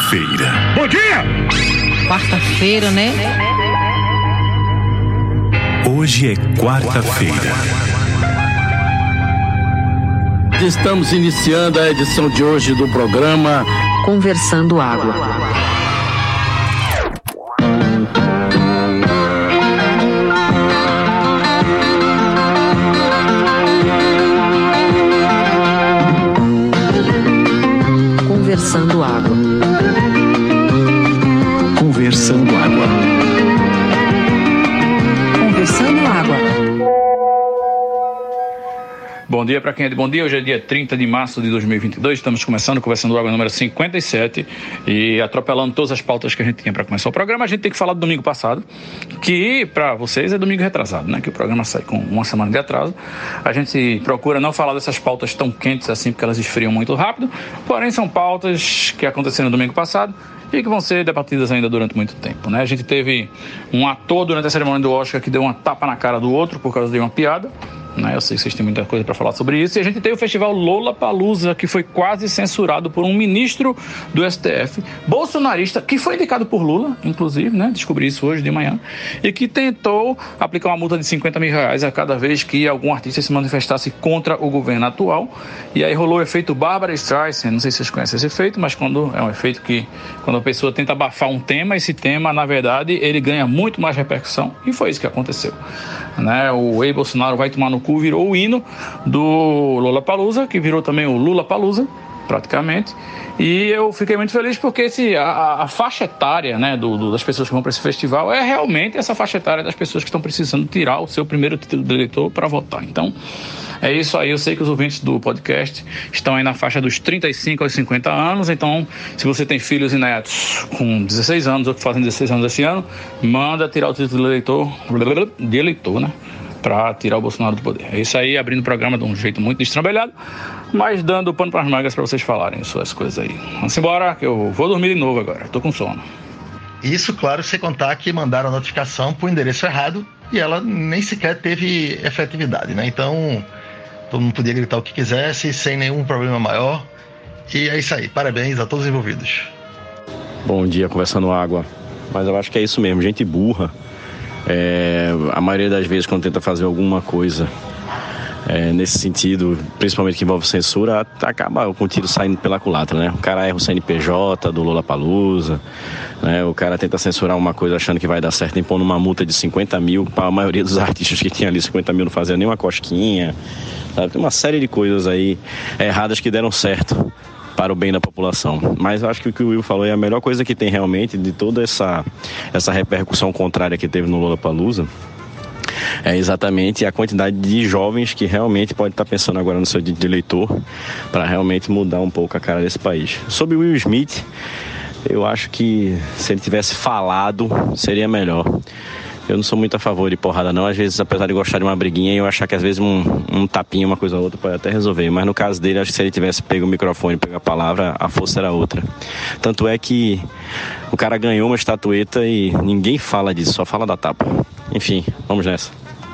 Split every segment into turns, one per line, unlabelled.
quarta-feira.
Bom dia!
Quarta-feira, né?
Hoje é quarta-feira.
Estamos iniciando a edição de hoje do programa
Conversando Água. Conversando Água.
Conversando Água.
Conversando Água.
Bom dia para quem é de bom dia. Hoje é dia 30 de março de 2022. Estamos começando Conversando Água número 57 e atropelando todas as pautas que a gente tinha para começar o programa. A gente tem que falar do domingo passado, que para vocês é domingo retrasado, né? Que o programa sai com uma semana de atraso. A gente procura não falar dessas pautas tão quentes assim, porque elas esfriam muito rápido. Porém, são pautas que aconteceram no domingo passado e que vão ser debatidas ainda durante muito tempo, né? A gente teve um ator durante a cerimônia do Oscar que deu uma tapa na cara do outro por causa de uma piada, né? Eu sei que vocês têm muita coisa para falar sobre isso. E a gente teve o festival Lollapalooza, que foi quase censurado por um ministro do STF, bolsonarista, que foi indicado por Lula, inclusive, né? Descobri isso hoje de manhã, e que tentou aplicar uma multa de R$50 mil a cada vez que algum artista se manifestasse contra o governo atual. E aí rolou o efeito Barbra Streisand. Não sei se vocês conhecem esse efeito, mas quando é um efeito que, quando a pessoa tenta abafar um tema, esse tema, na verdade, ele ganha muito mais repercussão. E foi isso que aconteceu, né? O Ei Bolsonaro vai tomar no cu virou o hino do Lollapalooza, que virou também o Lulapalooza, praticamente. E eu fiquei muito feliz porque a faixa etária, né, das pessoas que vão para esse festival é realmente essa faixa etária das pessoas que estão precisando tirar o seu primeiro título de eleitor para votar. Então, é isso aí. Eu sei que os ouvintes do podcast estão aí na faixa dos 35 aos 50 anos. Então, se você tem filhos e netos com 16 anos ou que fazem 16 anos esse ano, manda tirar o título de eleitor, né? Para tirar o Bolsonaro do poder. É isso aí, abrindo o programa de um jeito muito destrambelhado, mas dando pano para as mangas para vocês falarem suas coisas aí. Vamos embora, que eu vou dormir de novo agora, tô com sono.
Isso, claro, sem contar que mandaram a notificação para o endereço errado e ela nem sequer teve efetividade, né? Então, todo mundo podia gritar o que quisesse, sem nenhum problema maior. E é isso aí, parabéns a todos os envolvidos.
Bom dia, Conversando Água. Mas eu acho que é isso mesmo, gente burra. A maioria das vezes quando tenta fazer alguma coisa nesse sentido, principalmente que envolve censura, acaba com o tiro saindo pela culatra, né? O cara erra o CNPJ do Lollapalooza, né? O cara tenta censurar uma coisa achando que vai dar certo, impondo uma multa de 50 mil para a maioria dos artistas que tinha ali. 50 mil não fazia nem uma cosquinha, sabe? Tem uma série de coisas aí erradas que deram certo para o bem da população. Mas eu acho que o que o Will falou é a melhor coisa que tem realmente de toda essa repercussão contrária que teve no Lollapalooza. É exatamente a quantidade de jovens que realmente pode estar pensando agora no seu direito de eleitor para realmente mudar um pouco a cara desse país. Sobre o Will Smith, eu acho que se ele tivesse falado, seria melhor. Eu não sou muito a favor de porrada não, às vezes, apesar de gostar de uma briguinha, eu achar que às vezes um tapinha, uma coisa ou outra pode até resolver, mas no caso dele, acho que se ele tivesse pego o microfone, pego a palavra, a força era outra. Tanto é que o cara ganhou uma estatueta e ninguém fala disso, só fala da tapa. Enfim, vamos nessa.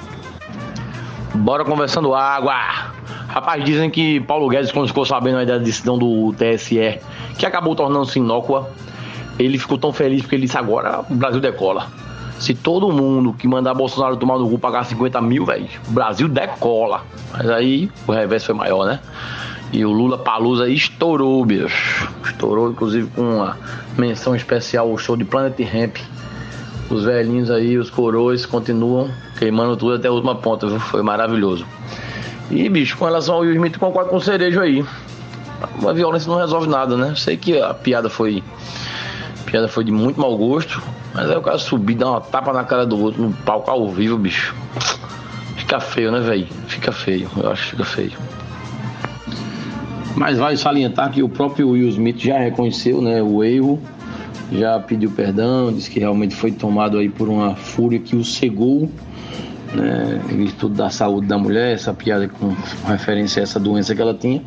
Bora Conversando Água. Rapaz, dizem que Paulo Guedes, quando ficou sabendo aí da decisão do TSE, que acabou tornando-se inócua, ele ficou tão feliz porque ele disse: agora o Brasil decola. Se todo mundo que mandar Bolsonaro tomar no cu pagar 50 mil, velho, o Brasil decola. Mas aí o revés foi maior, né? E o Lollapalooza estourou, bicho. Estourou, inclusive, com uma menção especial ao show de Planet Hemp. Os velhinhos aí, os coroas, continuam queimando tudo até a última ponta, viu? Foi maravilhoso. E, bicho, com relação ao Will Smith, concordo com o Cerejo aí. A violência não resolve nada, né? Sei que a piada foi de muito mau gosto, mas aí o cara subir, dar uma tapa na cara do outro no palco ao vivo, bicho. Fica feio, né, velho? Fica feio, eu acho que fica feio. Mas vale salientar que o próprio Will Smith já reconheceu, né, o erro, já pediu perdão, disse que realmente foi tomado aí por uma fúria que o cegou, né, em virtude da saúde da mulher, essa piada com referência a essa doença que ela tem.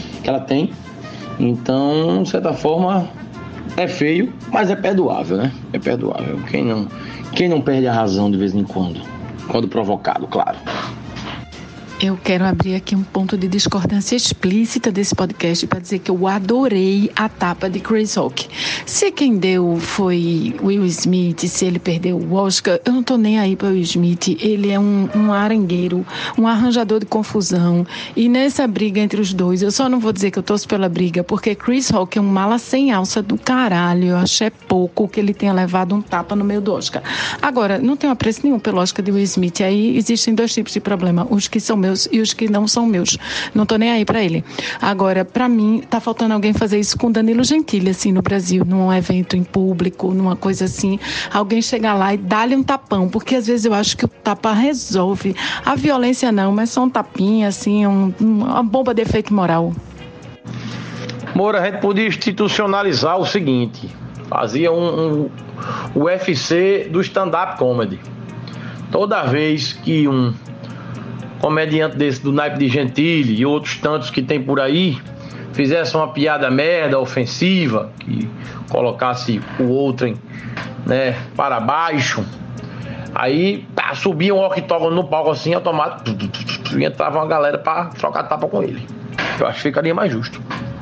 Então, de certa forma, é feio, mas é perdoável, né? É perdoável. Quem não perde a razão de vez em quando provocado, claro.
Eu quero abrir aqui um ponto de discordância explícita desse podcast para dizer que eu adorei a tapa de Chris Rock. Se quem deu foi Will Smith, se ele perdeu o Oscar, eu não tô nem aí para Will Smith. Ele é um arengueiro, um arranjador de confusão. E nessa briga entre os dois, eu só não vou dizer que eu torço pela briga, porque Chris Rock é um mala sem alça do caralho. Eu acho pouco que ele tenha levado um tapa no meio do Oscar. Agora, não tenho apreço nenhum pelo Oscar de Will Smith. Aí existem dois tipos de problema. Os que são meus e os que não são meus. Não tô nem aí pra ele. Agora, pra mim, tá faltando alguém fazer isso com Danilo Gentili, assim, no Brasil, num evento em público, numa coisa assim. Alguém chegar lá e dar-lhe um tapão, porque às vezes eu acho que o tapa resolve. A violência não, mas só um tapinha, assim, uma bomba de efeito moral.
Moura, a gente podia institucionalizar o seguinte: fazia um UFC do stand-up comedy. Toda vez que um comediante desse do naipe de Gentili e outros tantos que tem por aí fizesse uma piada merda, ofensiva, que colocasse o outro, né, para baixo, aí subia um octógono no palco assim, automático, e entrava uma galera para trocar tapa com ele. Eu acho que ficaria mais justo.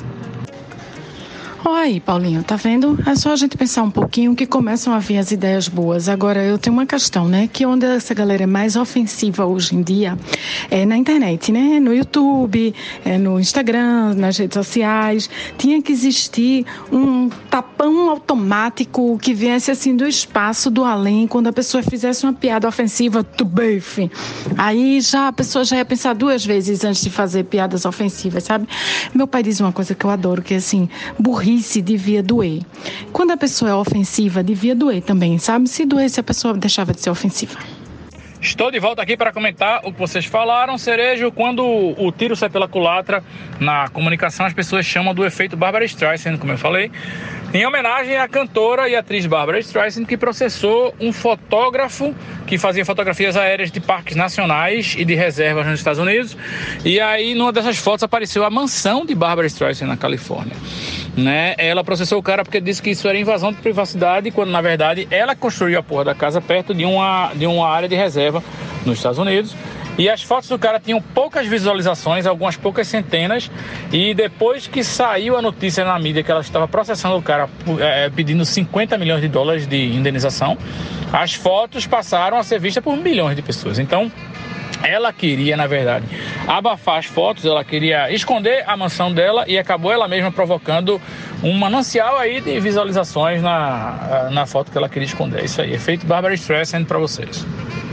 Olha aí, Paulinho, tá vendo? É só a gente pensar um pouquinho que começam a vir as ideias boas. Agora, eu tenho uma questão, né? Que onde essa galera é mais ofensiva hoje em dia é na internet, né? No YouTube, no Instagram, nas redes sociais. Tinha que existir um tapão automático que viesse assim do espaço, do além, quando a pessoa fizesse uma piada ofensiva, tu bife. Aí a pessoa já ia pensar duas vezes antes de fazer piadas ofensivas, sabe? Meu pai diz uma coisa que eu adoro, que é assim, burrice devia doer. Quando a pessoa é ofensiva, devia doer também, sabe? Se doesse, a pessoa deixava de ser ofensiva.
Estou de volta aqui para comentar o que vocês falaram, Cerejo. Quando o tiro sai pela culatra na comunicação, as pessoas chamam do efeito Barbra Streisand, como eu falei, em homenagem à cantora e atriz Barbra Streisand, que processou um fotógrafo que fazia fotografias aéreas de parques nacionais e de reservas nos Estados Unidos. E aí, numa dessas fotos, apareceu a mansão de Barbra Streisand na Califórnia. Né? Ela processou o cara porque disse que isso era invasão de privacidade, quando na verdade ela construiu a porra da casa perto de uma área de reserva nos Estados Unidos. E as fotos do cara tinham poucas visualizações, algumas poucas centenas, e depois que saiu a notícia na mídia que ela estava processando o cara pedindo 50 milhões de dólares de indenização, as fotos passaram a ser vistas por milhões de pessoas. Então ela queria, na verdade, abafar as fotos, ela queria esconder a mansão dela e acabou ela mesma provocando um manancial aí de visualizações na foto que ela queria esconder. Isso aí, efeito Barbra Streisand para vocês.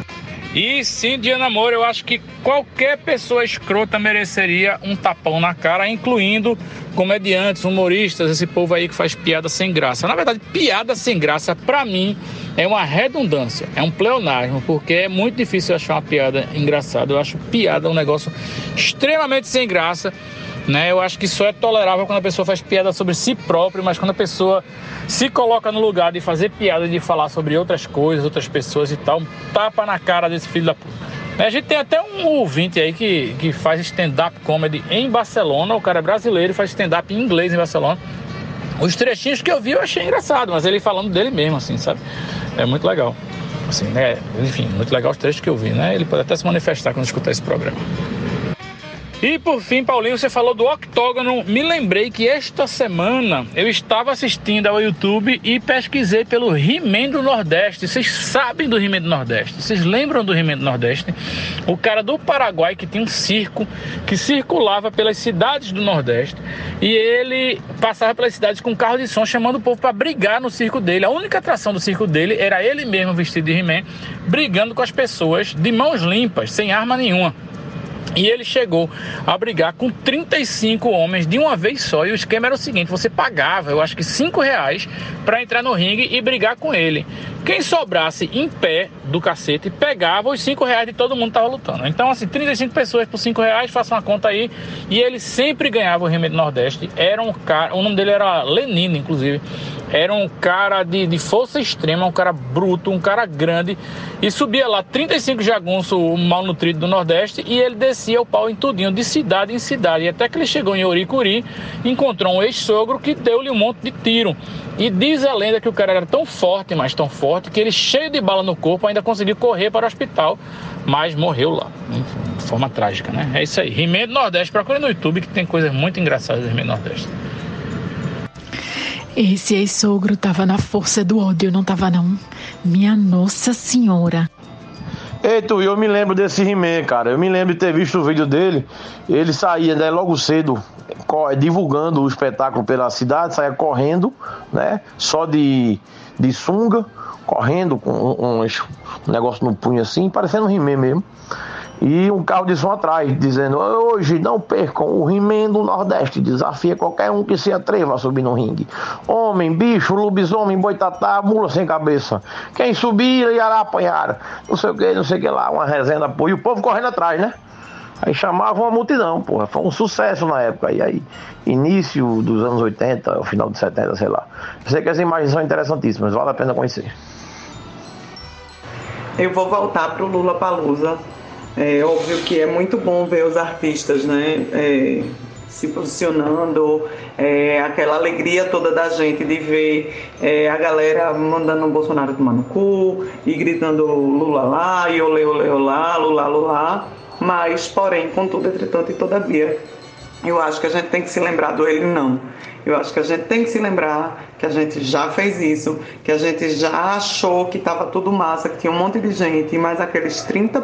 E sim, Diana Moura, eu acho que qualquer pessoa escrota mereceria um tapão na cara, incluindo comediantes, humoristas, esse povo aí que faz piada sem graça. Na verdade, piada sem graça, pra mim, é uma redundância, é um pleonasmo, porque é muito difícil achar uma piada engraçada. Eu acho piada um negócio extremamente sem graça, né? Eu acho que só é tolerável quando a pessoa faz piada sobre si própria, mas quando a pessoa se coloca no lugar de fazer piada, de falar sobre outras coisas, outras pessoas e tal, tapa na cara desse filho da puta. A gente tem até um ouvinte aí que faz stand-up comedy em Barcelona, o cara é brasileiro e faz stand-up em inglês em Barcelona. Os trechinhos que eu vi eu achei engraçado, mas ele falando dele mesmo, assim, sabe? É muito legal. Assim, né? Enfim, muito legal os trechos que eu vi, né? Ele pode até se manifestar quando escutar esse programa. E por fim, Paulinho, você falou do octógono. Me lembrei que esta semana eu estava assistindo ao YouTube e pesquisei pelo He-Man do Nordeste. Vocês sabem do He-Man do Nordeste? Vocês lembram do He-Man do Nordeste? O cara do Paraguai que tinha um circo que circulava pelas cidades do Nordeste e ele passava pelas cidades com um carro de som chamando o povo para brigar no circo dele. A única atração do circo dele era ele mesmo vestido de He-Man, brigando com as pessoas de mãos limpas, sem arma nenhuma. E ele chegou a brigar com 35 homens de uma vez só. E o esquema era o seguinte: você pagava, eu acho que R$5 para entrar no ringue e brigar com ele. Quem sobrasse em pé do cacete pegava os R$5 de todo mundo que estava lutando. Então, assim, 35 pessoas por R$5, faça uma conta aí. E ele sempre ganhava o He-Man do Nordeste. Era um cara, o nome dele era Lenino, inclusive. Era um cara de força extrema, um cara bruto, um cara grande. E subia lá 35 jagunços malnutridos do Nordeste e ele descia o pau em tudinho, de cidade em cidade. E até que ele chegou em Oricuri, encontrou um ex-sogro que deu-lhe um monte de tiro. E diz a lenda que o cara era tão forte, mas tão forte, forte que ele, cheio de bala no corpo, ainda conseguiu correr para o hospital, mas morreu lá, de forma trágica, né? É isso aí, He-Man do Nordeste, procure no YouTube que tem coisas muito engraçadas do He-Man do Nordeste.
Esse ex-sogro tava na força do ódio, não tava não? Minha Nossa Senhora.
Eita, eu me lembro desse He-Man, cara. Eu me lembro de ter visto o vídeo dele. Ele saía, né, logo cedo, divulgando o espetáculo pela cidade, saía correndo, né? Só de sunga, correndo com um negócio no punho assim, parecendo um He-Man mesmo. E um carro de som atrás, dizendo: hoje não percam o He-Man do Nordeste, desafia qualquer um que se atreva a subir no ringue. Homem, bicho, lobisomem, boitatá, mula sem cabeça. Quem subir irá apanhar. Não sei o que lá, uma resenha, pô. E o povo correndo atrás, né? Aí chamavam uma multidão, porra. Foi um sucesso na época. E aí, início dos anos 80, final de 70, sei lá. Eu sei que as imagens são interessantíssimas, vale a pena conhecer.
Eu vou voltar pro Lollapalooza. É óbvio que é muito bom ver os artistas, né, se posicionando, aquela alegria toda da gente de ver a galera mandando o Bolsonaro tomar no cu e gritando Lula lá e olê, olê, olá, Lula, Lula. Mas, porém, contudo, entretanto e todavia, eu acho que a gente tem que se lembrar do ele não. Eu acho que a gente tem que se lembrar que a gente já fez isso, que a gente já achou que estava tudo massa, que tinha um monte de gente, mas aqueles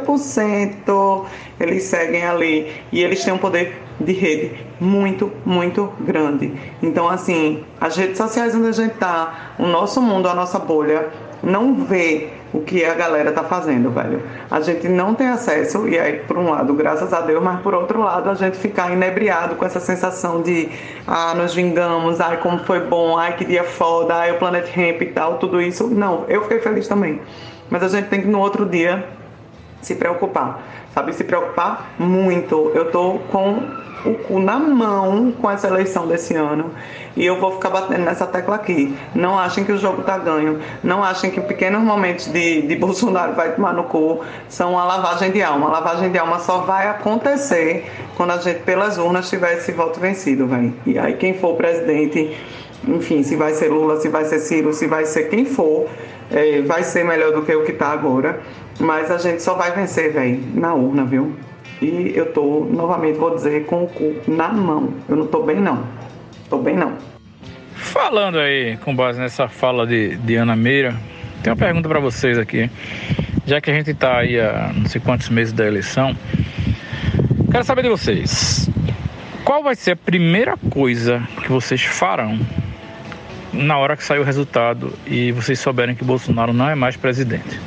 30% eles seguem ali e eles têm um poder de rede muito, muito grande. Então, assim, as redes sociais onde a gente está, o nosso mundo, a nossa bolha, não vê o que a galera tá fazendo, velho. A gente não tem acesso, e aí, por um lado, graças a Deus, mas por outro lado, a gente ficar inebriado com essa sensação de nos vingamos, como foi bom, que dia foda, o Planet Hemp e tal, tudo isso. Não, eu fiquei feliz também. Mas a gente tem que, no outro dia, se preocupar, sabe? Se preocupar muito. Eu tô com o cu na mão com essa eleição desse ano e eu vou ficar batendo nessa tecla aqui. Não achem que o jogo tá ganho, não achem que pequenos momentos de Bolsonaro vai tomar no cu são uma lavagem de alma. A lavagem de alma só vai acontecer quando a gente pelas urnas tiver esse voto vencido, velho. E aí quem for presidente, enfim, se vai ser Lula, se vai ser Ciro, se vai ser quem for, vai ser melhor do que o que tá agora, mas a gente só vai vencer, velho, na urna, viu? E eu tô, novamente vou dizer, com o cu na mão. Eu não tô bem, não. Tô bem, não.
Falando aí, com base nessa fala de Ana Meira, tem uma pergunta pra vocês aqui. Já que a gente tá aí há não sei quantos meses da eleição, quero saber de vocês. Qual vai ser a primeira coisa que vocês farão na hora que sair o resultado e vocês souberem que Bolsonaro não é mais presidente?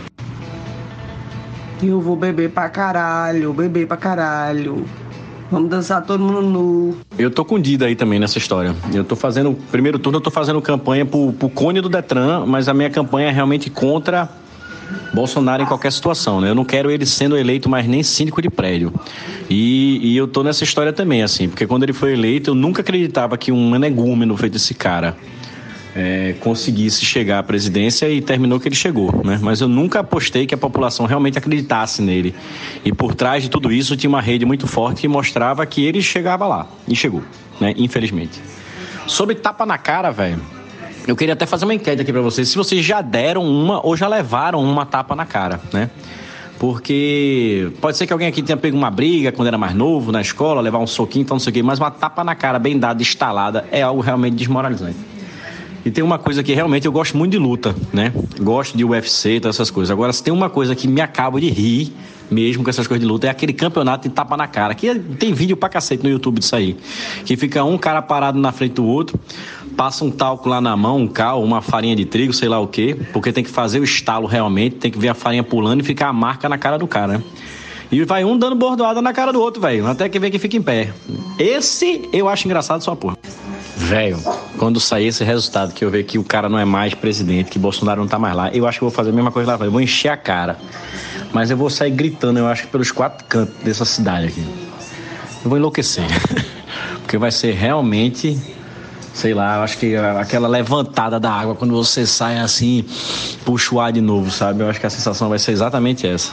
Eu vou beber pra caralho. Vamos dançar todo mundo nu.
Eu tô com o Dida aí também nessa história. Eu tô fazendo, primeiro turno eu tô fazendo campanha pro cone do Detran, mas a minha campanha é realmente contra Bolsonaro em qualquer situação, né? Eu não quero ele sendo eleito mais nem síndico de prédio. E eu tô nessa história também, assim, porque quando ele foi eleito eu nunca acreditava que um energúmeno feito esse cara conseguisse chegar à presidência, e terminou que ele chegou, né? Mas eu nunca apostei que a população realmente acreditasse nele. E por trás de tudo isso tinha uma rede muito forte que mostrava que ele chegava lá. E chegou, né? Infelizmente. Sobre tapa na cara, velho, eu queria até fazer uma enquete aqui pra vocês. Se vocês já deram uma ou já levaram uma tapa na cara, né? Porque pode ser que alguém aqui tenha pego uma briga quando era mais novo, na escola, levar um soquinho, então não sei o quê, mas uma tapa na cara bem dada, instalada, é algo realmente desmoralizante. E tem uma coisa que realmente eu gosto muito de luta, né? Gosto de UFC e todas essas coisas. Agora, se tem uma coisa que me acaba de rir mesmo com essas coisas de luta, é aquele campeonato de tapa na cara. Que tem vídeo pra cacete no YouTube disso aí. Que fica um cara parado na frente do outro, passa um talco lá na mão, um cal, uma farinha de trigo, sei lá o quê, porque tem que fazer o estalo realmente, tem que ver a farinha pulando e ficar a marca na cara do cara, né? E vai um dando bordoada na cara do outro, velho, até que vê que fica em pé. Esse eu acho engraçado só, porra. Velho, quando sair esse resultado, que eu ver que o cara não é mais presidente, que Bolsonaro não tá mais lá, eu acho que eu vou fazer a mesma coisa lá, eu vou encher a cara. Mas eu vou sair gritando, eu acho que pelos 4 cantos dessa cidade aqui. Eu vou enlouquecer. Porque vai ser realmente, sei lá, eu acho que aquela levantada da água, quando você sai assim, puxa o ar de novo, sabe? Eu acho que a sensação vai ser exatamente essa.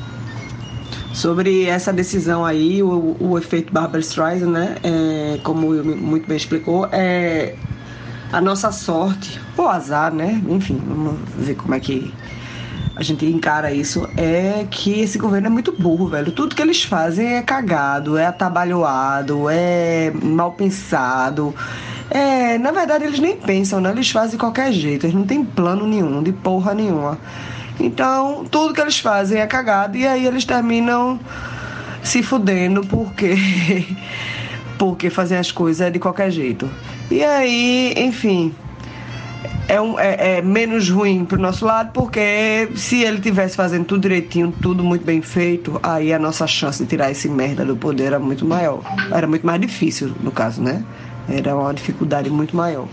Sobre essa decisão aí, o efeito Barbra Streisand, né? Como muito bem explicou, A nossa sorte, ou azar, né? Enfim, vamos ver como é que a gente encara isso, é que esse governo é muito burro, velho. Tudo que eles fazem é cagado, é atabalhoado, é mal pensado. Na verdade, eles nem pensam, né? Eles fazem de qualquer jeito, eles não têm plano nenhum, de porra nenhuma. Então, tudo que eles fazem é cagado e aí eles terminam se fudendo porque fazem as coisas de qualquer jeito. E aí, enfim, é menos ruim pro nosso lado, porque se ele tivesse fazendo tudo direitinho, tudo muito bem feito, aí a nossa chance de tirar esse merda do poder era muito maior. Era muito mais difícil, no caso, né? Era uma dificuldade muito maior.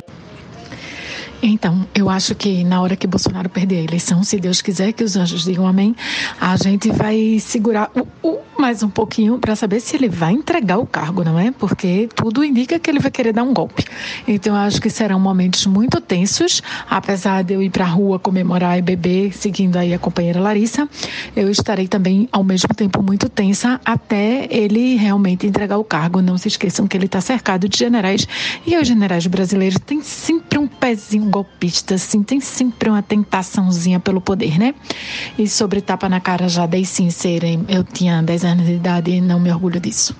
Então, eu acho que na hora que Bolsonaro perder a eleição, se Deus quiser que os anjos digam amém, a gente vai segurar mais um pouquinho para saber se ele vai entregar o cargo, não é? Porque tudo indica que ele vai querer dar um golpe. Então, eu acho que serão momentos muito tensos, apesar de eu ir para a rua comemorar e beber, seguindo aí a companheira Larissa, eu estarei também, ao mesmo tempo, muito tensa até ele realmente entregar o cargo. Não se esqueçam que ele está cercado de generais, e os generais brasileiros têm sempre um pezinho golpista, assim, tem sempre uma tentaçãozinha pelo poder, né? E sobre tapa na cara já dei sincera, eu tinha 10 anos de idade e não me orgulho disso.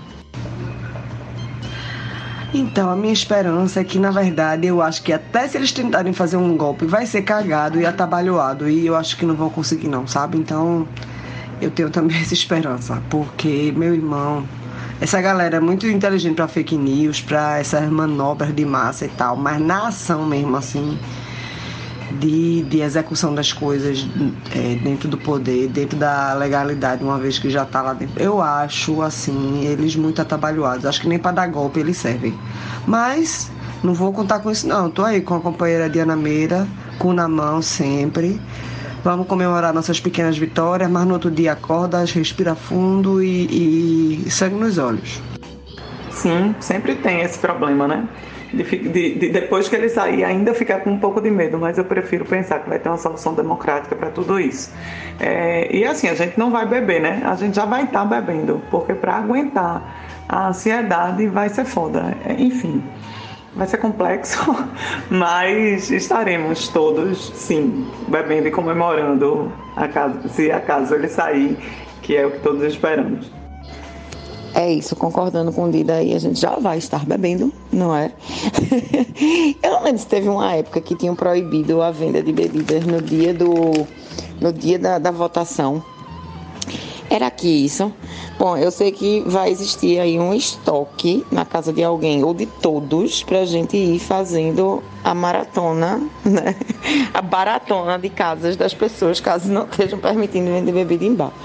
Então, a minha esperança é que, na verdade, eu acho que até se eles tentarem fazer um golpe, vai ser cagado e atabalhoado, e eu acho que não vão conseguir não, sabe? Então, eu tenho também essa esperança, porque, meu irmão, essa galera é muito inteligente para fake news, para essas manobras de massa e tal, mas na ação mesmo, assim, de execução das coisas dentro do poder, dentro da legalidade, uma vez que já tá lá dentro, eu acho, assim, eles muito atabalhoados. Acho que nem para dar golpe eles servem. Mas não vou contar com isso, não. Tô aí com a companheira Diana Meira, cu na mão sempre. Vamos comemorar nossas pequenas vitórias, mas no outro dia acorda, respira fundo e sangue nos olhos.
Sim, sempre tem esse problema, né? De depois que ele sair ainda ficar com um pouco de medo, mas eu prefiro pensar que vai ter uma solução democrática para tudo isso. E assim, a gente não vai beber, né? A gente já vai estar bebendo, porque para aguentar a ansiedade vai ser foda. Enfim, vai ser complexo, mas estaremos todos, sim, bebendo e comemorando se acaso ele sair, que é o que todos esperamos.
É isso, concordando com o Dida aí, a gente já vai estar bebendo, não é? Eu não lembro se teve uma época que tinham proibido a venda de bebidas no dia da votação. Era aqui isso. Bom, eu sei que vai existir aí um estoque na casa de alguém ou de todos pra gente ir fazendo a maratona, né? A baratona de casas das pessoas, caso não estejam permitindo vender bebida em bar.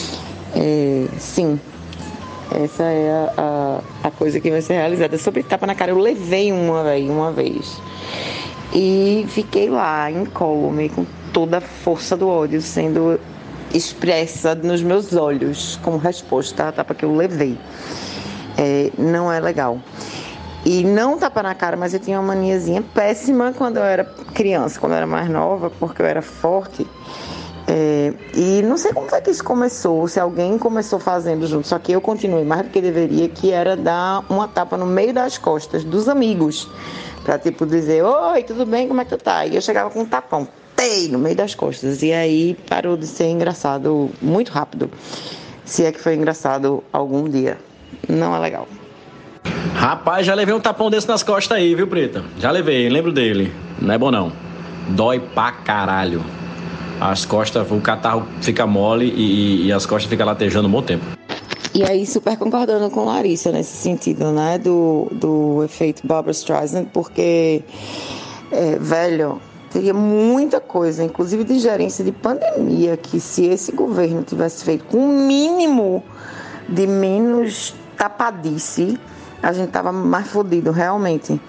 Sim. Essa é a coisa que vai ser realizada. Sobre tapa na cara, eu levei uma vez. E fiquei lá, incólume, com toda a força do ódio sendo expressa nos meus olhos como resposta à tapa que eu levei. Não é legal. E não tapa na cara, mas eu tinha uma maniazinha péssima quando eu era criança, quando eu era mais nova, porque eu era forte. E não sei como foi que isso começou, se alguém começou fazendo junto, só que eu continuei mais do que deveria, que era dar uma tapa no meio das costas dos amigos, pra tipo dizer, oi, tudo bem, como é que tu tá? E eu chegava com um tapão, no meio das costas, e aí parou de ser engraçado muito rápido, se é que foi engraçado algum dia. Não é legal.
Rapaz, já levei um tapão desse nas costas aí, viu, Preta? Já levei, lembro dele. Não é bom não. Dói pra caralho. As costas, o catarro fica mole e as costas ficam latejando um bom tempo.
E aí, super concordando com Larissa nesse sentido, né, do efeito Barbra Streisand, porque, velho, teria muita coisa, inclusive de gerência de pandemia, que se esse governo tivesse feito com um mínimo de menos tapadice, a gente tava mais fodido, realmente.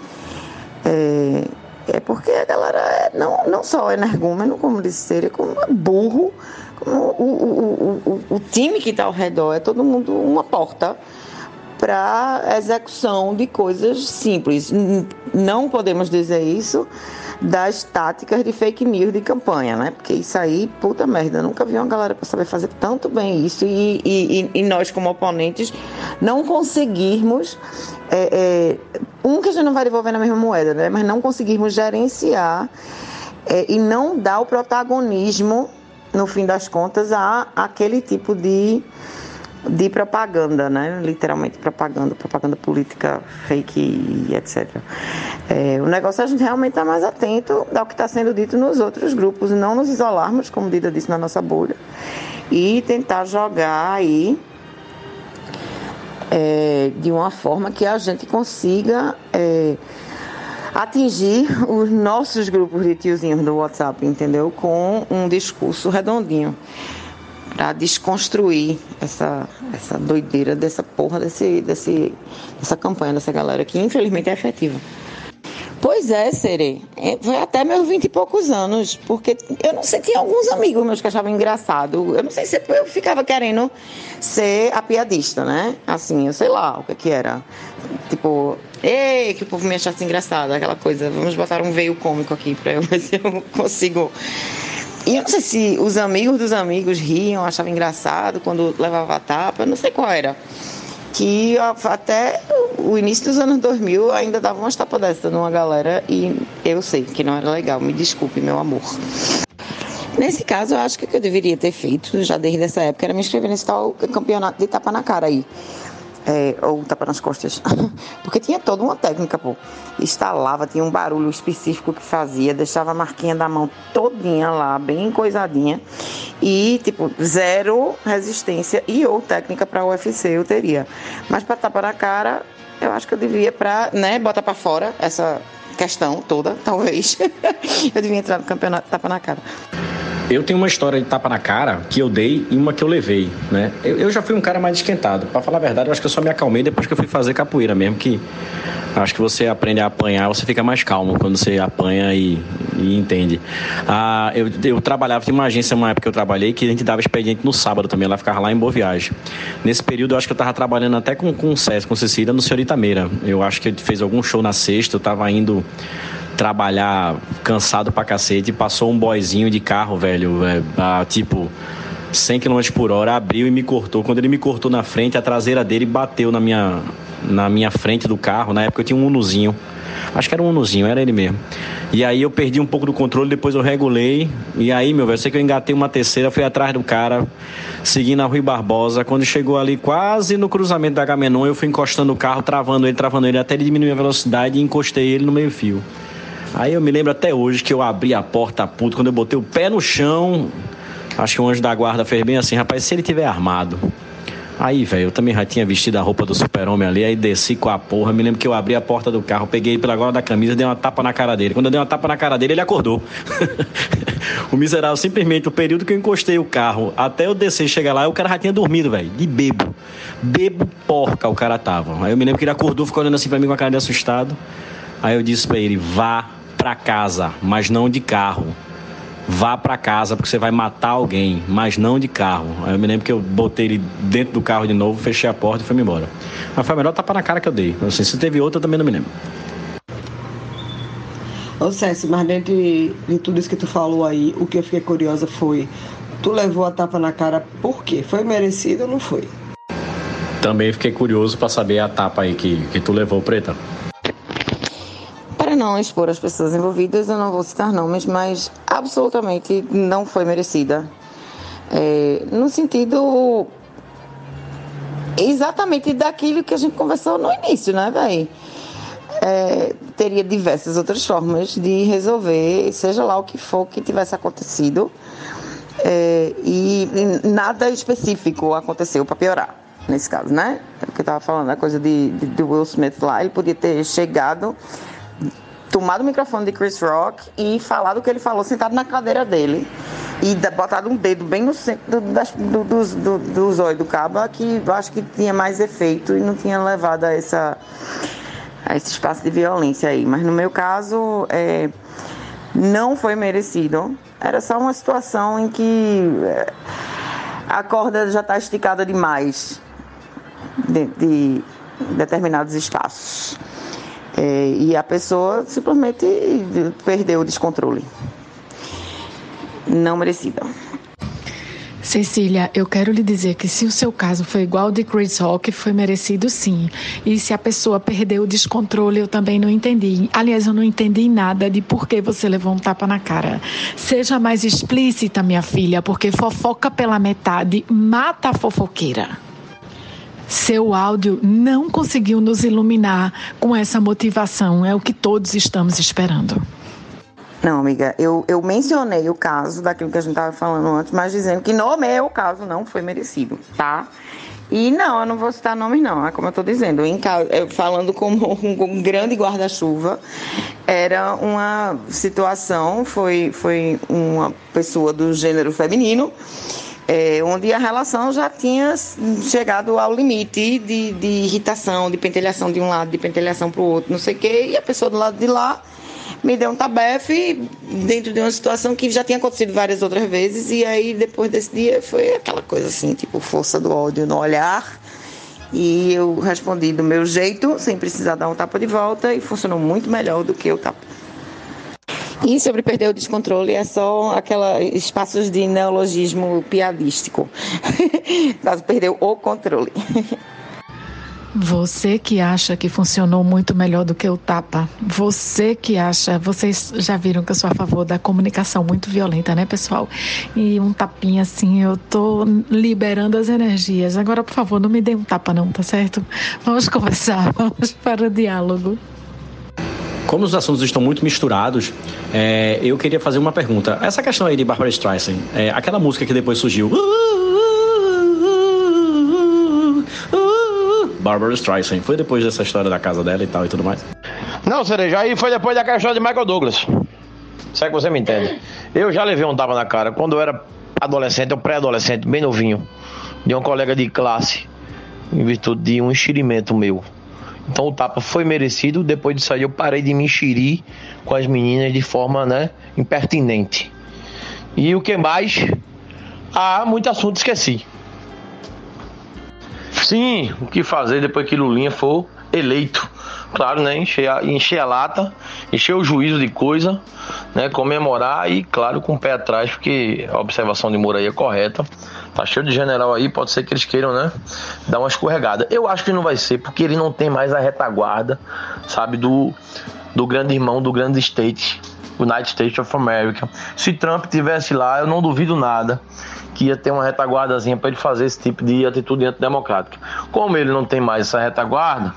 Porque a galera não só é energúmeno, como disse Seria, como é burro, como o time que está ao redor é todo mundo uma porta para execução de coisas simples. Não podemos dizer isso das táticas de fake news de campanha, né? Porque isso aí, puta merda, eu nunca vi uma galera para saber fazer tanto bem isso e nós como oponentes não conseguirmos que a gente não vai devolver na mesma moeda, né? Mas não conseguirmos gerenciar e não dar o protagonismo, no fim das contas, a aquele tipo de propaganda, né? Literalmente propaganda política fake e etc. O negócio é a gente realmente estar mais atento ao que está sendo dito nos outros grupos, não nos isolarmos, como Dida disse, na nossa bolha, e tentar jogar aí de uma forma que a gente consiga atingir os nossos grupos de tiozinhos do WhatsApp, entendeu? Com um discurso redondinho, para desconstruir essa doideira dessa porra, dessa campanha dessa galera, que infelizmente é efetiva. Pois é, Serê, foi até meus 20 e poucos anos, porque eu não sei, tinha alguns amigos meus que achavam engraçado, eu não sei se eu ficava querendo ser a piadista, né? Assim, eu sei lá o que era, tipo, que o povo me achasse engraçado, aquela coisa, vamos botar um veio cômico aqui para eu ver se eu consigo. E eu não sei se os amigos dos amigos riam, achavam engraçado quando levava a tapa, eu não sei qual era. Que até o início dos anos 2000 ainda dava umas tapas dessas numa galera e eu sei que não era legal, me desculpe, meu amor. Nesse caso, eu acho que o que eu deveria ter feito, já desde essa época, era me inscrever nesse tal campeonato de tapa na cara aí. Ou tapa nas costas, porque tinha toda uma técnica, pô. Instalava, tinha um barulho específico que fazia, deixava a marquinha da mão todinha lá, bem coisadinha, e tipo, zero resistência e ou técnica para UFC eu teria. Mas para tapa na cara, eu acho que eu devia botar para fora essa questão toda, talvez. Eu devia entrar no campeonato de tapa na cara.
Eu tenho uma história de tapa na cara que eu dei e uma que eu levei, né? Eu já fui um cara mais esquentado. Pra falar a verdade, eu acho que eu só me acalmei depois que eu fui fazer capoeira mesmo, que acho que você aprende a apanhar, você fica mais calmo quando você apanha e entende. Eu trabalhava, tinha uma agência, uma época que eu trabalhei, que a gente dava expediente no sábado também, ela ficava lá em Boa Viagem. Nesse período, eu acho que eu tava trabalhando até com Cecília no Senhorita Meira. Eu acho que ele fez algum show na sexta, eu tava indo trabalhar cansado pra cacete, passou um boyzinho de carro, velho, tipo 100 km por hora, abriu e me cortou. Quando ele me cortou na frente, a traseira dele bateu na minha frente do carro. Na época eu tinha um Unozinho, acho que era um Unozinho, era ele mesmo. E aí eu perdi um pouco do controle, depois eu regulei, e aí, meu velho, eu sei que eu engatei uma terceira, fui atrás do cara, seguindo a Rui Barbosa. Quando chegou ali quase no cruzamento da Agamenon, eu fui encostando o carro, travando ele, até ele diminuir a velocidade e encostei ele no meio fio. Aí eu me lembro até hoje que eu abri a porta puto, quando eu botei o pé no chão, acho que o anjo da guarda fez bem assim, rapaz, se ele tiver armado. Aí, velho, eu também já tinha vestido a roupa do super-homem ali, aí desci com a porra, me lembro que eu abri a porta do carro, peguei ele pela gola da camisa, dei uma tapa na cara dele. Quando eu dei uma tapa na cara dele, ele acordou. O miserável, simplesmente, o período que eu encostei o carro, até eu descer e chegar lá, o cara já tinha dormido, velho, de bebo. Bebo porca o cara tava. Aí eu me lembro que ele acordou, ficou olhando assim pra mim com a cara de assustado. Aí eu disse pra ele, vá pra casa, mas não de carro. Vá pra casa porque você vai matar alguém, mas não de carro. Aí eu me lembro que eu botei ele dentro do carro de novo, fechei a porta e fui embora. Mas foi a melhor tapa na cara que eu dei. Assim, se teve outra, eu também não me lembro.
Ô César, mas dentro de tudo isso que tu falou aí, o que eu fiquei curiosa foi, tu levou a tapa na cara por quê? Foi merecido ou não foi?
Também fiquei curioso pra saber a tapa aí que tu levou, Preta.
Para não expor as pessoas envolvidas, eu não vou citar nomes, mas absolutamente não foi merecida. No sentido exatamente daquilo que a gente conversou no início, né, velho? Teria diversas outras formas de resolver, seja lá o que for que tivesse acontecido, e nada específico aconteceu para piorar, nesse caso, né? Porque eu estava falando a coisa de Will Smith lá, ele podia ter chegado, tomado o microfone de Chris Rock e falado o que ele falou sentado na cadeira dele e botado um dedo bem no centro do zóio do cabo, que eu acho que tinha mais efeito e não tinha levado a esse espaço de violência aí. Mas no meu caso, não foi merecido. Era só uma situação em que a corda já está esticada demais de determinados espaços. E a pessoa simplesmente perdeu o descontrole. Não merecida.
Cecília, eu quero lhe dizer que se o seu caso foi igual ao de Chris Rock, foi merecido sim. E se a pessoa perdeu o descontrole, eu também não entendi. Aliás, eu não entendi nada de por que você levou um tapa na cara. Seja mais explícita, minha filha, porque fofoca pela metade mata a fofoqueira. Seu áudio não conseguiu nos iluminar com essa motivação. É o que todos estamos esperando.
Não, amiga, eu mencionei o caso daquilo que a gente estava falando antes, mas dizendo que no meu caso não foi merecido, tá? E não, eu não vou citar nomes não, é como eu estou dizendo. Falando como um grande guarda-chuva, era uma situação, foi uma pessoa do gênero feminino, onde a relação já tinha chegado ao limite de irritação, de pentelhação de um lado, de pentelhação para o outro, não sei o quê, e a pessoa do lado de lá me deu um tabefe dentro de uma situação que já tinha acontecido várias outras vezes, e aí depois desse dia foi aquela coisa assim, tipo força do ódio no olhar, e eu respondi do meu jeito, sem precisar dar um tapa de volta, e funcionou muito melhor do que o tapa. E sobre perder o descontrole é só aqueles espaços de neologismo piadístico. Caso perdeu o controle.
Você que acha que funcionou muito melhor do que o tapa. Você que acha. Vocês já viram que eu sou a favor da comunicação muito violenta, né, pessoal? E um tapinha assim, eu tô liberando as energias. Agora, por favor, não me dê um tapa não, tá certo? Vamos conversar, vamos para o diálogo.
Como os assuntos estão muito misturados, eu queria fazer uma pergunta. Essa questão aí de Barbra Streisand, aquela música que depois surgiu... Barbra Streisand, foi depois dessa história da casa dela e tal e tudo mais?
Não, Cereja, aí foi depois daquela história de Michael Douglas. Se é que você me entende. Eu já levei um tapa na cara quando eu era adolescente, ou pré-adolescente, bem novinho, de um colega de classe, em virtude de um enxerimento meu. Então o tapa foi merecido. Depois disso aí eu parei de me enxerir com as meninas de forma, impertinente. E o que mais? Muito assunto esqueci. Sim, o que fazer depois que Lulinha for eleito? Claro, encher a lata, encher o juízo de coisa, comemorar e, claro, com o pé atrás, porque a observação de Moura aí é correta. Tá cheio de general aí, pode ser que eles queiram, dar uma escorregada. Eu acho que não vai ser, porque ele não tem mais a retaguarda, sabe, do grande irmão, do grande state, United States of America. Se Trump tivesse lá, eu não duvido nada que ia ter uma retaguardazinha para ele fazer esse tipo de atitude antidemocrática. Como ele não tem mais essa retaguarda,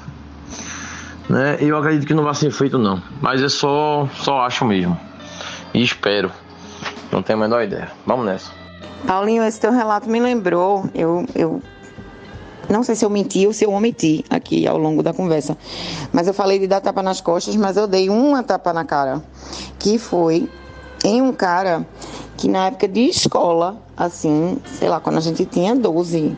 eu acredito que não vai ser feito não. Mas eu só acho mesmo. E espero. Não tenho a menor ideia. Vamos nessa.
Paulinho, esse teu relato me lembrou, eu não sei se eu menti ou se eu omiti aqui ao longo da conversa, mas eu falei de dar tapa nas costas, mas eu dei uma tapa na cara, que foi em um cara que na época de escola, assim, sei lá, quando a gente tinha 11,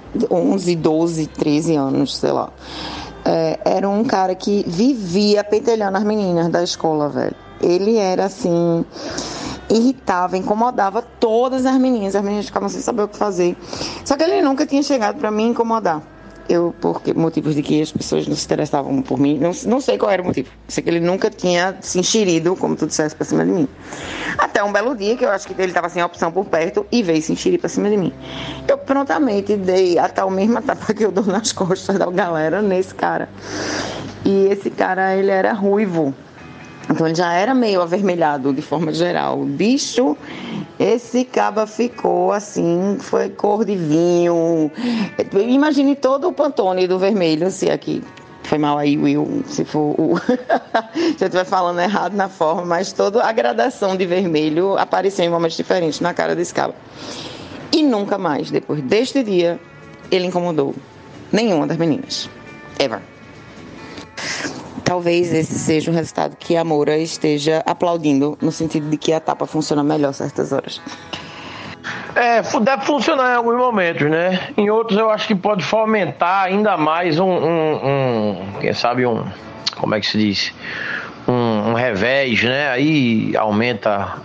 12, 13 anos, sei lá, era um cara que vivia pentelhando as meninas da escola, velho. Ele era assim... irritava, incomodava todas as meninas ficavam sem saber o que fazer. Só que ele nunca tinha chegado para me incomodar. Por motivos de que as pessoas não se interessavam por mim, não sei qual era o motivo. Sei que ele nunca tinha se enxerido, como tu disseste, para cima de mim. Até um belo dia, que eu acho que ele estava sem opção por perto e veio se enxerir para cima de mim. Eu prontamente dei a tal mesma tapa que eu dou nas costas da galera nesse cara. E esse cara, ele era ruivo. Então ele já era meio avermelhado de forma geral. Bicho, esse caba ficou assim, foi cor de vinho. Imagine todo o Pantone do vermelho, se aqui foi mal aí, Will, se for se eu estiver falando errado na forma, mas toda a gradação de vermelho apareceu em momentos diferentes na cara desse caba. E nunca mais, depois deste dia, ele incomodou nenhuma das meninas. Ever. Talvez esse seja o resultado que a Moura esteja aplaudindo, no sentido de que a tapa funciona melhor certas horas.
Deve funcionar em alguns momentos, Em outros eu acho que pode fomentar ainda mais quem sabe como é que se diz? Um revés, Aí aumenta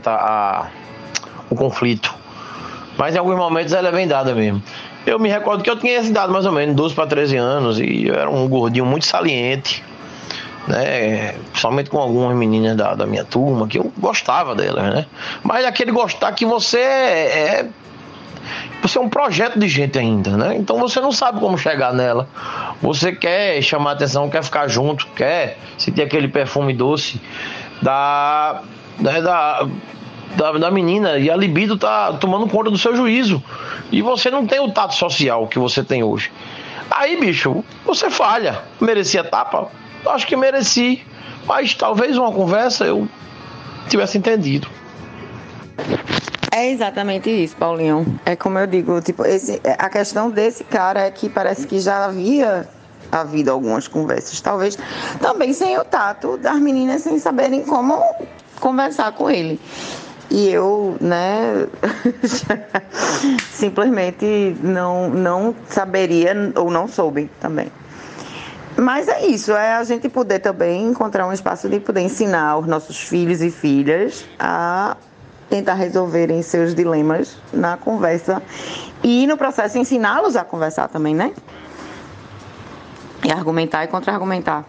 o conflito. Mas em alguns momentos ela é bem dada mesmo. Eu me recordo que eu tinha essa idade mais ou menos, 12 para 13 anos, e eu era um gordinho muito saliente. Principalmente com algumas meninas da minha turma, que eu gostava delas, mas aquele gostar que você Você é um projeto de gente ainda, né? Então você não sabe como chegar nela. Você quer chamar atenção, quer ficar junto, quer sentir aquele perfume doce da menina, e a libido tá tomando conta do seu juízo. E você não tem o tato social que você tem hoje. Aí, bicho, você falha. Merecia tapa? Acho que mereci. Mas talvez uma conversa eu tivesse entendido.
É exatamente isso, Paulinho. É como eu digo, tipo, a questão desse cara é que parece que já havia havido algumas conversas. Talvez também sem o tato das meninas, sem saberem como conversar com ele. E eu, né, simplesmente não saberia ou não soube também. Mas é isso, é a gente poder também encontrar um espaço de poder ensinar os nossos filhos e filhas a tentar resolverem seus dilemas na conversa e no processo ensiná-los a conversar também, né? E argumentar e contra-argumentar.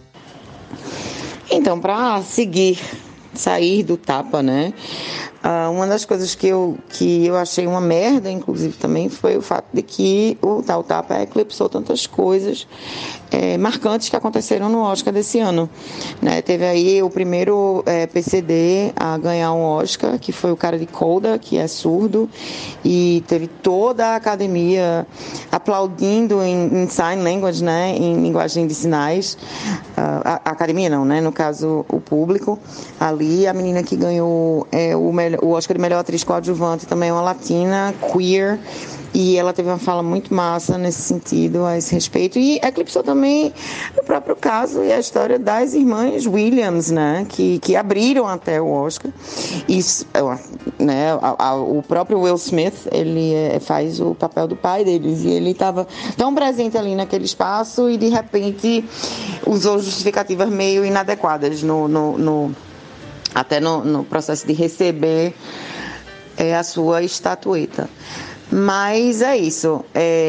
Então, para sair do tapa, né? Uma das coisas que eu achei uma merda, inclusive, também foi o fato de que o tal tapa eclipsou tantas coisas marcantes que aconteceram no Oscar desse ano, né? Teve aí o primeiro PCD a ganhar um Oscar, que foi o cara de Coda, que é surdo, e teve toda a academia aplaudindo em sign language, né? Em linguagem de sinais. A academia não, né? No caso, o público. Ali, a menina que ganhou o Oscar de melhor atriz coadjuvante também é uma latina, queer, e ela teve uma fala muito massa nesse sentido, a esse respeito, e eclipsou também o próprio caso e a história das irmãs Williams, né, que abriram até o Oscar. Isso, né, o próprio Will Smith, ele faz o papel do pai deles, e ele estava tão presente ali naquele espaço e de repente usou justificativas meio inadequadas até no processo de receber a sua estatueta. Mas é isso.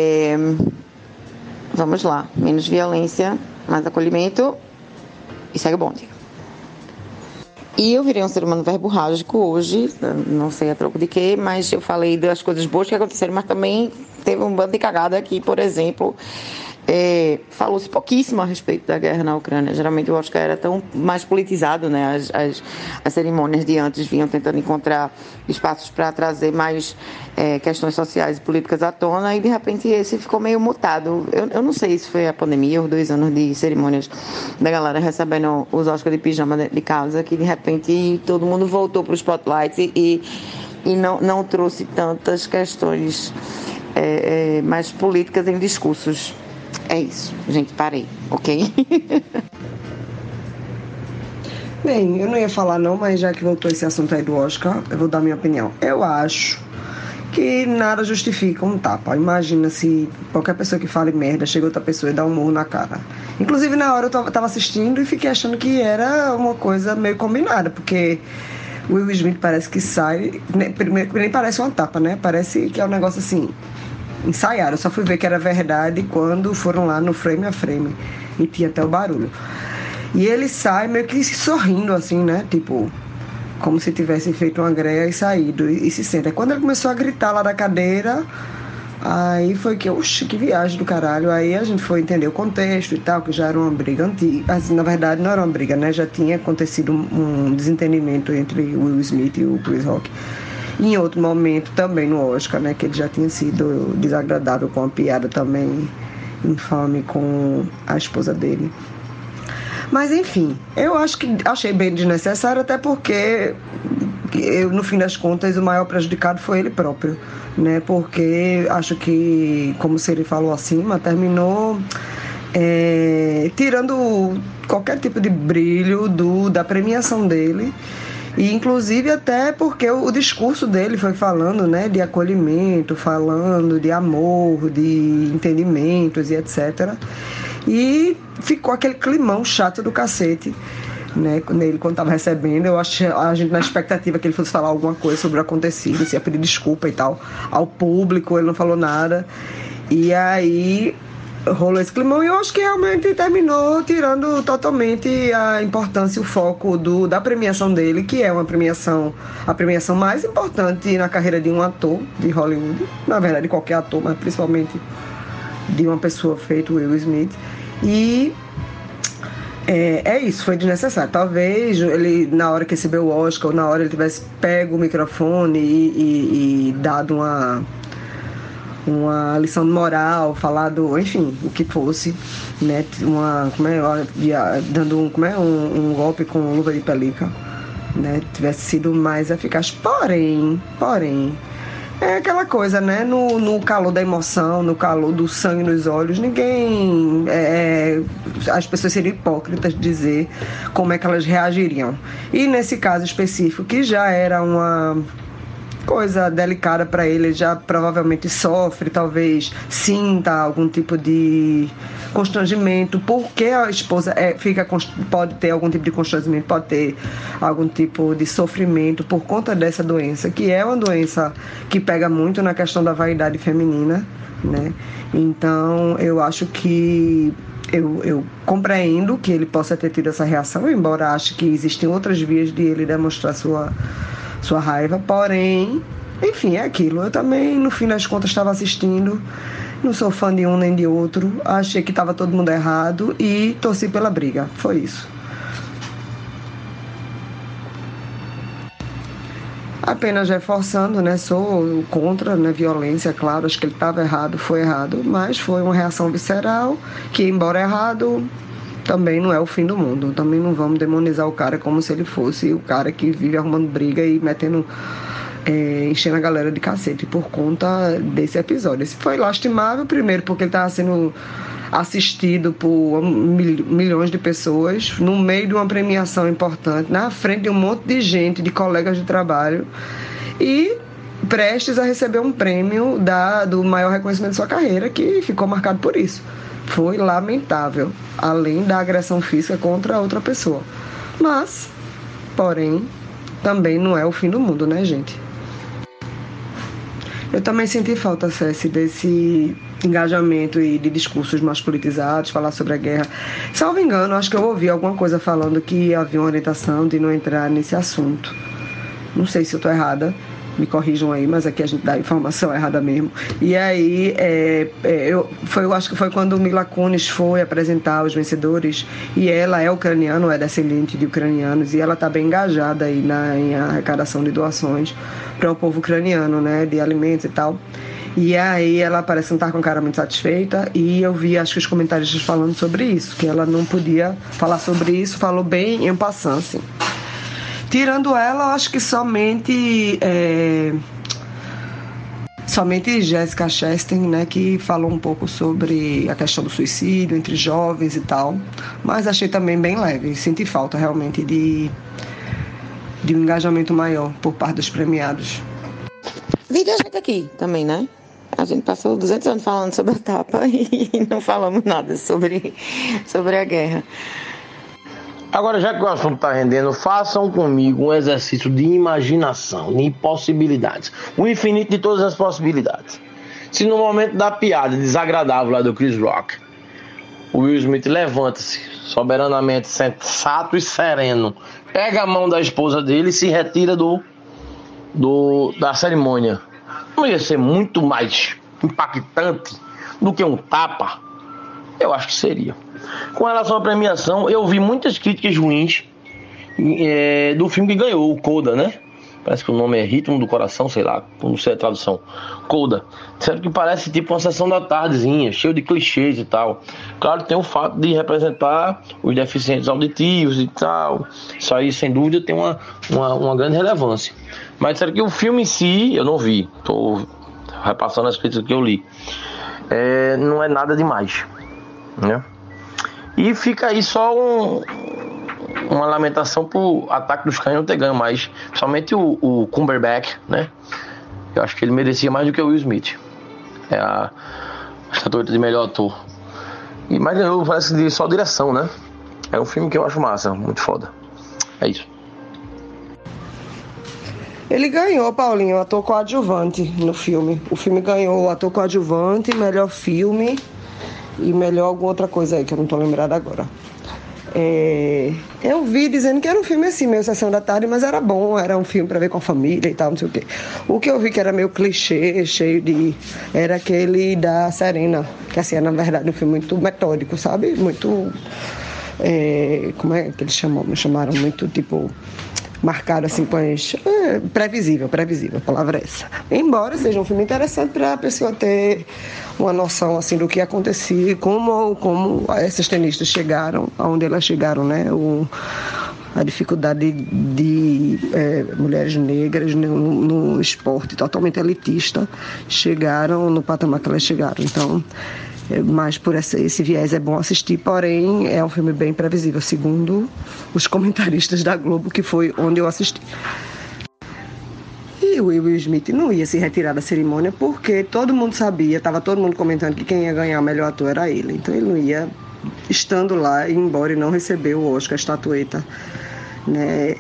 Vamos lá. Menos violência, mais acolhimento e segue o bonde. E eu virei um ser humano verborrágico hoje, não sei a troco de quê, mas eu falei das coisas boas que aconteceram, mas também teve um bando de cagada aqui, por exemplo. Falou-se pouquíssimo a respeito da guerra na Ucrânia. Geralmente o Oscar era tão mais politizado, né? As cerimônias de antes vinham tentando encontrar espaços para trazer mais questões sociais e políticas à tona, e de repente esse ficou meio mutado. Eu não sei se foi a pandemia, os 2 anos de cerimônias da galera recebendo os Oscars de pijama dentro de casa, que de repente todo mundo voltou para o spotlight e não trouxe tantas questões mais políticas em discursos. É isso, gente, parei, ok?
Bem, eu não ia falar não, mas já que voltou esse assunto aí do Oscar, eu vou dar minha opinião. Eu acho que nada justifica um tapa. Imagina se qualquer pessoa que fale merda chega outra pessoa e dá um murro na cara. Inclusive, na hora eu tava assistindo e fiquei achando que era uma coisa meio combinada, porque o Will Smith parece que sai... Nem parece uma tapa, né? Parece que é um negócio assim... ensaiaram, eu só fui ver que era verdade quando foram lá no frame a frame e tinha até o barulho. E ele sai meio que sorrindo assim, né, tipo como se tivesse feito uma greia e saído, e se senta. Quando ele começou a gritar lá da cadeira, aí foi que, oxe, que viagem do caralho. Aí a gente foi entender o contexto e tal, que já era uma briga antiga, assim, na verdade não era uma briga, né, já tinha acontecido um desentendimento entre o Will Smith e o Chris Rock. Em outro momento, também no Oscar, né, que ele já tinha sido desagradável com uma piada também infame com a esposa dele. Mas, enfim, eu achei bem desnecessário, até porque, no fim das contas, o maior prejudicado foi ele próprio, né, porque acho que, como o Siri falou acima, terminou tirando qualquer tipo de brilho da premiação dele. E inclusive até porque o discurso dele foi falando, né, de acolhimento, falando de amor, de entendimentos e etc. E ficou aquele climão chato do cacete, né, quando estava recebendo. Eu acho a gente na expectativa que ele fosse falar alguma coisa sobre o acontecido, se ia pedir desculpa e tal ao público, ele não falou nada. E aí rolou esse climão e eu acho que realmente terminou tirando totalmente a importância e o foco da premiação dele, que é a premiação mais importante na carreira de um ator de Hollywood, na verdade qualquer ator, mas principalmente de uma pessoa feita Will Smith. E é isso, foi desnecessário. Talvez ele, na hora que recebeu o Oscar, ou na hora ele tivesse pego o microfone e dado uma lição de moral, falado, enfim, o que fosse, né, dando um golpe com luva de pelica, né, tivesse sido mais eficaz. Porém, é aquela coisa, né, no calor da emoção, no calor do sangue nos olhos, as pessoas seriam hipócritas de dizer como é que elas reagiriam. E nesse caso específico, que já era uma coisa delicada para ele já provavelmente sofre, talvez sinta algum tipo de constrangimento, porque a esposa pode ter algum tipo de constrangimento, pode ter algum tipo de sofrimento por conta dessa doença, que é uma doença que pega muito na questão da vaidade feminina, né? Então eu acho que eu compreendo que ele possa ter tido essa reação, embora ache que existem outras vias de ele demonstrar sua raiva, porém, enfim, é aquilo. Eu também, no fim das contas, estava assistindo, não sou fã de um nem de outro, achei que estava todo mundo errado e torci pela briga, foi isso. Apenas reforçando, né, sou contra, né, violência, claro, acho que ele estava errado, foi errado, mas foi uma reação visceral que, embora errado, também não é o fim do mundo. Também não vamos demonizar o cara como se ele fosse o cara que vive arrumando briga e enchendo a galera de cacete por conta desse episódio. Esse foi lastimável, primeiro porque ele estava sendo assistido por milhões de pessoas no meio de uma premiação importante, na frente de um monte de gente, de colegas de trabalho, e prestes a receber um prêmio do maior reconhecimento de sua carreira, que ficou marcado por isso. Foi lamentável, além da agressão física contra outra pessoa. Mas, porém, também não é o fim do mundo, né, gente? Eu também senti falta, Ceci, desse engajamento e de discursos mais politizados, falar sobre a guerra. Salvo engano, acho que eu ouvi alguma coisa falando que havia uma orientação de não entrar nesse assunto. Não sei se eu estou errada, me corrijam aí, mas aqui a gente dá a informação errada mesmo. E aí, eu acho que foi quando o Mila Kunis foi apresentar os vencedores, e ela é ucraniana, é descendente de ucranianos, e ela está bem engajada aí em arrecadação de doações para o povo ucraniano, né, de alimentos e tal. E aí ela parece não estar com cara muito satisfeita, e eu vi, acho que os comentaristas falando sobre isso, que ela não podia falar sobre isso, falou bem em passant, assim. Tirando ela, eu acho que somente Jessica Chastain, né, que falou um pouco sobre a questão do suicídio entre jovens e tal, mas achei também bem leve. Senti falta realmente de um engajamento maior por parte dos premiados.
Vídeo a gente aqui também, né? A gente passou 200 anos falando sobre a tapa e não falamos nada sobre a guerra.
Agora, já que o assunto está rendendo, façam comigo um exercício de imaginação, de possibilidades. O infinito de todas as possibilidades. Se no momento da piada desagradável lá do Chris Rock, o Will Smith levanta-se, soberanamente sensato e sereno, pega a mão da esposa dele e se retira da cerimônia. Não ia ser muito mais impactante do que um tapa? Eu acho que seria. Com relação à premiação, eu vi muitas críticas ruins do filme que ganhou, o Coda, né? Parece que o nome é Ritmo do Coração, sei lá, não sei a tradução. Coda. Disseram que parece tipo uma sessão da tardezinha, cheio de clichês e tal. Claro, tem o fato de representar os deficientes auditivos e tal. Isso aí, sem dúvida, tem uma grande relevância. Mas disseram que o filme em si, eu não vi. Estou repassando as críticas que eu li. Não é nada demais, né? E fica aí só uma lamentação por Ataque dos Cães não ter ganho mais. Principalmente o Cumberbatch, né? Eu acho que ele merecia mais do que o Will Smith. É a estatueta de melhor ator. Mas ganhou, parece, de só direção, né? É um filme que eu acho massa, muito foda. É isso.
Ele ganhou, Paulinho, ator coadjuvante no filme. O filme ganhou ator coadjuvante, melhor filme E melhor alguma outra coisa aí, que eu não tô lembrada agora. Eu vi dizendo que era um filme assim, meio Sessão da Tarde, mas era bom, era um filme pra ver com a família e tal, não sei o quê. O que eu vi que era meio clichê, cheio de... Era aquele da Serena, que assim, é na verdade um filme muito metódico, sabe? Muito... como é que eles chamaram? Muito, tipo... marcado assim com as... previsível, a palavra é essa. Embora seja um filme interessante para a pessoa ter uma noção assim do que acontecia, como essas tenistas chegaram aonde elas chegaram, né? A dificuldade de mulheres negras no esporte totalmente elitista chegaram no patamar que elas chegaram. Então, mas por esse viés é bom assistir, porém é um filme bem previsível, segundo os comentaristas da Globo, que foi onde eu assisti. E o Will Smith não ia se retirar da cerimônia porque todo mundo sabia, estava todo mundo comentando que quem ia ganhar o melhor ator era ele. Então ele não ia, estando lá, ir embora e não receber o Oscar, a estatueta, né,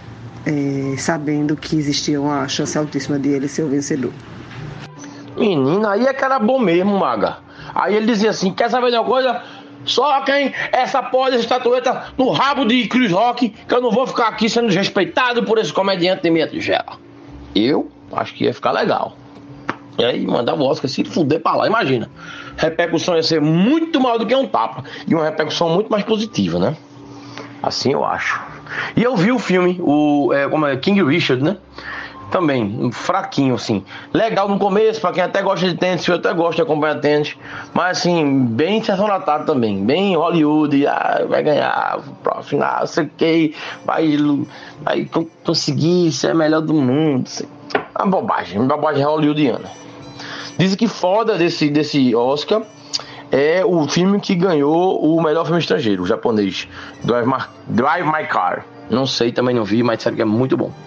sabendo que existia uma chance altíssima de ele ser o vencedor.
Menina, aí é que era bom mesmo, Maga. Aí ele dizia assim, quer saber de uma coisa? Só quem essa porra dessa estatueta no rabo de Chris Rock, que eu não vou ficar aqui sendo desrespeitado por esse comediante de minha tigela. Eu acho que ia ficar legal. E aí mandava o Oscar se fuder pra lá, imagina. A repercussão ia ser muito maior do que um tapa. E uma repercussão muito mais positiva, né? Assim eu acho. E eu vi o filme, King Richard, né? Também, fraquinho, assim. Legal no começo, pra quem até gosta de tênis, eu até gosto de acompanhar tênis. Mas, assim, bem Sessão da Tarde também. Bem Hollywood, vai ganhar, pro final, sei o que, vai conseguir ser melhor do mundo. Uma bobagem hollywoodiana. Dizem que foda desse Oscar é o filme que ganhou o melhor filme estrangeiro, o japonês, Drive My Car. Não sei, também não vi, mas sabe que é muito bom.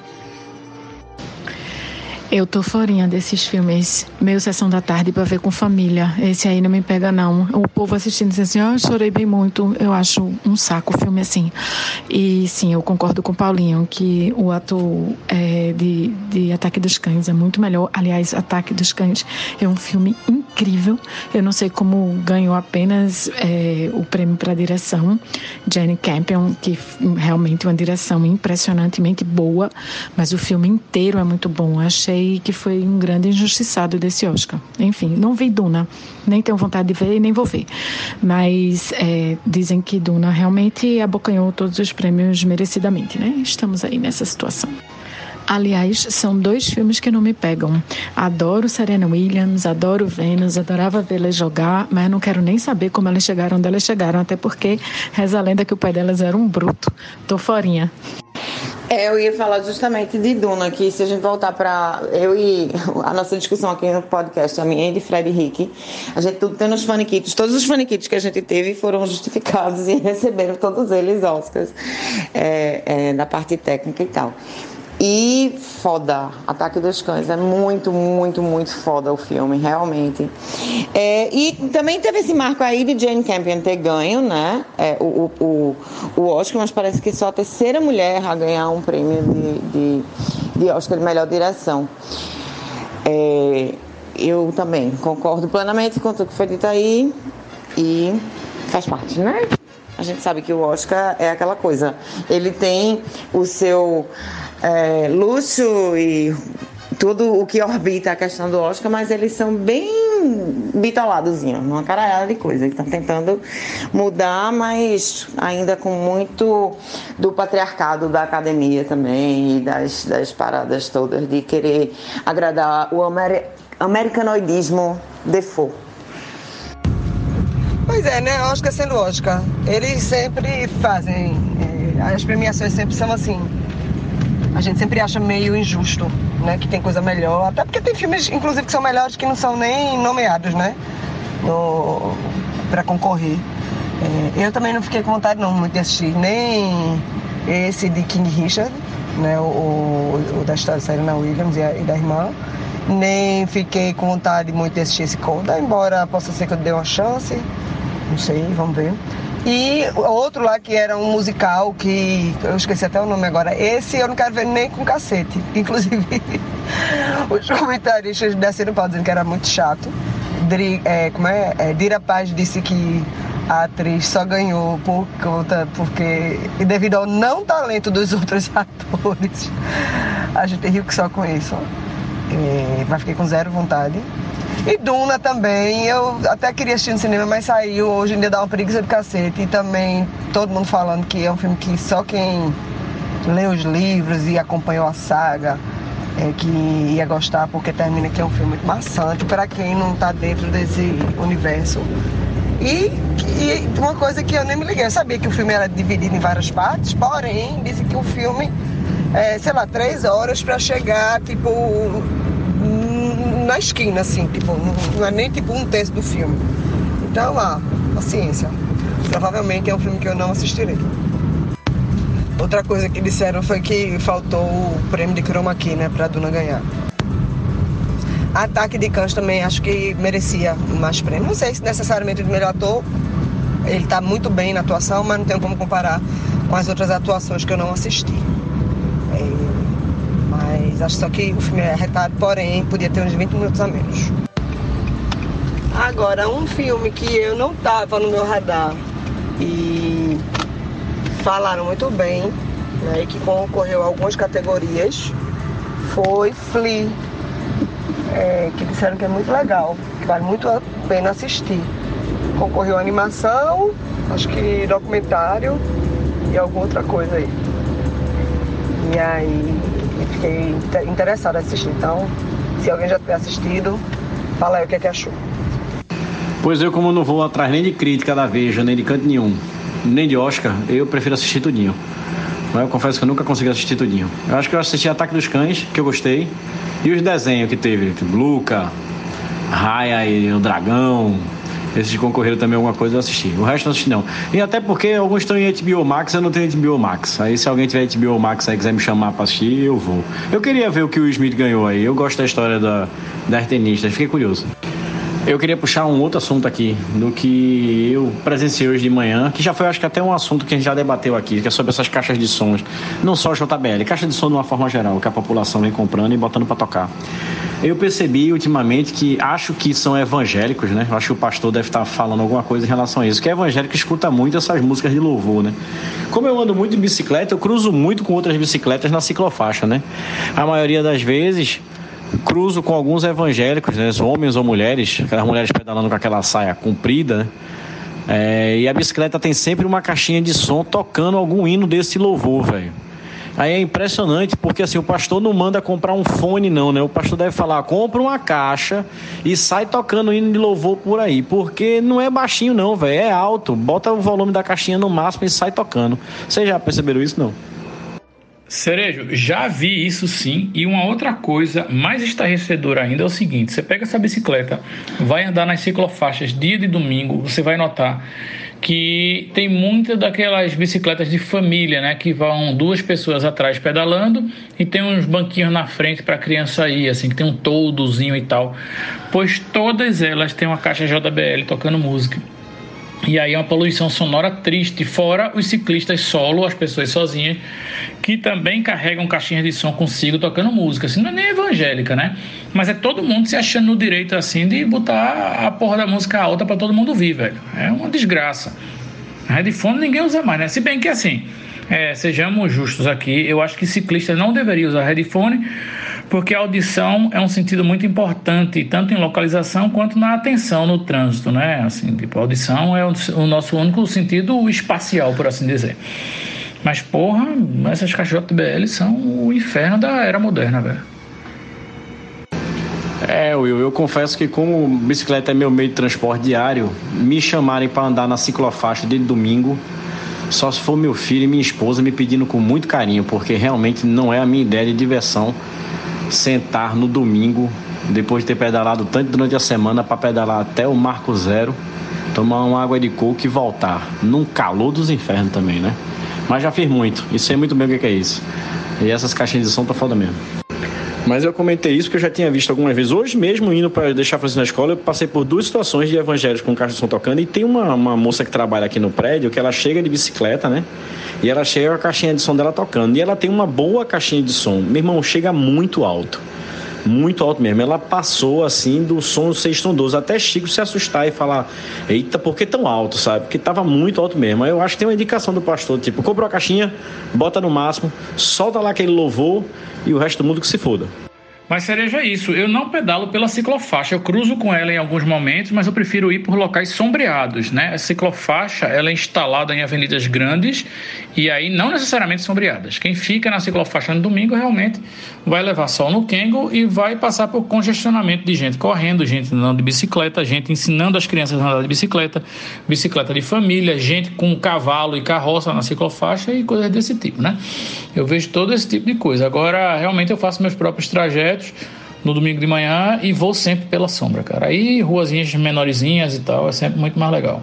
Eu tô forinha desses filmes, meio Sessão da Tarde pra ver com família. Esse aí não me pega, não. O povo assistindo diz assim, eu chorei bem muito. Eu acho um saco o filme assim. E sim, eu concordo com o Paulinho que o ator de Ataque dos Cães é muito melhor. Aliás, Ataque dos Cães é um filme incrível. Eu não sei como ganhou apenas o prêmio pra direção. Jane Campion, que realmente é uma direção impressionantemente boa, mas o filme inteiro é muito bom. Achei que foi um grande injustiçado desse Oscar. Enfim, não vi Duna, nem tenho vontade de ver e nem vou ver. Mas dizem que Duna realmente abocanhou todos os prêmios merecidamente, né? Estamos aí nessa situação. Aliás, são 2 filmes que não me pegam. Adoro Serena Williams, adoro Venus, adorava vê-las jogar, mas não quero nem saber como elas chegaram onde elas chegaram, até porque reza a lenda que o pai delas era um bruto. Tô forinha.
Eu ia falar justamente de Duna, que se a gente voltar para eu e a nossa discussão aqui no podcast, a minha e de Fred Henrique, a gente tudo tendo os faniquitos, todos os faniquitos que a gente teve foram justificados e receberam todos eles Oscars da parte técnica e tal. E foda, Ataque dos Cães, é muito, muito, muito foda o filme, realmente. E também teve esse marco aí de Jane Campion ter ganho, né, o Oscar, mas parece que só a terceira mulher a ganhar um prêmio de Oscar de melhor direção. Eu também concordo plenamente com tudo que foi dito aí e faz parte, né? A gente sabe que o Oscar é aquela coisa, ele tem o seu luxo e tudo o que orbita a questão do Oscar, mas eles são bem bitoladozinhos, uma caralhada de coisa. Eles estão tentando mudar, mas ainda com muito do patriarcado da academia também e das paradas todas de querer agradar o americanoidismo default.
Pois é, né? Oscar sendo Oscar. Eles sempre fazem, as premiações sempre são assim. A gente sempre acha meio injusto, né? Que tem coisa melhor. Até porque tem filmes, inclusive, que são melhores que não são nem nomeados, né? Pra concorrer. Eu também não fiquei com vontade não muito de assistir. Nem esse de King Richard, né? O da história de Serena Williams e da irmã. Nem fiquei com vontade muito de assistir esse Coda, embora possa ser que eu dê uma chance. Não sei, vamos ver. E outro lá que era um musical, que eu esqueci até o nome agora. Esse eu não quero ver nem com cacete. Inclusive, os comentaristas desceram para dizendo que era muito chato. Dira Paz disse que a atriz só ganhou porque devido ao não talento dos outros atores. A gente riu que só com isso. Mas fiquei com zero vontade. E Duna também, eu até queria assistir no cinema, mas saiu. Hoje em dia dá uma preguiça do cacete. E também todo mundo falando que é um filme que só quem lê os livros e acompanhou a saga que ia gostar, porque termina que é um filme muito maçante para quem não está dentro desse universo. E uma coisa que eu nem me liguei, eu sabia que o filme era dividido em várias partes, porém, disse que o filme 3 horas para chegar, tipo, na esquina, assim, tipo, não é nem tipo um terço do filme. Então, paciência. Provavelmente é um filme que eu não assistirei. Outra coisa que disseram foi que faltou o prêmio de Chroma Key, né, pra Duna ganhar. Ataque de Cães também acho que merecia mais prêmio. Não sei se necessariamente de melhor ator. Ele tá muito bem na atuação, mas não tenho como comparar com as outras atuações que eu não assisti. Mas acho só que o filme é arretado, porém podia ter uns 20 minutos a menos. Agora, um filme que eu não tava no meu radar e falaram muito bem, né, e que concorreu a algumas categorias, foi Flea, que disseram que é muito legal, que vale muito a pena assistir. Concorreu a animação, acho que documentário e alguma outra coisa aí. E aí eu fiquei interessada em assistir. Então, se alguém já tiver assistido, fala aí o que é que achou.
Pois eu, como não vou atrás nem de crítica da Veja, nem de canto nenhum, nem de Oscar, eu prefiro assistir tudinho. Mas eu confesso que eu nunca consegui assistir tudinho. Eu acho que eu assisti Ataque dos Cães, que eu gostei, e os desenhos que teve, tipo Luca, Raya e o Dragão. Esses concorreram também alguma coisa, eu assisti. O resto não assisti não. E até porque alguns estão em HBO Max, eu não tenho HBO Max. Aí se alguém tiver HBO Max aí quiser me chamar pra assistir, eu vou. Eu queria ver o que o Will Smith ganhou aí. Eu gosto da história da artenista, fiquei curioso. Eu queria puxar um outro assunto aqui, do que eu presenciei hoje de manhã, que já foi, acho que até um assunto que a gente já debateu aqui, que é sobre essas caixas de sons, não só JBL, caixa de som de uma forma geral, que a população vem comprando e botando para tocar. Eu percebi ultimamente que acho que são evangélicos, né? Eu acho que o pastor deve estar falando alguma coisa em relação a isso, que é evangélico escuta muito essas músicas de louvor, né? Como eu ando muito de bicicleta, eu cruzo muito com outras bicicletas na ciclofaixa, né? A maioria das vezes cruzo com alguns evangélicos, né, homens ou mulheres, aquelas mulheres pedalando com aquela saia comprida, né? E a bicicleta tem sempre uma caixinha de som tocando algum hino desse louvor, velho. Aí é impressionante, porque assim, o pastor não manda comprar um fone não, né? O pastor deve falar, compra uma caixa e sai tocando hino de louvor por aí, porque não é baixinho não, velho, é alto, bota o volume da caixinha no máximo e sai tocando. Vocês já perceberam isso, não?
Cerejo, já vi isso sim, e uma outra coisa mais estarrecedora ainda é o seguinte: você pega essa bicicleta, vai andar nas ciclofaixas dia de domingo, você vai notar que tem muitas daquelas bicicletas de família, né, que vão 2 pessoas atrás pedalando e tem uns banquinhos na frente para a criança ir, assim, que tem um toldozinho e tal, pois todas elas têm uma caixa JBL tocando música. E aí é uma poluição sonora triste, fora os ciclistas solo, as pessoas sozinhas, que também carregam caixinhas de som consigo tocando música. Assim, não é nem evangélica, né? Mas é todo mundo se achando no direito, assim, de botar a porra da música alta pra todo mundo ouvir, velho. É uma desgraça. A headphone ninguém usa mais, né? Se bem que, assim, sejamos justos aqui, eu acho que ciclista não deveria usar headphone, porque a audição é um sentido muito importante, tanto em localização quanto na atenção no trânsito, né? Assim, tipo, a audição é o nosso único sentido espacial, por assim dizer. Mas, porra, essas caixas JBL são o inferno da era moderna, velho.
Will, eu confesso que como bicicleta é meu meio de transporte diário, me chamarem para andar na ciclofaixa de domingo, só se for meu filho e minha esposa me pedindo com muito carinho, porque realmente não é a minha ideia de diversão sentar no domingo, depois de ter pedalado tanto durante a semana, para pedalar até o Marco Zero, tomar uma água de coco e voltar, num calor dos infernos também, né? Mas já fiz muito, e sei muito bem o que é isso. E essas caixinhas de som tá foda mesmo. Mas eu comentei isso porque eu já tinha visto algumas vezes. Hoje mesmo, indo para deixar a Francisco na escola, eu passei por 2 situações de evangélicos com caixa de som tocando. E tem uma moça que trabalha aqui no prédio, que ela chega de bicicleta, né? E ela chega com a caixinha de som dela tocando. E ela tem uma boa caixinha de som. Meu irmão, chega muito alto. muito alto mesmo. Ela passou assim do som ser estrondoso, até Chico se assustar e falar: eita, por que tão alto, sabe? Porque tava muito alto mesmo. Aí eu acho que tem uma indicação do pastor, tipo, comprou a caixinha, bota no máximo, solta lá aquele louvor e o resto do mundo que se foda.
Mas, Cereja, é isso. Eu não pedalo pela ciclofaixa. Eu cruzo com ela em alguns momentos, mas eu prefiro ir por locais sombreados, né? A ciclofaixa, ela é instalada em avenidas grandes e aí não necessariamente sombreadas. Quem fica na ciclofaixa no domingo realmente vai levar sol no Kengo e vai passar por congestionamento de gente correndo, gente andando de bicicleta, gente ensinando as crianças a andar de bicicleta, bicicleta de família, gente com cavalo e carroça na ciclofaixa e coisas desse tipo, né? Eu vejo todo esse tipo de coisa. Agora, realmente eu faço meus próprios trajetos no domingo de manhã e vou sempre pela sombra, cara. Aí ruazinhas menorzinhas e tal, é sempre muito mais legal.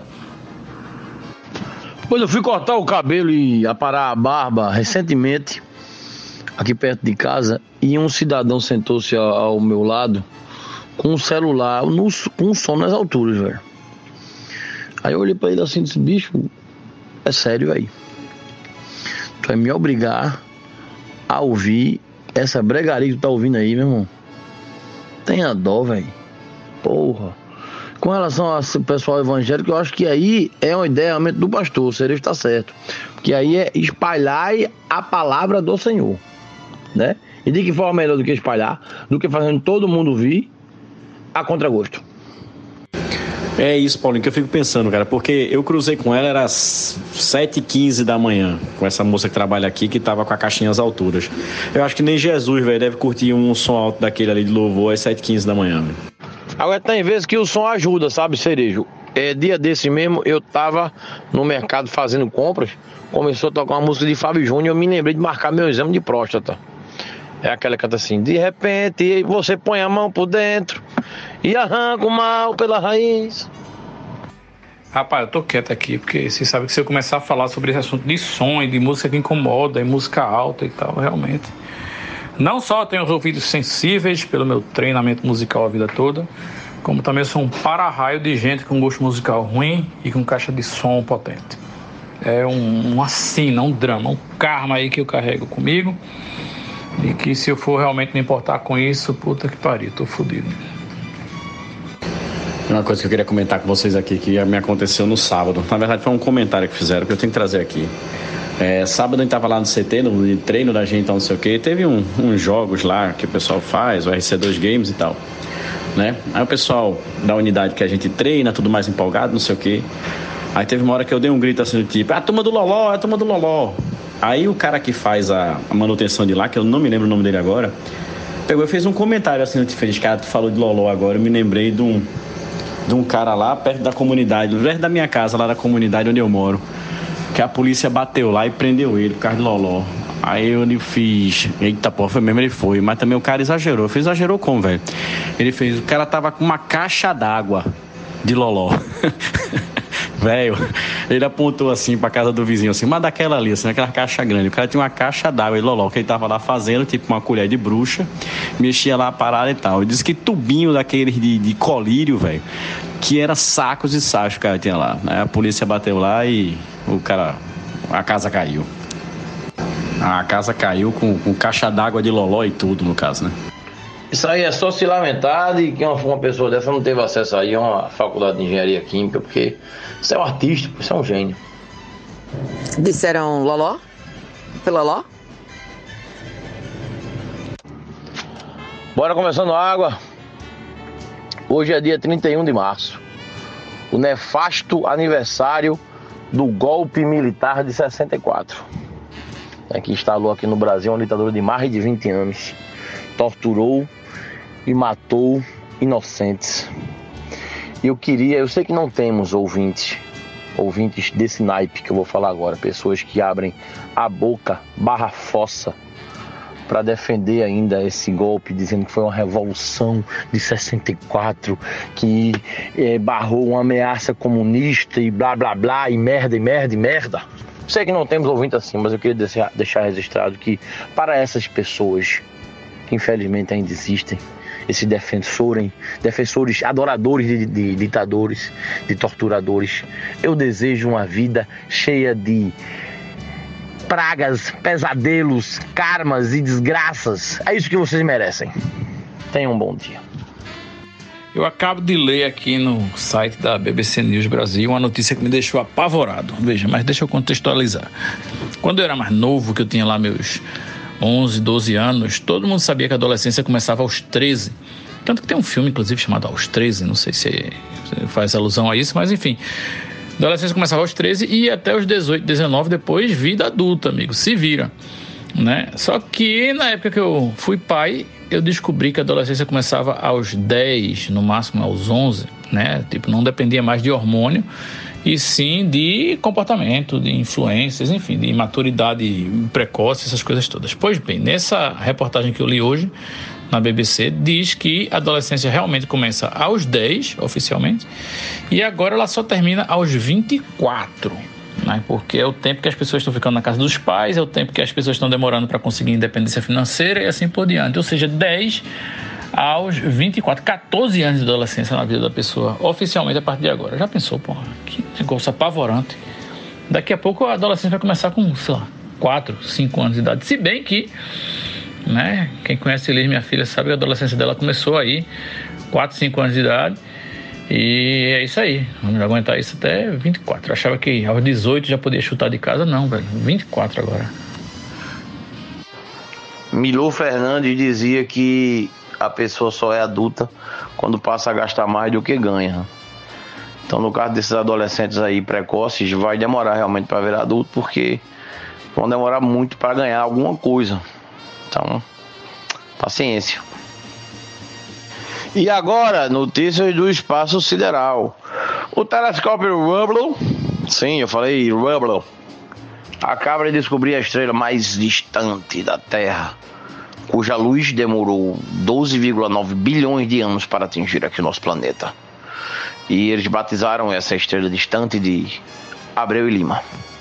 Pois eu fui cortar o cabelo e aparar a barba recentemente, aqui perto de casa, e um cidadão sentou-se ao meu lado com um celular, com um som nas alturas, velho. Aí eu olhei pra ele assim e disse: bicho, é sério aí. Tu vai me obrigar a ouvir essa bregaria que tu tá ouvindo aí, meu irmão? Tenha dó, velho. Porra. Com relação ao pessoal evangélico, eu acho que aí é uma ideia realmente do pastor, o Cerejo tá certo. Porque aí é espalhar a palavra do Senhor, né? E de que forma melhor do que espalhar, do que fazendo todo mundo ouvir a contragosto.
É isso, Paulinho, que eu fico pensando, cara, porque eu cruzei com ela, era às 7h15 da manhã, com essa moça que trabalha aqui, que tava com a caixinha às alturas. Eu acho que nem Jesus, velho, deve curtir um som alto daquele ali de louvor às 7h15 da manhã, velho.
Agora tem vezes que o som ajuda, sabe, Cerejo? Dia desse mesmo, eu tava no mercado fazendo compras, começou a tocar uma música de Fábio Júnior, eu me lembrei de marcar meu exame de próstata. É aquela que canta assim: de repente você põe a mão por dentro e arranca o mal pela raiz.
Rapaz, eu tô quieto aqui, porque você sabe que se eu começar a falar sobre esse assunto de som e de música que incomoda, e música alta e tal, realmente. Não só tenho os ouvidos sensíveis pelo meu treinamento musical a vida toda, como também sou um para-raio de gente com gosto musical ruim e com caixa de som potente. É uma sina, um drama, um karma aí que eu carrego comigo. E que se eu for realmente me importar com isso, puta que pariu, tô fodido.
Uma coisa que eu queria comentar com vocês aqui, que me aconteceu no sábado. Na verdade foi um comentário que fizeram, que eu tenho que trazer aqui. Sábado a gente tava lá no CT, no treino da gente, não sei o que. Teve uns jogos lá que o pessoal faz, o RC2 Games e tal, né? Aí o pessoal da unidade que a gente treina, tudo mais empolgado, não sei o que. Aí teve uma hora que eu dei um grito assim, do tipo: a turma do Loló, a turma do Loló. Aí o cara que faz a manutenção de lá, que eu não me lembro o nome dele agora, pegou e fez um comentário assim, eu te fez: cara, tu falou de Loló agora, eu me lembrei de um cara lá perto da comunidade, perto da minha casa, lá da comunidade onde eu moro, que a polícia bateu lá e prendeu ele por causa de Loló. Aí eu fiz: eita porra, foi mesmo, ele foi. Mas também o cara exagerou. Exagerou como, velho? Ele fez: o cara tava com uma caixa d'água de Loló. Velho, ele apontou assim pra casa do vizinho, assim, mas daquela ali, assim, aquela caixa grande. O cara tinha uma caixa d'água de Loló, que ele tava lá fazendo, tipo uma colher de bruxa, mexia lá a parada e tal. Ele disse que tubinho daqueles de colírio, velho, que era sacos e sacos que o cara tinha lá. Aí a polícia bateu lá e a casa caiu. A casa caiu com caixa d'água de Loló e tudo, no caso, né?
Isso aí é só se lamentar de que uma pessoa dessa não teve acesso aí a uma faculdade de engenharia química, porque isso é um artista, isso é um gênio.
Disseram Loló? Foi Loló?
Bora começando a água. Hoje é dia 31 de março. O nefasto aniversário do golpe militar de 64. Que instalou aqui no Brasil uma ditadura de mais de 20 anos. Torturou e matou inocentes. Eu sei que não temos ouvintes desse naipe que eu vou falar agora, pessoas que abrem a boca /fossa para defender ainda esse golpe, dizendo que foi uma revolução de 64, que barrou uma ameaça comunista e blá blá blá, e merda. Sei que não temos ouvintes assim, mas eu queria deixar registrado que para essas pessoas que infelizmente ainda existem, esses defensores, adoradores de ditadores, de torturadores, eu desejo uma vida cheia de pragas, pesadelos, karmas e desgraças. É isso que vocês merecem. Tenha um bom dia.
Eu acabo de ler aqui no site da BBC News Brasil uma notícia que me deixou apavorado. Veja, mas deixa eu contextualizar. Quando eu era mais novo, que eu tinha lá meus 11, 12 anos, todo mundo sabia que a adolescência começava aos 13. Tanto que tem um filme, inclusive, chamado Aos 13, não sei se faz alusão a isso, mas enfim. A adolescência começava aos 13 e ia até os 18, 19, depois vida adulta, amigo, se vira, né? Só que na época que eu fui pai, eu descobri que a adolescência começava aos 10, no máximo aos 11, né? Tipo, não dependia mais de hormônio, e sim de comportamento, de influências, enfim, de maturidade precoce, essas coisas todas. Pois bem, nessa reportagem que eu li hoje na BBC, diz que a adolescência realmente começa aos 10, oficialmente, e agora ela só termina aos 24, né? Porque é o tempo que as pessoas estão ficando na casa dos pais, é o tempo que as pessoas estão demorando para conseguir independência financeira e assim por diante. Ou seja, 10 aos 24, 14 anos de adolescência na vida da pessoa, oficialmente a partir de agora. Já pensou, porra? Que negócio apavorante. Daqui a pouco a adolescência vai começar com, sei lá, 4, 5 anos de idade. Se bem que, né, quem conhece Elis, minha filha, sabe que a adolescência dela começou aí, 4, 5 anos de idade. E é isso aí, vamos aguentar isso até 24. Eu achava que aos 18 já podia chutar de casa, não, velho, 24 agora.
Milô Fernandes dizia que a pessoa só é adulta quando passa a gastar mais do que ganha. Então, no caso desses adolescentes aí precoces, vai demorar realmente para virar adulto, porque vão demorar muito para ganhar alguma coisa. Então, paciência. E agora, notícias do espaço sideral. O telescópio Hubble, sim, eu falei Hubble, acaba de descobrir a estrela mais distante da Terra, cuja luz demorou 12,9 bilhões de anos para atingir aqui o nosso planeta. E eles batizaram essa estrela distante de Abreu e Lima.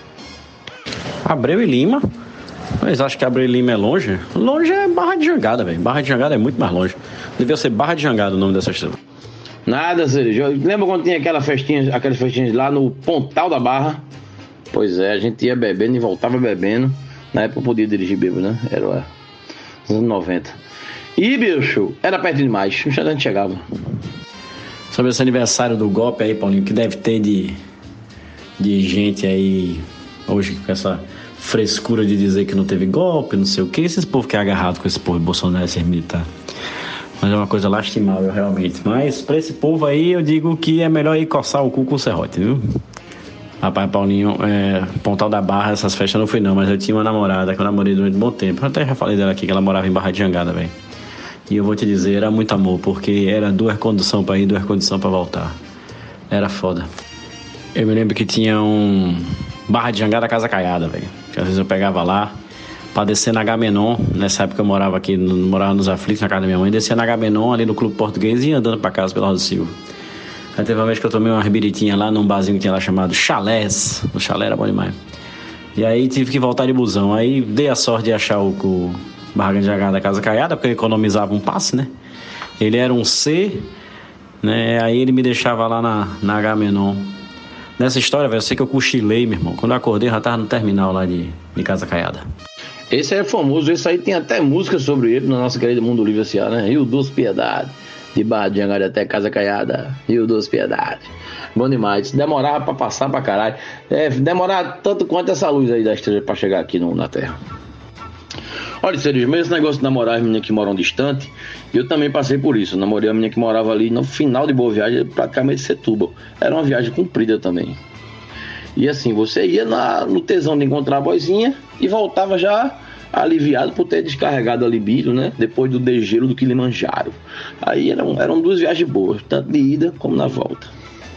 Abreu e Lima? Mas acho que Abreu e Lima é longe. Longe é Barra de Jangada, velho. Barra de Jangada é muito mais longe. Devia ser Barra de Jangada o nome dessa estrela.
Nada, Sérgio. Lembra quando tinha aquelas festinhas lá no Pontal da Barra? Pois é, a gente ia bebendo e voltava bebendo. Na época eu podia dirigir bêbado, né? Era os anos 90. E, bicho, era perto demais. A gente chegava.
Sobre esse aniversário do golpe aí, Paulinho, que deve ter de gente aí hoje com essa frescura de dizer que não teve golpe, não sei o que. Esses povos que é agarrado com esse povo Bolsonaro, esse militar. Mas é uma coisa lastimável, realmente. Mas pra esse povo aí, eu digo que é melhor ir coçar o cu com o serrote, viu? Rapaz, Paulinho, Pontal da Barra, essas festas eu não fui não, mas eu tinha uma namorada que eu namorei durante um bom tempo. Eu até já falei dela aqui, que ela morava em Barra de Jangada, velho. E eu vou te dizer, era muito amor, porque era 2 condução pra ir, 2 condução pra voltar. Era foda. Eu me lembro que tinha um Barra de Jangada Casa Caiada, velho. Que às vezes eu pegava lá pra descer na Agamenon. Nessa época eu morava aqui, morava nos Aflitos, na casa da minha mãe. Descia na Agamenon, ali no Clube Português, e ia andando pra casa pela Rosa Silva. Aí teve uma vez que eu tomei uma biritinha lá num barzinho que tinha lá chamado Chalés. O chalé era bom demais. E aí tive que voltar de busão. Aí dei a sorte de achar o Barra de Jangada Casa Caiada, porque eu economizava um passe, né? Ele era um C, né? Aí ele me deixava lá na Agamenon. Nessa história, velho, eu sei que eu cochilei, meu irmão. Quando eu acordei, eu já tava no terminal lá de Casa Caiada.
Esse é famoso, esse aí tem até música sobre ele na nossa querida Mundo Livre S.A., né? Rio Dos Piedade, de Barra de Jangada até Casa Caiada, Rio Dos Piedade. Bom demais. Demorava pra passar pra caralho. Demorar tanto quanto essa luz aí da estrela pra chegar aqui na Terra. Olha, Sérgio, mesmo esse negócio de namorar as meninas que moram distante, eu também passei por isso. Eu namorei uma menina que morava ali no final de Boa Viagem, praticamente Setúbal. Era uma viagem comprida também. E assim, você ia no tesão de encontrar a boizinha e voltava já aliviado por ter descarregado a libido, né? Depois do degelo do Kilimanjaro. Aí eram 2 viagens boas, tanto de ida como na volta.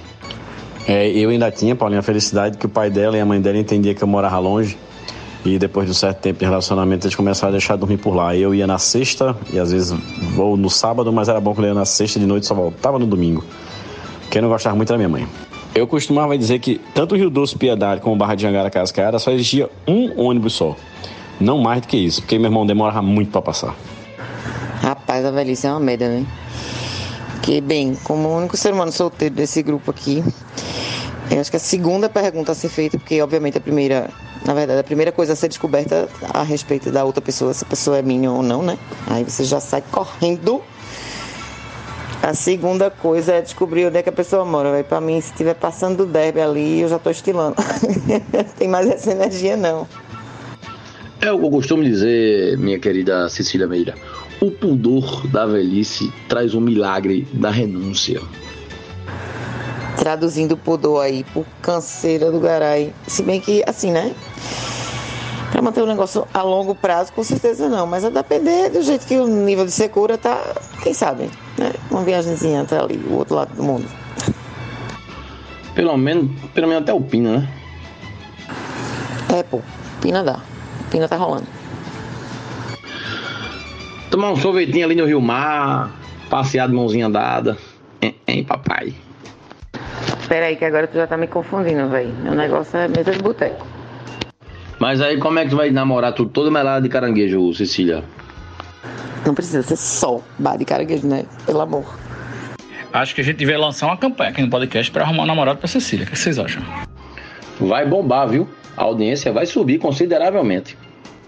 Eu ainda tinha, Paulinho, a felicidade que o pai dela e a mãe dela entendiam que eu morava longe. E depois de um certo tempo de relacionamento, eles começaram a deixar dormir por lá. Eu ia na sexta, e às vezes vou no sábado, mas era bom que eu ia na sexta de noite e só voltava no domingo. Quem não gostava muito era minha mãe. Eu costumava dizer que tanto o Rio Doce Piedade como o Barra de Jangada Casa Caiada só existia um ônibus só. Não mais do que isso, porque meu irmão demorava muito pra passar.
Rapaz, a velhice é uma merda, né? Que, bem, como o único ser humano solteiro desse grupo aqui, eu acho que a segunda pergunta a ser feita, porque obviamente a primeira coisa a ser descoberta a respeito da outra pessoa, se a pessoa é minha ou não, né? Aí você já sai correndo A segunda coisa é descobrir onde é que a pessoa mora, velho. Pra mim, se estiver passando do derby ali, eu já tô estilando. Tem mais essa energia, não.
É o que eu costumo dizer, minha querida Cecília Meira. O pudor da velhice traz o milagre da renúncia.
Traduzindo o pudor aí por canseira do garai. Se bem que, assim, né? Pra manter o negócio a longo prazo, com certeza não. Mas a depender do jeito que o nível de secura tá, quem sabe, né? Uma viagemzinha até ali, o outro lado do mundo.
Pelo menos até o Pina, né?
É, pô. Pina dá. Pina tá rolando.
Tomar um sorvetinho ali no Rio Mar, passear de mãozinha dada. Hein, papai?
Espera aí que agora tu já tá me confundindo, velho. Meu negócio é mesa de boteco.
Mas aí como é que tu vai namorar tudo todo melado de caranguejo, Cecília?
Não precisa ser só bar de caranguejo, né? Pelo amor.
Acho que a gente devia lançar uma campanha aqui no podcast pra arrumar um namorado pra Cecília. O que vocês acham?
Vai bombar, viu? A audiência vai subir consideravelmente.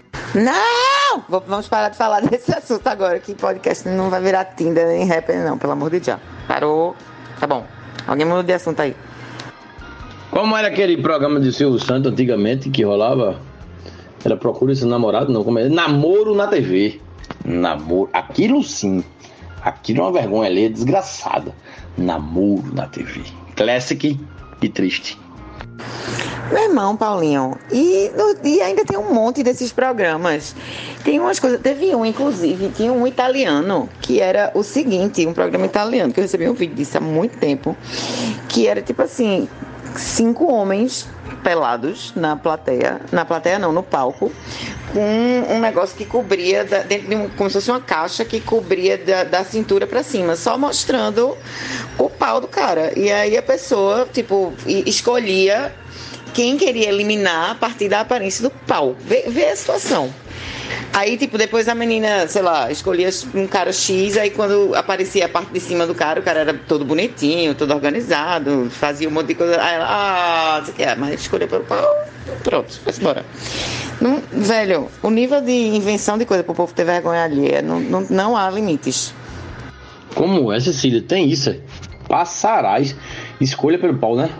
Não! Vamos parar de falar desse assunto agora, que podcast não vai virar Tinder nem rapper, não, pelo amor de Deus. Parou. Tá bom. Alguém muda de assunto aí.
Como era aquele programa de Silvio Santos antigamente que rolava? Era Procura Esse Namorado, não, como é? Namoro na TV. Namoro, aquilo sim. Aquilo é uma vergonha ali, é desgraçada. Namoro na TV. Classic e triste.
Meu irmão, Paulinho, e ainda tem um monte desses programas. Tem umas coisas, teve um, inclusive, tinha um italiano, que era o seguinte, um programa italiano, que eu recebi um vídeo disso há muito tempo, que era tipo assim, 5 homens pelados na plateia não, no palco, com um negócio que cobria, dentro de como se fosse uma caixa que cobria da cintura pra cima, só mostrando o pau do cara. E aí a pessoa, tipo, escolhia quem queria eliminar a partir da aparência do pau. Vê a situação. Aí, tipo, depois a menina, sei lá, escolhia um cara X, aí quando aparecia a parte de cima do cara, o cara era todo bonitinho, todo organizado, fazia um monte de coisa. Aí ela, você quer, mas escolheu pelo pau, pronto, vai embora. Não, velho, o nível de invenção de coisa pro povo ter vergonha alheia, não há limites.
Como é, Cecília? Tem isso? Passarás. Escolha pelo pau, né?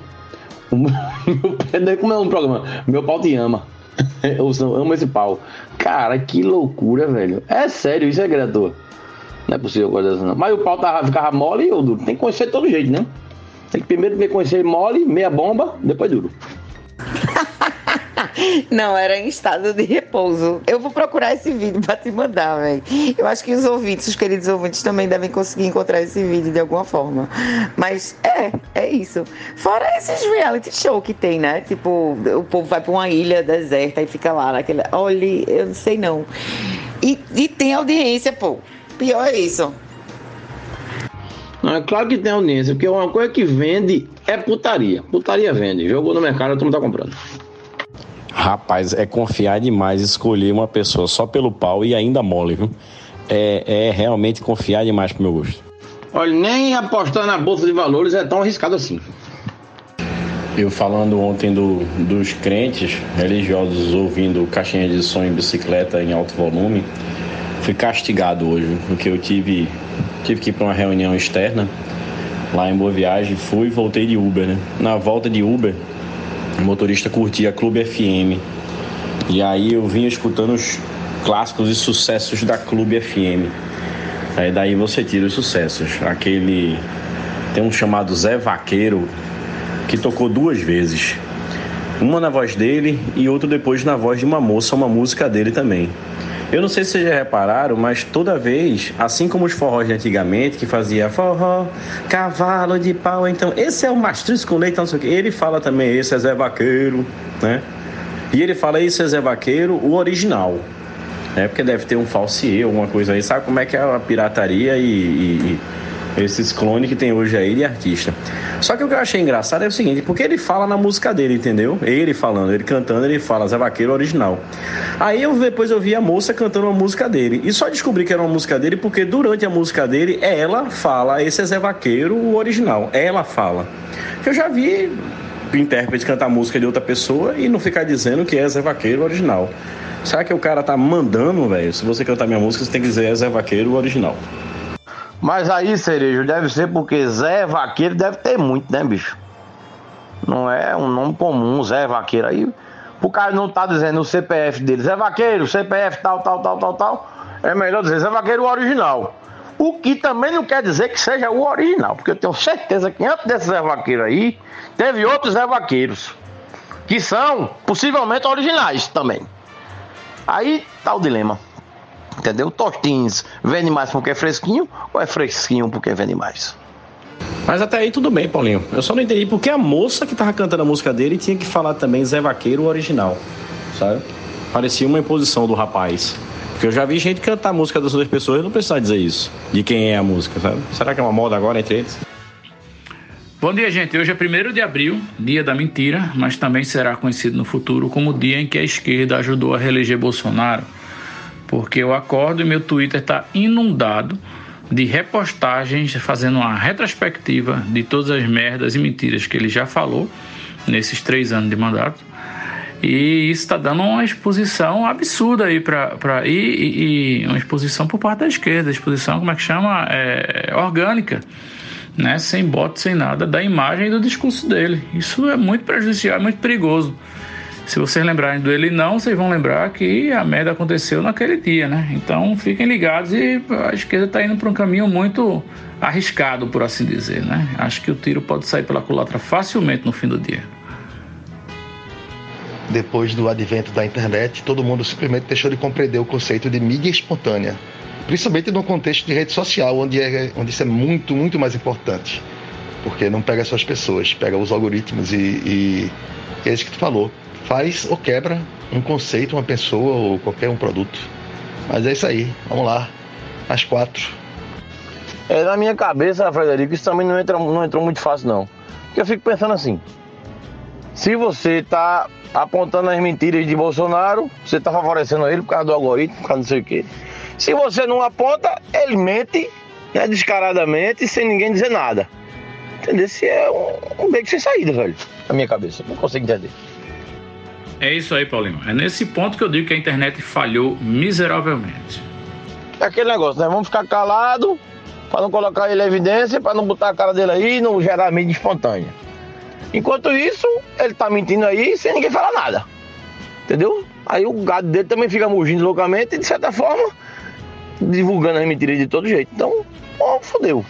Como é um programa? Meu pau te ama. Eu amo esse pau. Cara, que loucura, velho. É sério, isso é gratuito. Não é possível coisa assim, não. Mas o pau ficava mole ou duro? Tem que conhecer de todo jeito, né? Tem que primeiro conhecer mole, meia bomba, depois duro.
Não, era em estado de repouso. Eu vou procurar esse vídeo pra te mandar, velho. Eu acho que os queridos ouvintes também devem conseguir encontrar esse vídeo de alguma forma. Mas é isso. Fora esses reality show que tem, né? Tipo, o povo vai pra uma ilha deserta e fica lá naquele... Olha, eu não sei não. E tem audiência, pô. Pior é isso.
Não, é claro que tem audiência, porque uma coisa que vende é putaria. Putaria vende. Jogou no mercado, todo mundo tá comprando.
Rapaz, é confiar demais escolher uma pessoa só pelo pau e ainda mole, viu? É realmente confiar demais pro meu gosto.
Olha, nem apostar na bolsa de valores é tão arriscado assim.
Eu falando ontem dos crentes religiosos ouvindo caixinha de som em bicicleta em alto volume, fui castigado hoje, porque eu tive que ir para uma reunião externa lá em Boa Viagem, fui e voltei de Uber, né? Na volta de Uber, o motorista curtia Clube FM. E aí eu vinha escutando os clássicos e sucessos da Clube FM. Aí daí você tira os sucessos. Tem um chamado Zé Vaqueiro, que tocou 2 vezes. Uma na voz dele e outra depois na voz de uma moça, uma música dele também. Eu não sei se vocês já repararam, mas toda vez, assim como os forrós de antigamente, que fazia forró, cavalo de pau, então, esse é o Mastruz com leite, não sei o que. Ele fala também, esse é Zé Vaqueiro, né? E ele fala, esse é Zé Vaqueiro, o original. É porque deve ter um falsiê, alguma coisa aí. Sabe como é que é a pirataria e esses clones que tem hoje aí de artista. Só que o que eu achei engraçado é o seguinte, porque ele fala na música dele, entendeu? Ele falando, ele cantando, ele fala Zé Vaqueiro original. Aí depois eu vi a moça cantando a música dele. E só descobri que era uma música dele porque durante a música dele, ela fala, esse é Zé Vaqueiro, o original. Ela fala. Eu já vi o intérprete cantar música de outra pessoa e não ficar dizendo que é Zé Vaqueiro original. Será que o cara tá mandando, velho? Se você cantar minha música, você tem que dizer Zé Vaqueiro original.
Mas aí, Cerejo, deve ser porque Zé Vaqueiro deve ter muito, né, bicho? Não é um nome comum, Zé Vaqueiro. Aí o cara não tá dizendo o CPF dele, Zé Vaqueiro, CPF tal. É melhor dizer Zé Vaqueiro o original. O que também não quer dizer que seja o original, porque eu tenho certeza que antes desse Zé Vaqueiro aí, teve outros Zé Vaqueiros, que são possivelmente originais também. Aí tá o dilema, entendeu? Tostins vende mais porque é fresquinho ou é fresquinho porque vende mais?
Mas até aí tudo bem, Paulinho. Eu só não entendi porque a moça que tava cantando a música dele tinha que falar também Zé Vaqueiro o original, sabe? Parecia uma imposição do rapaz. Porque eu já vi gente cantar a música das outras pessoas e não precisar dizer isso, de quem é a música, sabe? Será que é uma moda agora entre eles?
Bom dia, gente. Hoje é 1º de abril, dia da mentira, mas também será conhecido no futuro como o dia em que a esquerda ajudou a reeleger Bolsonaro. Porque eu acordo e meu Twitter está inundado de repostagens fazendo uma retrospectiva de todas as merdas e mentiras que ele já falou nesses 3 anos de mandato. E isso está dando uma exposição absurda aí e uma exposição por parte da esquerda, exposição, como é que chama? Orgânica, né? Sem bote, sem nada, da imagem e do discurso dele. Isso é muito prejudicial, é muito perigoso. Se vocês lembrarem do ele não, vocês vão lembrar que a merda aconteceu naquele dia, né? Então fiquem ligados, e a esquerda está indo para um caminho muito arriscado, por assim dizer, né? Acho que o tiro pode sair pela culatra facilmente no fim do dia.
Depois do advento da internet, todo mundo simplesmente deixou de compreender o conceito de mídia espontânea, principalmente no contexto de rede social, onde isso é muito, muito mais importante, porque não pega só as pessoas, pega os algoritmos e é isso que tu falou, faz ou quebra um conceito, uma pessoa ou qualquer um produto. Mas é isso aí, vamos lá, às 4.
Na minha cabeça, Frederico, isso também não entrou muito fácil não, porque eu fico pensando assim, se você tá apontando as mentiras de Bolsonaro, você está favorecendo ele por causa do algoritmo, por causa não sei o quê. Se você não aponta, ele mente, né, descaradamente, sem ninguém dizer nada. Entendeu? Esse é um beco sem saída, velho, na minha cabeça. Não consigo entender.
É isso aí, Paulinho. É nesse ponto que eu digo que a internet falhou miseravelmente.
É aquele negócio, né? Vamos ficar calados para não colocar ele em evidência, para não botar a cara dele aí e não gerar mídia espontânea. Enquanto isso, ele tá mentindo aí sem ninguém falar nada. Entendeu? Aí o gado dele também fica mugindo loucamente e, de certa forma, divulgando as mentiras de todo jeito. Então, fodeu.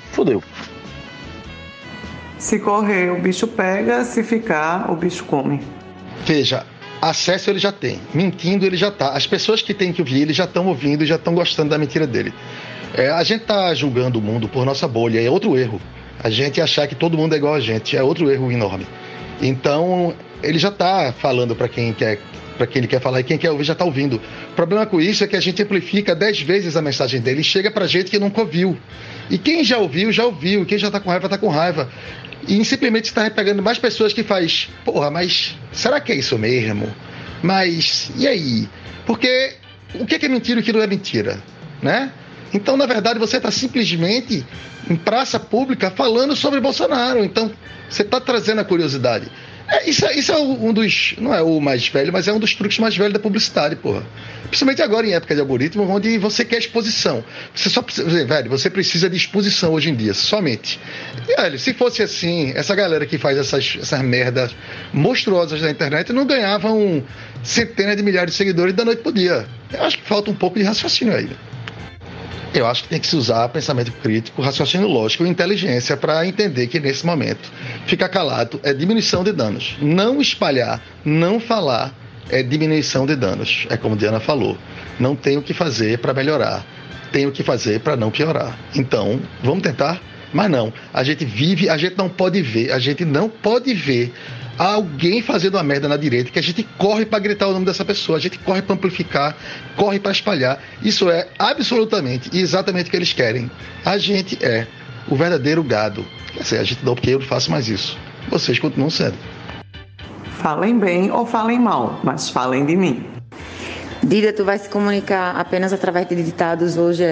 Se correr, o bicho pega, se ficar, o bicho come.
Veja, acesso ele já tem, mentindo ele já tá. As pessoas que têm que ouvir, eles já estão ouvindo e já estão gostando da mentira dele. A gente tá julgando o mundo por nossa bolha, é outro erro. A gente achar que todo mundo é igual a gente é outro erro enorme. Então, ele já está falando para quem ele quer falar, e quem quer ouvir já está ouvindo. O problema com isso é que a gente amplifica 10 vezes a mensagem dele e chega para gente que nunca ouviu. E quem já ouviu, já ouviu. Quem já está com raiva, está com raiva. E simplesmente está pegando mais pessoas que faz, mas será que é isso mesmo? Mas, e aí? Porque o que é mentira e o que não é mentira, né? Então, na verdade, você está simplesmente em praça pública falando sobre Bolsonaro. Então, você está trazendo a curiosidade. Isso é um dos... Não é o mais velho, mas é um dos truques mais velhos da publicidade, porra. Principalmente agora em época de algoritmo, onde você quer exposição. Você precisa de exposição hoje em dia, somente. E, velho, se fosse assim, essa galera que faz essas merdas monstruosas na internet não ganhavam centenas de milhares de seguidores da noite pro dia. Eu acho que falta um pouco de raciocínio aí, né? Eu acho que tem que se usar pensamento crítico, raciocínio lógico e inteligência para entender que nesse momento ficar calado é diminuição de danos. Não espalhar, não falar é diminuição de danos. É como Diana falou. Não tem o que fazer para melhorar. Tem o que fazer para não piorar. Então, vamos tentar? Mas não. A gente não pode ver alguém fazendo uma merda na direita, que a gente corre para gritar o nome dessa pessoa, a gente corre para amplificar, corre para espalhar. Isso é absolutamente e exatamente o que eles querem. A gente é o verdadeiro gado. Quer dizer, a gente não, porque eu não faço mais isso. Vocês continuam sendo.
Falem bem ou falem mal, mas falem de mim.
Dida, tu vai se comunicar apenas através de ditados hoje,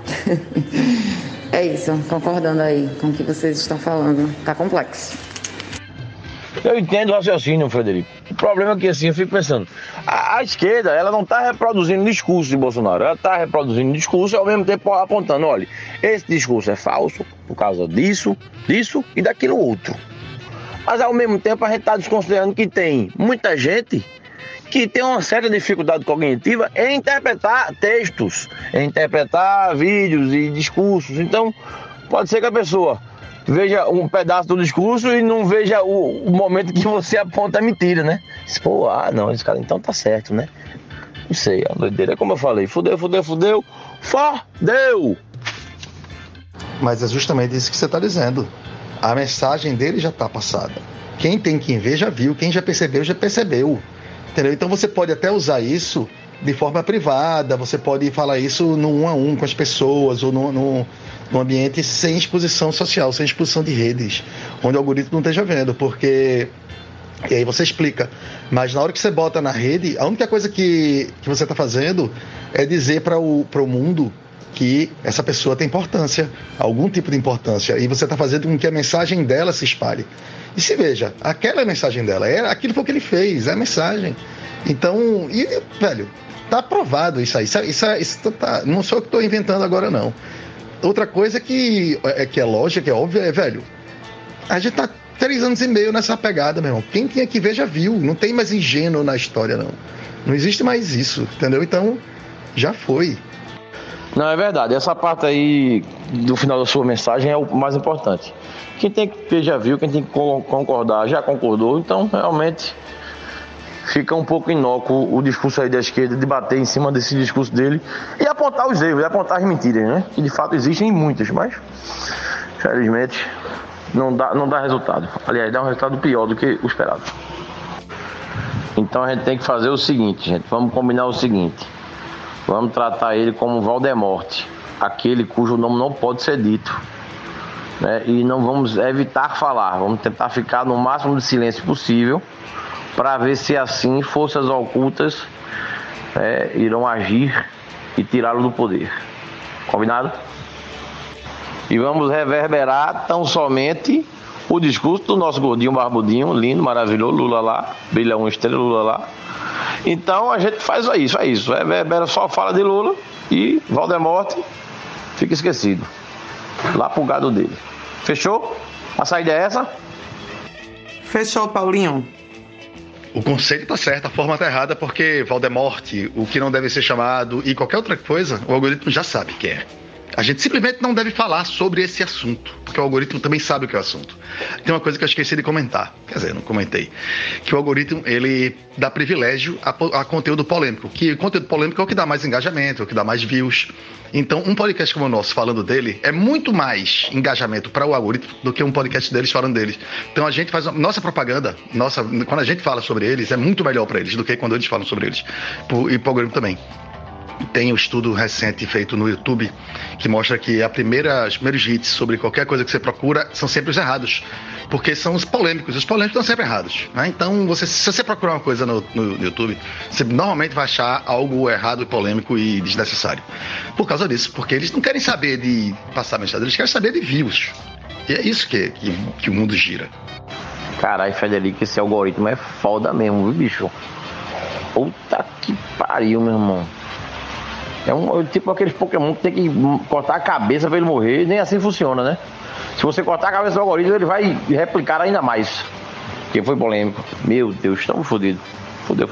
É isso, concordando aí com o que vocês estão falando. Tá complexo.
Eu entendo o raciocínio, Frederico. problema é que, assim, eu fico pensando, a esquerda, ela não está reproduzindo o discurso de Bolsonaro, ela está reproduzindo o discurso e ao mesmo tempo apontando, olha, esse discurso é falso por causa disso e daquilo outro. Mas ao mesmo tempo a gente está desconsiderando que tem muita gente que tem uma certa dificuldade cognitiva em interpretar textos, em interpretar vídeos e discursos. Então, pode ser que a pessoa veja um pedaço do discurso e não veja o momento que você aponta a mentira, né? Pô, não, esse cara então tá certo, né? Não sei, a doideira é como eu falei, fudeu.
Mas é justamente isso que você está dizendo. A mensagem dele já está passada. Quem tem que ver já viu, quem já percebeu. Entendeu? Então você pode até usar isso de forma privada, você pode falar isso no 1 a 1 com as pessoas ou no ambiente sem exposição social, sem exposição de redes, onde o algoritmo não esteja vendo, porque... E aí você explica. Mas na hora que você bota na rede, a única coisa que você está fazendo é dizer para o mundo que essa pessoa tem importância, algum tipo de importância, e você está fazendo com que a mensagem dela se espalhe. E se veja, aquela é a mensagem dela, aquilo foi o que ele fez, é a mensagem. Então, velho, tá aprovado isso aí. Isso tá, não sou eu que estou inventando agora, não. Outra coisa que é lógica, que é óbvia, velho, a gente tá 3 anos e meio nessa pegada, meu irmão. Quem tinha que ver já viu, não tem mais ingênuo na história, não. Não existe mais isso, entendeu? Então, já foi.
Não, é verdade. Essa parte aí do final da sua mensagem é o mais importante. Quem tem que ver já viu, quem tem que concordar já concordou. Então, realmente, fica um pouco inócuo o discurso aí da esquerda de bater em cima desse discurso dele e apontar os erros, e apontar as mentiras, né? Que de fato existem muitas, mas, infelizmente, não dá resultado. Aliás, dá um resultado pior do que o esperado. Então, a gente tem que fazer o seguinte, gente. Vamos combinar o seguinte. Vamos tratar ele como Voldemort, aquele cujo nome não pode ser dito, né? E não vamos evitar falar, vamos tentar ficar no máximo de silêncio possível para ver se assim forças ocultas irão agir e tirá-lo do poder. Combinado? E vamos reverberar tão somente o discurso do nosso gordinho barbudinho, lindo, maravilhoso, Lula lá, brilha uma estrela, Lula lá. Então a gente faz isso. Reverbera, só fala de Lula e Voldemort fica esquecido. Lá pro gado dele. Fechou? A saída é essa?
Fechou, Paulinho.
O conceito tá certo, a forma tá errada, porque Voldemort, o que não deve ser chamado e qualquer outra coisa, o algoritmo já sabe que é. A gente simplesmente não deve falar sobre esse assunto, porque o algoritmo também sabe o que é o assunto. Tem uma coisa que eu esqueci de comentar, quer dizer, não comentei, que o algoritmo, ele dá privilégio a conteúdo polêmico, que conteúdo polêmico é o que dá mais engajamento, é o que dá mais views. Então, um podcast como o nosso, falando dele, é muito mais engajamento para o algoritmo do que um podcast deles falando deles. Então, a gente faz nossa propaganda, quando a gente fala sobre eles, é muito melhor para eles do que quando eles falam sobre eles. E para o algoritmo também. Tem um estudo recente feito no YouTube que mostra que os primeiros hits sobre qualquer coisa que você procura são sempre os errados, porque são os polêmicos estão sempre errados, né? Então, se você procurar uma coisa no YouTube, você normalmente vai achar algo errado, e polêmico e desnecessário. Por causa disso, porque eles não querem saber de passar mensagem, eles querem saber de views. E é isso que o mundo gira.
Caralho, Federico, esse algoritmo é foda mesmo, viu, bicho? Puta que pariu, meu irmão. É tipo aqueles Pokémon que tem que cortar a cabeça pra ele morrer, nem assim funciona, né? Se você cortar a cabeça do algoritmo, ele vai replicar ainda mais. Porque foi polêmico. Meu Deus, estamos fodidos. Fudeu.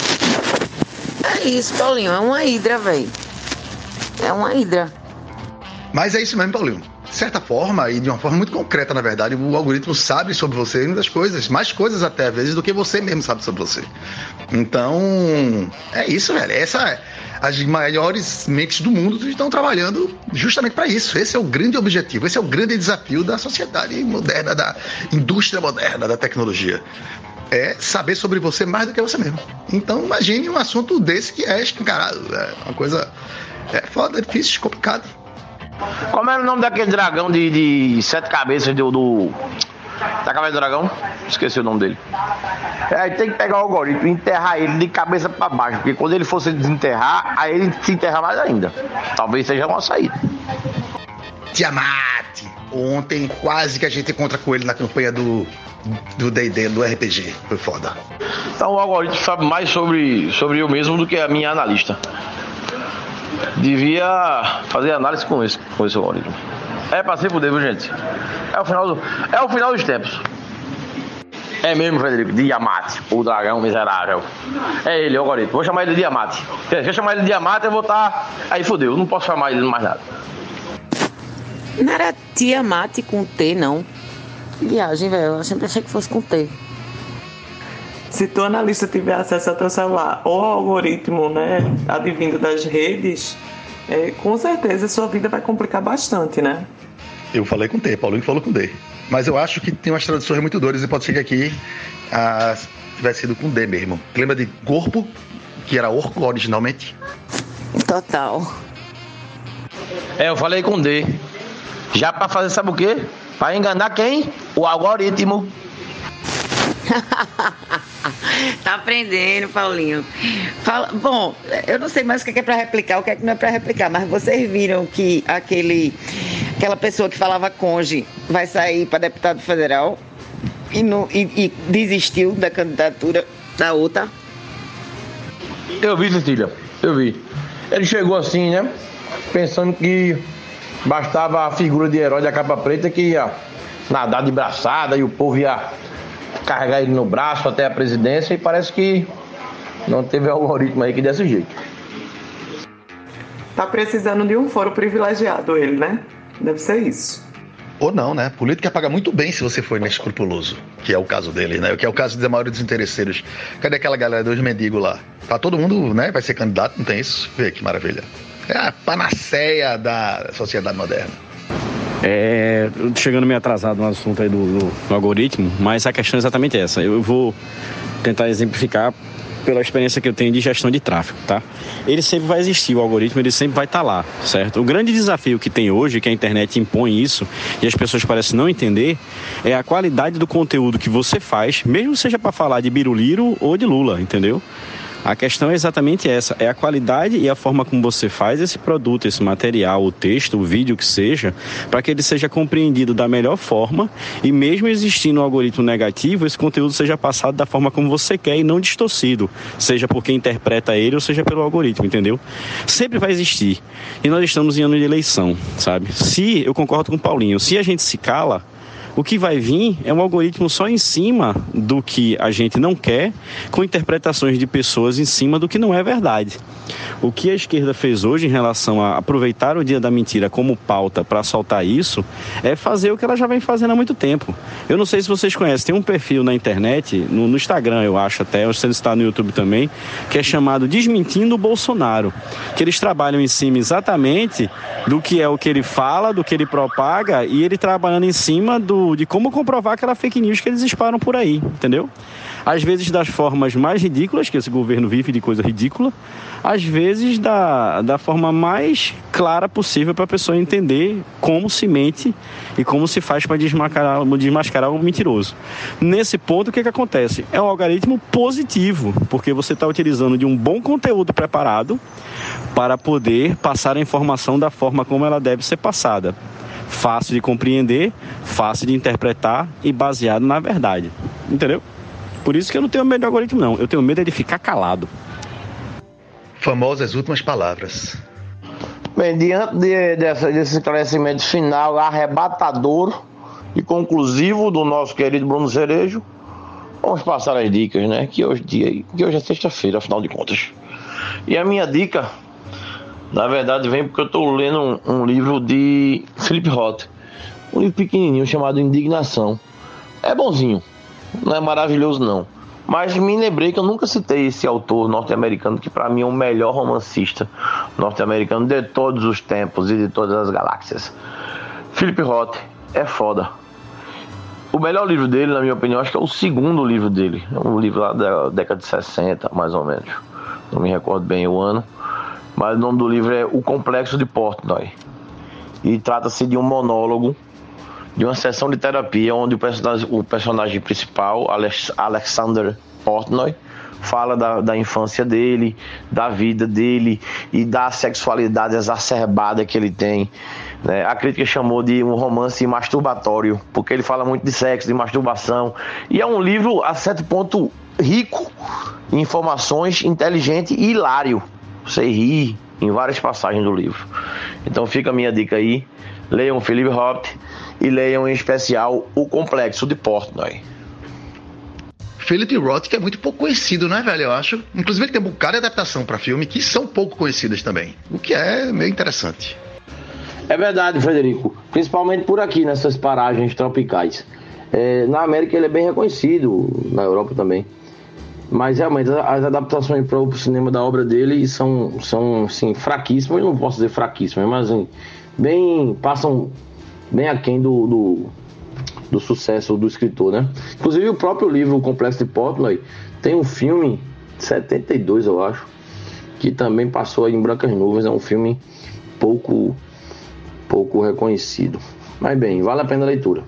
É isso, Paulinho, é uma hidra, velho. É uma hidra.
Mas é isso mesmo, Paulinho. De certa forma, e de uma forma muito concreta, na verdade, o algoritmo sabe sobre você muitas coisas, mais coisas até, às vezes, do que você mesmo sabe sobre você. Então, é isso, velho. As maiores mentes do mundo estão trabalhando justamente para isso. Esse é o grande objetivo, esse é o grande desafio da sociedade moderna, da indústria moderna, da tecnologia. É saber sobre você mais do que você mesmo. Então, imagine um assunto desse que é escancarado. É uma coisa foda, difícil, complicado.
Como era o nome daquele dragão de 7 cabeças da Caverna do Dragão? Esqueci o nome dele. Aí tem que pegar o algoritmo e enterrar ele de cabeça para baixo, porque quando ele fosse desenterrar, aí ele se enterra mais ainda. Talvez seja uma saída.
Tiamat!
Mate. Ontem quase que a gente encontra com ele na campanha do D&D, do RPG. Foi foda.
Então o algoritmo sabe mais sobre eu mesmo do que a minha analista. Devia fazer análise com esse algoritmo. É pra se fuder, viu, gente? É o final dos tempos. É mesmo, Frederico, Diamante, o dragão miserável. É ele, o algoritmo. Vou chamar ele de Diamante. Se eu chamar ele de Diamante, eu vou estar... Aí fudeu, não posso chamar ele de mais nada.
Não era Tiamat com T, não. Viagem, velho. Eu sempre achei que fosse com T.
Se tu analista tiver acesso ao teu celular ou ao algoritmo, né, advindo das redes, com certeza a sua vida vai complicar bastante, né?
Eu falei com T, Paulinho falou com D. Mas eu acho que tem umas traduções muito doidas e pode ser que aqui tivesse sido com D mesmo. Lembra de corpo, que era orco originalmente?
Total.
Eu falei com D. Já pra fazer sabe o quê? Pra enganar quem? O algoritmo.
Tá aprendendo, Paulinho. Bom, eu não sei mais o que é pra replicar, o que é que não é pra replicar, mas vocês viram que aquela pessoa que falava conge vai sair pra deputado federal e desistiu da candidatura da outra?
Eu vi, Cecília, eu vi. Ele chegou assim, né? Pensando que bastava a figura de herói da capa preta que ia nadar de braçada e o povo ia carregar ele no braço até a presidência, e parece que não teve algoritmo aí que desse jeito.
Tá precisando de um foro privilegiado ele, né? Deve ser isso.
Ou não, né? Política paga muito bem se você for inescrupuloso, que é o caso dele, né? Que é o caso da maioria dos interesseiros. Cadê aquela galera dos mendigos lá? Tá todo mundo, né? Vai ser candidato, não tem isso? Vê que maravilha. É a panaceia da sociedade moderna.
Chegando meio atrasado no assunto aí do algoritmo, mas a questão é exatamente essa. Eu vou tentar exemplificar pela experiência que eu tenho de gestão de tráfego, tá? Ele sempre vai existir, o algoritmo, ele sempre vai estar lá, certo? O grande desafio que tem hoje, que a internet impõe isso, e as pessoas parecem não entender, é a qualidade do conteúdo que você faz, mesmo seja para falar de Biruliro ou de Lula, entendeu? A questão é exatamente essa, é a qualidade e a forma como você faz esse produto, esse material, o texto, o vídeo que seja, para que ele seja compreendido da melhor forma e mesmo existindo um algoritmo negativo, esse conteúdo seja passado da forma como você quer e não distorcido, seja por quem interpreta ele ou seja pelo algoritmo, entendeu? Sempre vai existir. E nós estamos em ano de eleição, sabe? Eu concordo com o Paulinho, se a gente se cala, o que vai vir é um algoritmo só em cima do que a gente não quer, com interpretações de pessoas em cima do que não é verdade. O que a esquerda fez hoje em relação a aproveitar o dia da mentira como pauta para soltar isso, é fazer o que ela já vem fazendo há muito tempo. Eu não sei se vocês conhecem, tem um perfil na internet, no Instagram eu acho até, ou se ele está no YouTube também, que é chamado Desmentindo o Bolsonaro, que eles trabalham em cima exatamente do que é o que ele fala, do que ele propaga, e ele trabalhando em cima de como comprovar aquela fake news que eles disparam por aí, entendeu? Às vezes das formas mais ridículas, que esse governo vive de coisa ridícula, às vezes da forma mais clara possível para a pessoa entender como se mente e como se faz para desmascarar o mentiroso. Nesse ponto, o que acontece? É um algoritmo positivo, porque você está utilizando de um bom conteúdo preparado para poder passar a informação da forma como ela deve ser passada. Fácil de compreender, fácil de interpretar e baseado na verdade. Entendeu? Por isso que eu não tenho medo do algoritmo, não. Eu tenho medo de ficar calado.
Famosas últimas palavras.
Bem, diante desse esclarecimento final arrebatador e conclusivo do nosso querido Bruno Cerejo, vamos passar as dicas, né? Que hoje é sexta-feira, afinal de contas. E a minha dica, na verdade, vem porque eu estou lendo um livro de Philip Roth. Um livro pequenininho chamado Indignação. É bonzinho. Não é maravilhoso, não. Mas me lembrei que eu nunca citei esse autor norte-americano, que para mim é o melhor romancista norte-americano de todos os tempos e de todas as galáxias. Philip Roth é foda. O melhor livro dele, na minha opinião, acho que é o segundo livro dele. É um livro lá da década de 60, mais ou menos. Não me recordo bem o ano. Mas o nome do livro é O Complexo de Portnoy. E trata-se de um monólogo de uma sessão de terapia onde o personagem principal, Alexander Portnoy, fala da infância dele, da vida dele e da sexualidade exacerbada que ele tem, né? A crítica chamou de um romance masturbatório, porque ele fala muito de sexo, de masturbação, e é um livro, a certo ponto, rico em informações, inteligente e hilário. Você ri em várias passagens do livro. Então fica a minha dica aí, leiam Philip Roth e leiam em especial O Complexo de Portnoy.
Philip Roth, que é muito pouco conhecido, né, velho? Eu acho. Inclusive, ele tem um bocado de adaptação para filme que são pouco conhecidas também, o que é meio interessante.
É verdade, Frederico. Principalmente por aqui, nessas paragens tropicais. Na América ele é bem reconhecido, na Europa também. Mas realmente as adaptações para o cinema da obra dele são assim, fraquíssimas. Eu não posso dizer fraquíssimas, mas assim, passam bem aquém do sucesso do escritor, né? Inclusive o próprio livro O Complexo de Portnoy tem um filme de 72, eu acho, que também passou aí em brancas nuvens. É um filme pouco reconhecido, mas bem, vale a pena a leitura.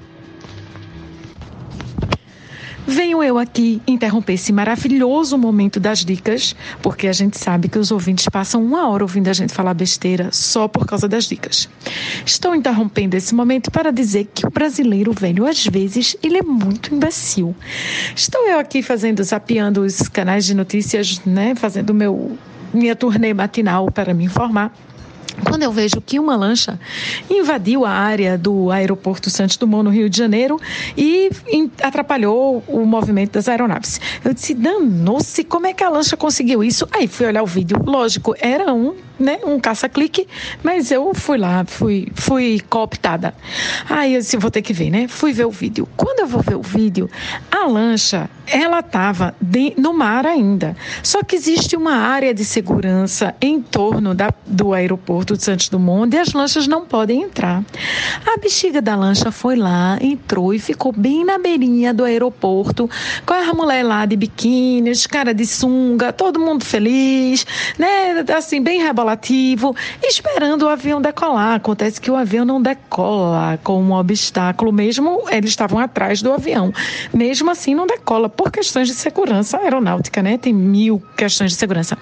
Venho eu aqui interromper esse maravilhoso momento das dicas, porque a gente sabe que os ouvintes passam 1 hora ouvindo a gente falar besteira só por causa das dicas. Estou interrompendo esse momento para dizer que o brasileiro velho, às vezes, ele é muito imbecil. Estou eu aqui zapeando os canais de notícias, né, fazendo minha turnê matinal para me informar, quando eu vejo que uma lancha invadiu a área do aeroporto Santos Dumont, no Rio de Janeiro, e atrapalhou o movimento das aeronaves. Eu disse, danou-se, como é que a lancha conseguiu isso? Aí fui olhar o vídeo, lógico, era um caça-clique, mas eu fui lá, fui cooptada. Aí eu disse, vou ter que ver, né? Fui ver o vídeo. Quando eu vou ver o vídeo, a lancha, ela estava no mar ainda. Só que existe uma área de segurança em torno do aeroporto de Santos Dumont, onde as lanchas não podem entrar. A bexiga da lancha foi lá, entrou e ficou bem na beirinha do aeroporto, com a mulher lá de biquíni, os caras de sunga, todo mundo feliz, né? Assim, bem rebolativo, esperando o avião decolar. Acontece que o avião não decola com um obstáculo, mesmo eles estavam atrás do avião. Mesmo assim, não decola, por questões de segurança aeronáutica, né? Tem 1000 questões de segurança.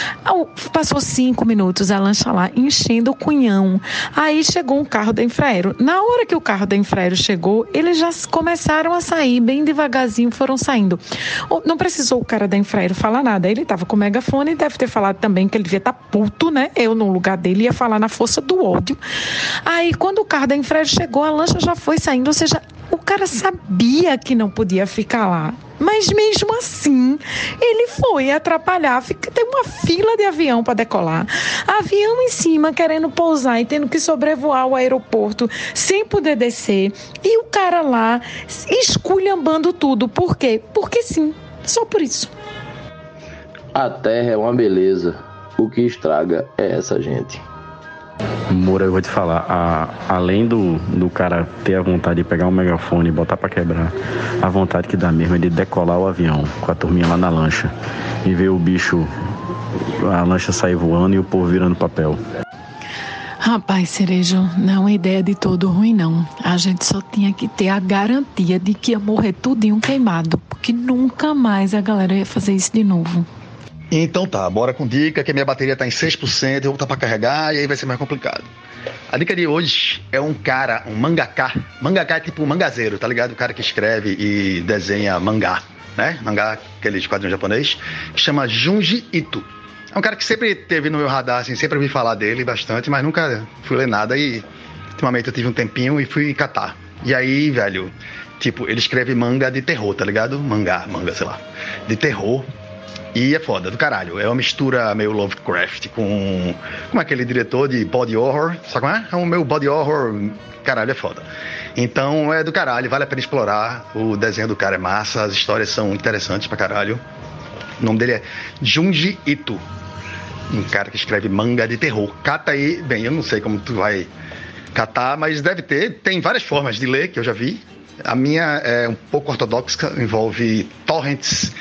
Passou 5 minutos a lancha lá, enchendo o cunhão. Aí chegou um carro da Infraero. Na hora que o carro da Infraero chegou, eles já começaram a sair, bem devagarzinho foram saindo. Não precisou o cara da Infraero falar nada. Ele estava com o megafone e deve ter falado também que ele devia estar puto, né? Eu, no lugar dele, ia falar na força do ódio. Aí, quando o carro da Infraero chegou, a lancha já foi saindo, ou seja, o cara sabia que não podia ficar lá. Mas mesmo assim, ele foi atrapalhar. Tem uma fila de avião para decolar. Avião em cima, querendo pousar e tendo que sobrevoar o aeroporto sem poder descer. E o cara lá esculhambando tudo. Por quê? Porque sim, só por isso.
A terra é uma beleza. O que estraga é essa gente.
Moura, eu vou te falar, além do cara ter a vontade de pegar um megafone e botar pra quebrar, a vontade que dá mesmo é de decolar o avião com a turminha lá na lancha e ver o bicho, a lancha sair voando e o povo virando papel.
Rapaz, Cerejo, não é uma ideia de todo ruim, não. A gente só tinha que ter a garantia de que ia morrer tudinho queimado, porque nunca mais a galera ia fazer isso de novo.
Então tá, bora com dica, que a minha bateria tá em 6%, eu vou botar pra carregar e aí vai ser mais complicado. A dica de hoje é um cara, um mangaka. Mangaka é tipo um mangazeiro, tá ligado? O cara que escreve e desenha mangá, né? Mangá, aquele quadrinho japonês, que chama Junji Ito. É um cara que sempre teve no meu radar, assim, sempre ouvi falar dele bastante, mas nunca fui ler nada e ultimamente eu tive um tempinho e fui catar. E aí, velho, tipo, ele escreve manga de terror, tá ligado? Manga, sei lá, de terror. E é foda, do caralho. É uma mistura meio Lovecraft com aquele diretor de body horror. Sabe como é? É o meu body horror. Caralho, é foda. Então é do caralho, vale a pena explorar. O desenho do cara é massa, as histórias são interessantes pra caralho. O nome dele é Junji Ito. Um cara que escreve manga de terror. Cata aí, bem, eu não sei como tu vai catar, mas deve ter. Tem várias formas de ler que eu já vi. A minha é um pouco ortodoxa, envolve torrents,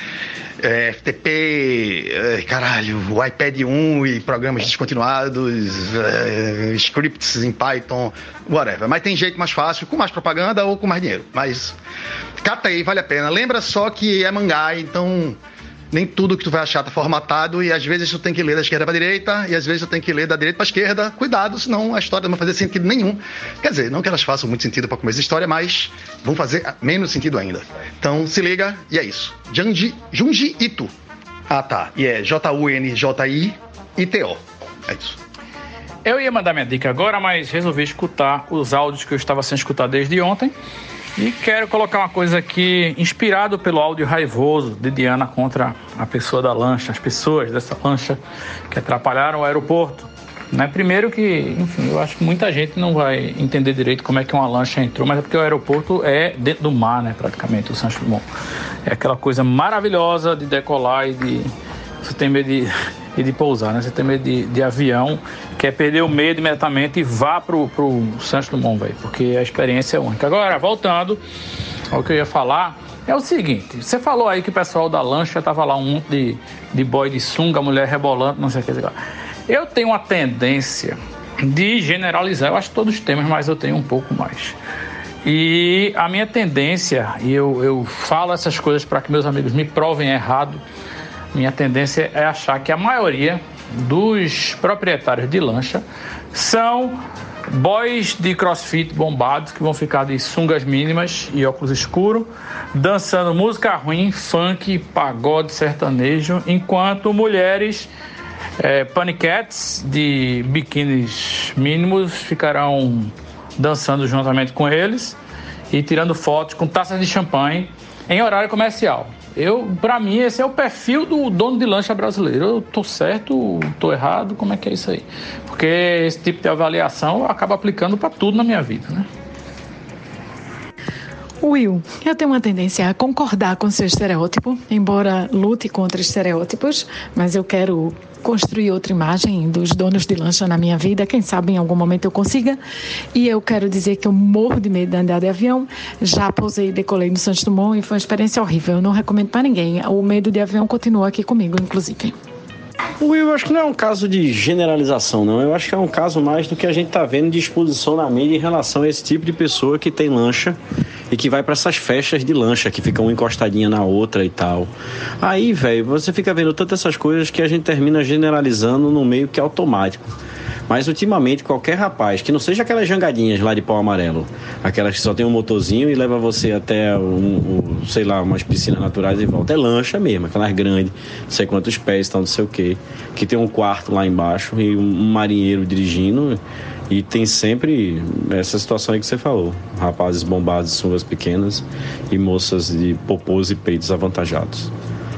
FTP, caralho, o iPad 1 e programas descontinuados, scripts em Python, whatever. Mas tem jeito mais fácil, com mais propaganda ou com mais dinheiro. Mas cata aí, vale a pena. Lembra só que é mangá, então
nem tudo que tu vai achar tá formatado, e às vezes tu tem que ler da esquerda para direita, e às vezes tu tem que ler da direita para esquerda. Cuidado, senão a história não vai fazer sentido nenhum. Quer dizer, não que elas façam muito sentido para começo de história, mas vão fazer menos sentido ainda. Então se liga, e é isso. Junji Ito. Ah, tá. E é Junji-Ito. É isso.
Eu ia mandar minha dica agora, mas resolvi escutar os áudios que eu estava sem escutar desde ontem. E quero colocar uma coisa aqui, inspirado pelo áudio raivoso de Diana contra a pessoa da lancha, as pessoas dessa lancha que atrapalharam o aeroporto. Né? Primeiro que, enfim, eu acho que muita gente não vai entender direito como é que uma lancha entrou, mas é porque o aeroporto é dentro do mar, né, praticamente, o Santos Dumont. É aquela coisa maravilhosa de decolar e de... Você tem medo de pousar, né? Você tem medo de avião, quer perder o medo imediatamente e vá pro Santos Dumont, velho, porque a experiência é única. Agora, voltando ao que eu ia falar, é o seguinte, você falou aí que o pessoal da lancha tava lá, um monte de boy de sunga, mulher rebolando, não sei o que. Eu tenho uma tendência de generalizar, eu acho que todos temos, mas eu tenho um pouco mais. E a minha tendência, e eu falo essas coisas para que meus amigos me provem errado, minha tendência é achar que a maioria dos proprietários de lancha são boys de crossfit bombados que vão ficar de sungas mínimas e óculos escuros, dançando música ruim, funk, pagode, sertanejo, enquanto mulheres paniquetes de biquínis mínimos ficarão dançando juntamente com eles e tirando fotos com taças de champanhe em horário comercial. Pra mim, esse é o perfil do dono de lancha brasileiro. Eu tô certo, tô errado, como é que é isso aí? Porque esse tipo de avaliação eu acabo aplicando para tudo na minha vida, né?
Will, eu tenho uma tendência a concordar com seu estereótipo, embora lute contra estereótipos, mas eu quero construir outra imagem dos donos de lancha na minha vida, quem sabe em algum momento eu consiga. E eu quero dizer que eu morro de medo de andar de avião, já pousei e decolei no Santos Dumont e foi uma experiência horrível, eu não recomendo para ninguém. O medo de avião continua aqui comigo, inclusive.
Eu acho que não é um caso de generalização, não. Eu acho que é um caso mais do que a gente está vendo de exposição na mídia em relação a esse tipo de pessoa que tem lancha e que vai para essas festas de lancha, que fica uma encostadinha na outra e tal. Aí, velho, você fica vendo tantas essas coisas que a gente termina generalizando no meio que automático. Mas, ultimamente, qualquer rapaz, que não seja aquelas jangadinhas lá de pau amarelo, aquelas que só tem um motorzinho e leva você até, sei lá, umas piscinas naturais e volta. É lancha mesmo, aquelas grandes, não sei quantos pés, tal, não sei o quê, que tem um quarto lá embaixo e um marinheiro dirigindo. E tem sempre essa situação aí que você falou. Rapazes bombados de sungas pequenas e moças de popôs e peitos avantajados.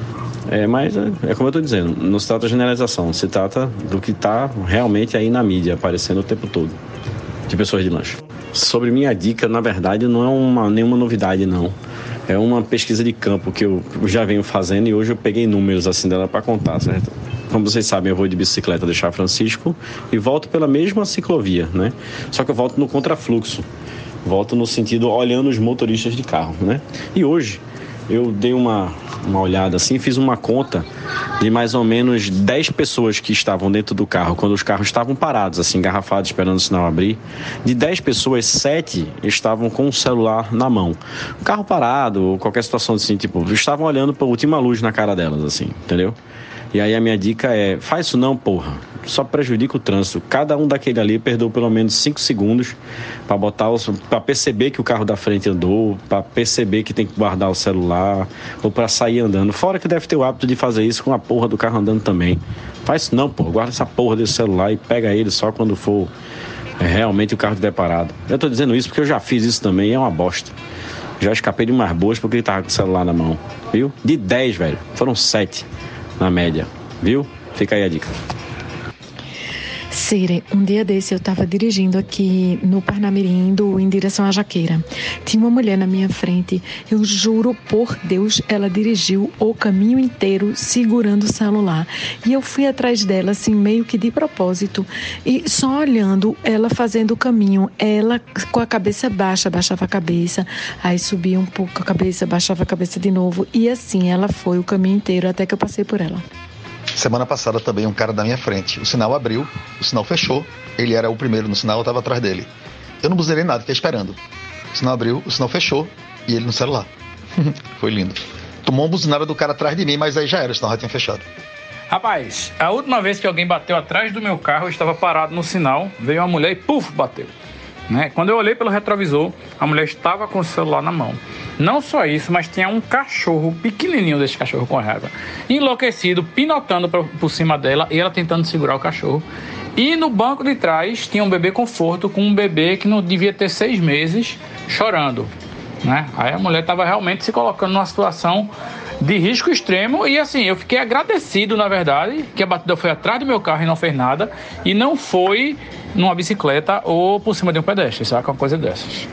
Mas é como eu estou dizendo, não se trata de generalização, se trata do que está realmente aí na mídia, aparecendo o tempo todo, de pessoas de lancha. Sobre minha dica, na verdade, não é nenhuma novidade, não. É uma pesquisa de campo que eu já venho fazendo e hoje eu peguei números assim dela para contar, certo? Como vocês sabem, eu vou de bicicleta de São Francisco e volto pela mesma ciclovia, né? Só que eu volto no contrafluxo, volto no sentido olhando os motoristas de carro, né? E hoje eu dei uma olhada assim, fiz uma conta de mais ou menos 10 pessoas que estavam dentro do carro, quando os carros estavam parados, assim, engarrafados, esperando o sinal abrir. De 10 pessoas, 7 estavam com o celular na mão. O carro parado, ou qualquer situação assim, tipo, estavam olhando para a última luz na cara delas, assim, entendeu? E aí a minha dica é, faz isso não, porra. Só prejudica o trânsito. Cada um daquele ali perdeu pelo menos 5 segundos para perceber que o carro da frente andou, para perceber que tem que guardar o celular, ou para sair andando. Fora que deve ter o hábito de fazer isso com a porra do carro andando também. Faz isso não, porra. Guarda essa porra desse celular e pega ele só quando for realmente o carro estiver parado. Eu tô dizendo isso porque eu já fiz isso também e é uma bosta. Já escapei de umas boas porque ele tava com o celular na mão, viu? De 10, velho, foram 7 na média, viu? Fica aí a dica.
Sire, um dia desse eu estava dirigindo aqui no Parnamirim, indo em direção à Jaqueira. Tinha uma mulher na minha frente, eu juro por Deus, ela dirigiu o caminho inteiro segurando o celular. E eu fui atrás dela, assim, meio que de propósito, e só olhando ela fazendo o caminho, ela com a cabeça baixa, baixava a cabeça, aí subia um pouco a cabeça, baixava a cabeça de novo, e assim ela foi o caminho inteiro até que eu passei por ela.
Semana passada também um cara da minha frente. O sinal abriu, o sinal fechou. Ele era o primeiro no sinal, eu estava atrás dele. Eu não buzerei nada, fiquei esperando. O sinal abriu, o sinal fechou e ele no celular. Foi lindo.
Tomou uma buzinada do cara atrás de mim, mas aí já era, senão já tinha fechado.
Rapaz, a última vez que alguém bateu atrás do meu carro, eu estava parado no sinal, veio uma mulher e puf, bateu. Né? Quando eu olhei pelo retrovisor, a mulher estava com o celular na mão. Não só isso, mas tinha um cachorro, pequenininho desse cachorro com raiva, enlouquecido, pinotando por cima dela e ela tentando segurar o cachorro. E no banco de trás tinha um bebê conforto com um bebê que não devia ter 6 meses, chorando. Né? Aí a mulher estava realmente se colocando numa situação de risco extremo e assim, eu fiquei agradecido, na verdade, que a batida foi atrás do meu carro e não fez nada e não foi numa bicicleta ou por cima de um pedestre, sabe? Uma coisa dessas.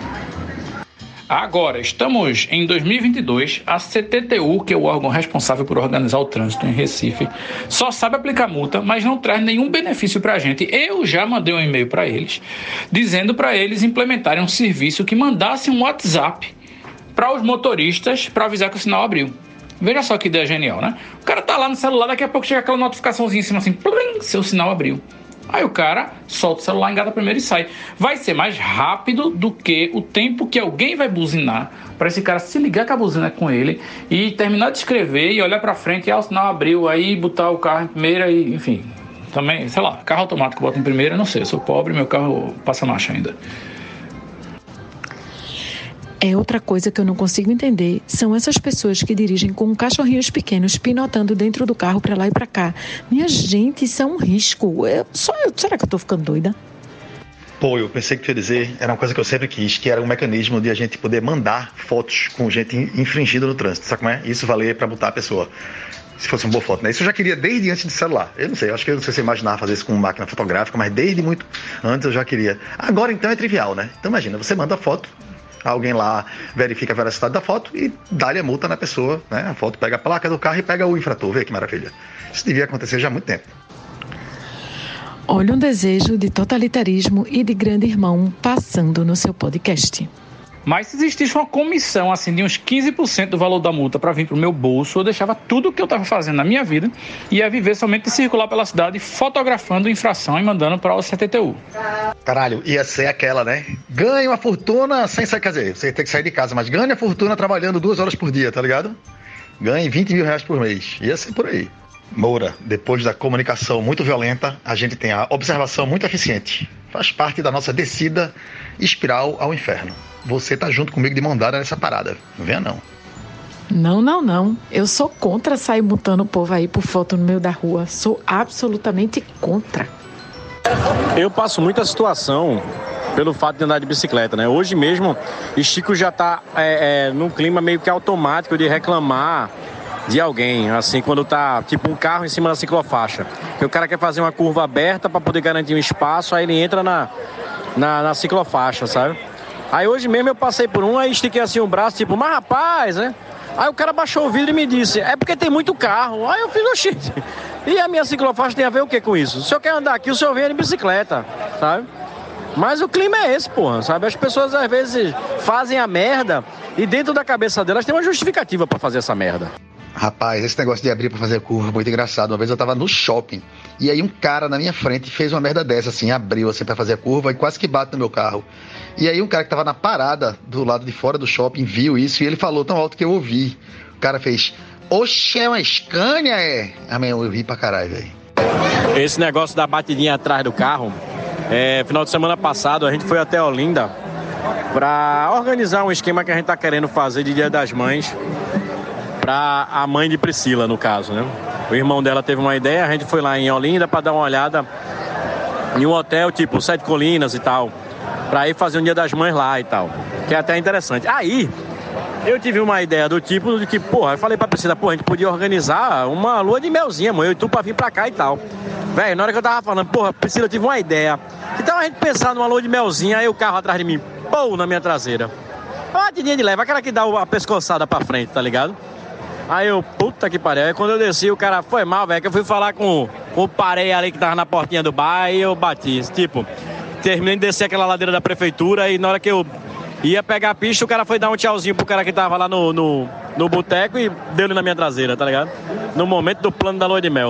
Agora, estamos em 2022, a CTTU, que é o órgão responsável por organizar o trânsito em Recife, só sabe aplicar multa, mas não traz nenhum benefício para a gente. Eu já mandei um e-mail para eles, dizendo para eles implementarem um serviço que mandasse um WhatsApp para os motoristas para avisar que o sinal abriu. Veja só que ideia genial, né? O cara tá lá no celular, daqui a pouco chega aquela notificaçãozinha em cima assim, plim, seu sinal abriu. Aí o cara solta o celular, engata primeiro e sai. Vai ser mais rápido do que o tempo que alguém vai buzinar para esse cara se ligar com a buzina com ele e terminar de escrever e olhar para frente e o sinal abriu, aí botar o carro em primeira e, enfim, também, sei lá, carro automático bota em primeira, não sei, eu sou pobre, meu carro passa marcha ainda.
É outra coisa que eu não consigo entender, são essas pessoas que dirigem com cachorrinhos pequenos pinotando dentro do carro para lá e para cá. Minha gente, isso é um risco. Será que eu tô ficando doida?
Pô, eu pensei que tu ia dizer, era uma coisa que eu sempre quis, que era um mecanismo de a gente poder mandar fotos com gente infringida no trânsito, sabe como é? Isso valer para botar a pessoa, se fosse uma boa foto, né? Isso eu já queria desde antes do celular. Eu não sei se você imaginava fazer isso com máquina fotográfica, mas desde muito antes eu já queria. Agora então é trivial, né? Então imagina, você manda a foto, alguém lá verifica a veracidade da foto e dá-lhe a multa na pessoa, né? A foto pega a placa do carro e pega o infrator, vê que maravilha. Isso devia acontecer já há muito tempo.
Olha um desejo de totalitarismo e de grande irmão passando no seu podcast.
Mas se existisse uma comissão assim de uns 15% do valor da multa para vir pro meu bolso, eu deixava tudo o que eu estava fazendo na minha vida e ia viver somente de circular pela cidade fotografando infração e mandando para o CTTU.
Caralho, ia ser aquela, né? Ganha uma fortuna sem sair, quer dizer, você tem que sair de casa, mas ganha fortuna trabalhando 2 horas por dia, tá ligado? Ganhe 20 mil reais por mês. Ia ser por aí. Moura, depois da comunicação muito violenta, a gente tem a observação muito eficiente. Faz parte da nossa descida espiral ao inferno. Você tá junto comigo de mão dada nessa parada. Não venha não.
Não. Eu sou contra sair mutando o povo aí por foto no meio da rua. Sou absolutamente contra.
Eu passo muita situação pelo fato de andar de bicicleta, né? Hoje mesmo, Chico já tá num clima meio que automático de reclamar de alguém, assim, quando tá tipo um carro em cima da ciclofaixa. Que o cara quer fazer uma curva aberta para poder garantir um espaço, aí ele entra na ciclofaixa, sabe? Aí hoje mesmo eu passei por um, aí estiquei assim o braço, tipo, mas rapaz, né? Aí o cara baixou o vidro e me disse, é porque tem muito carro. Aí eu fiz, oxi, e a minha ciclofaixa tem a ver o que com isso? Se o senhor quer andar aqui, o senhor vem de bicicleta, sabe? Mas o clima é esse, porra, sabe? As pessoas às vezes fazem a merda e dentro da cabeça delas tem uma justificativa pra fazer essa merda.
Rapaz, esse negócio de abrir pra fazer curva é muito engraçado. Uma vez eu tava no shopping e aí um cara na minha frente fez uma merda dessa, assim, abriu assim pra fazer a curva e quase que bate no meu carro. E aí um cara que tava na parada do lado de fora do shopping viu isso e ele falou tão alto que eu ouvi. O cara fez, oxe, é uma Scania, é? Amém, eu ri pra caralho, velho.
Esse negócio da batidinha atrás do carro, final de semana passado a gente foi até Olinda pra organizar um esquema que a gente tá querendo fazer de Dia das Mães pra a mãe de Priscila, no caso, né? O irmão dela teve uma ideia, a gente foi lá em Olinda pra dar uma olhada em um hotel tipo 7 Colinas e tal, pra ir fazer um Dia das Mães lá e tal, que é até interessante. Aí, eu tive uma ideia do tipo de que, porra, eu falei pra Priscila, porra, a gente podia organizar uma lua de melzinha, amor, eu e tu pra vir pra cá e tal. Velho, na hora que eu tava falando, porra, Priscila, eu tive uma ideia. Então a gente pensar numa lua de melzinha, aí o carro atrás de mim, pô, na minha traseira. Uma batidinha de leve, aquela que dá a pescoçada pra frente, tá ligado? Aí eu, puta que pariu. Aí quando eu desci, o cara foi mal, velho, que eu fui falar com o parei ali que tava na portinha do bar e eu bati. Tipo, terminei de descer aquela ladeira da prefeitura e na hora que eu ia pegar a pista, o cara foi dar um tchauzinho pro cara que tava lá no boteco e deu-lhe na minha traseira, tá ligado? No momento do plano da lua de mel.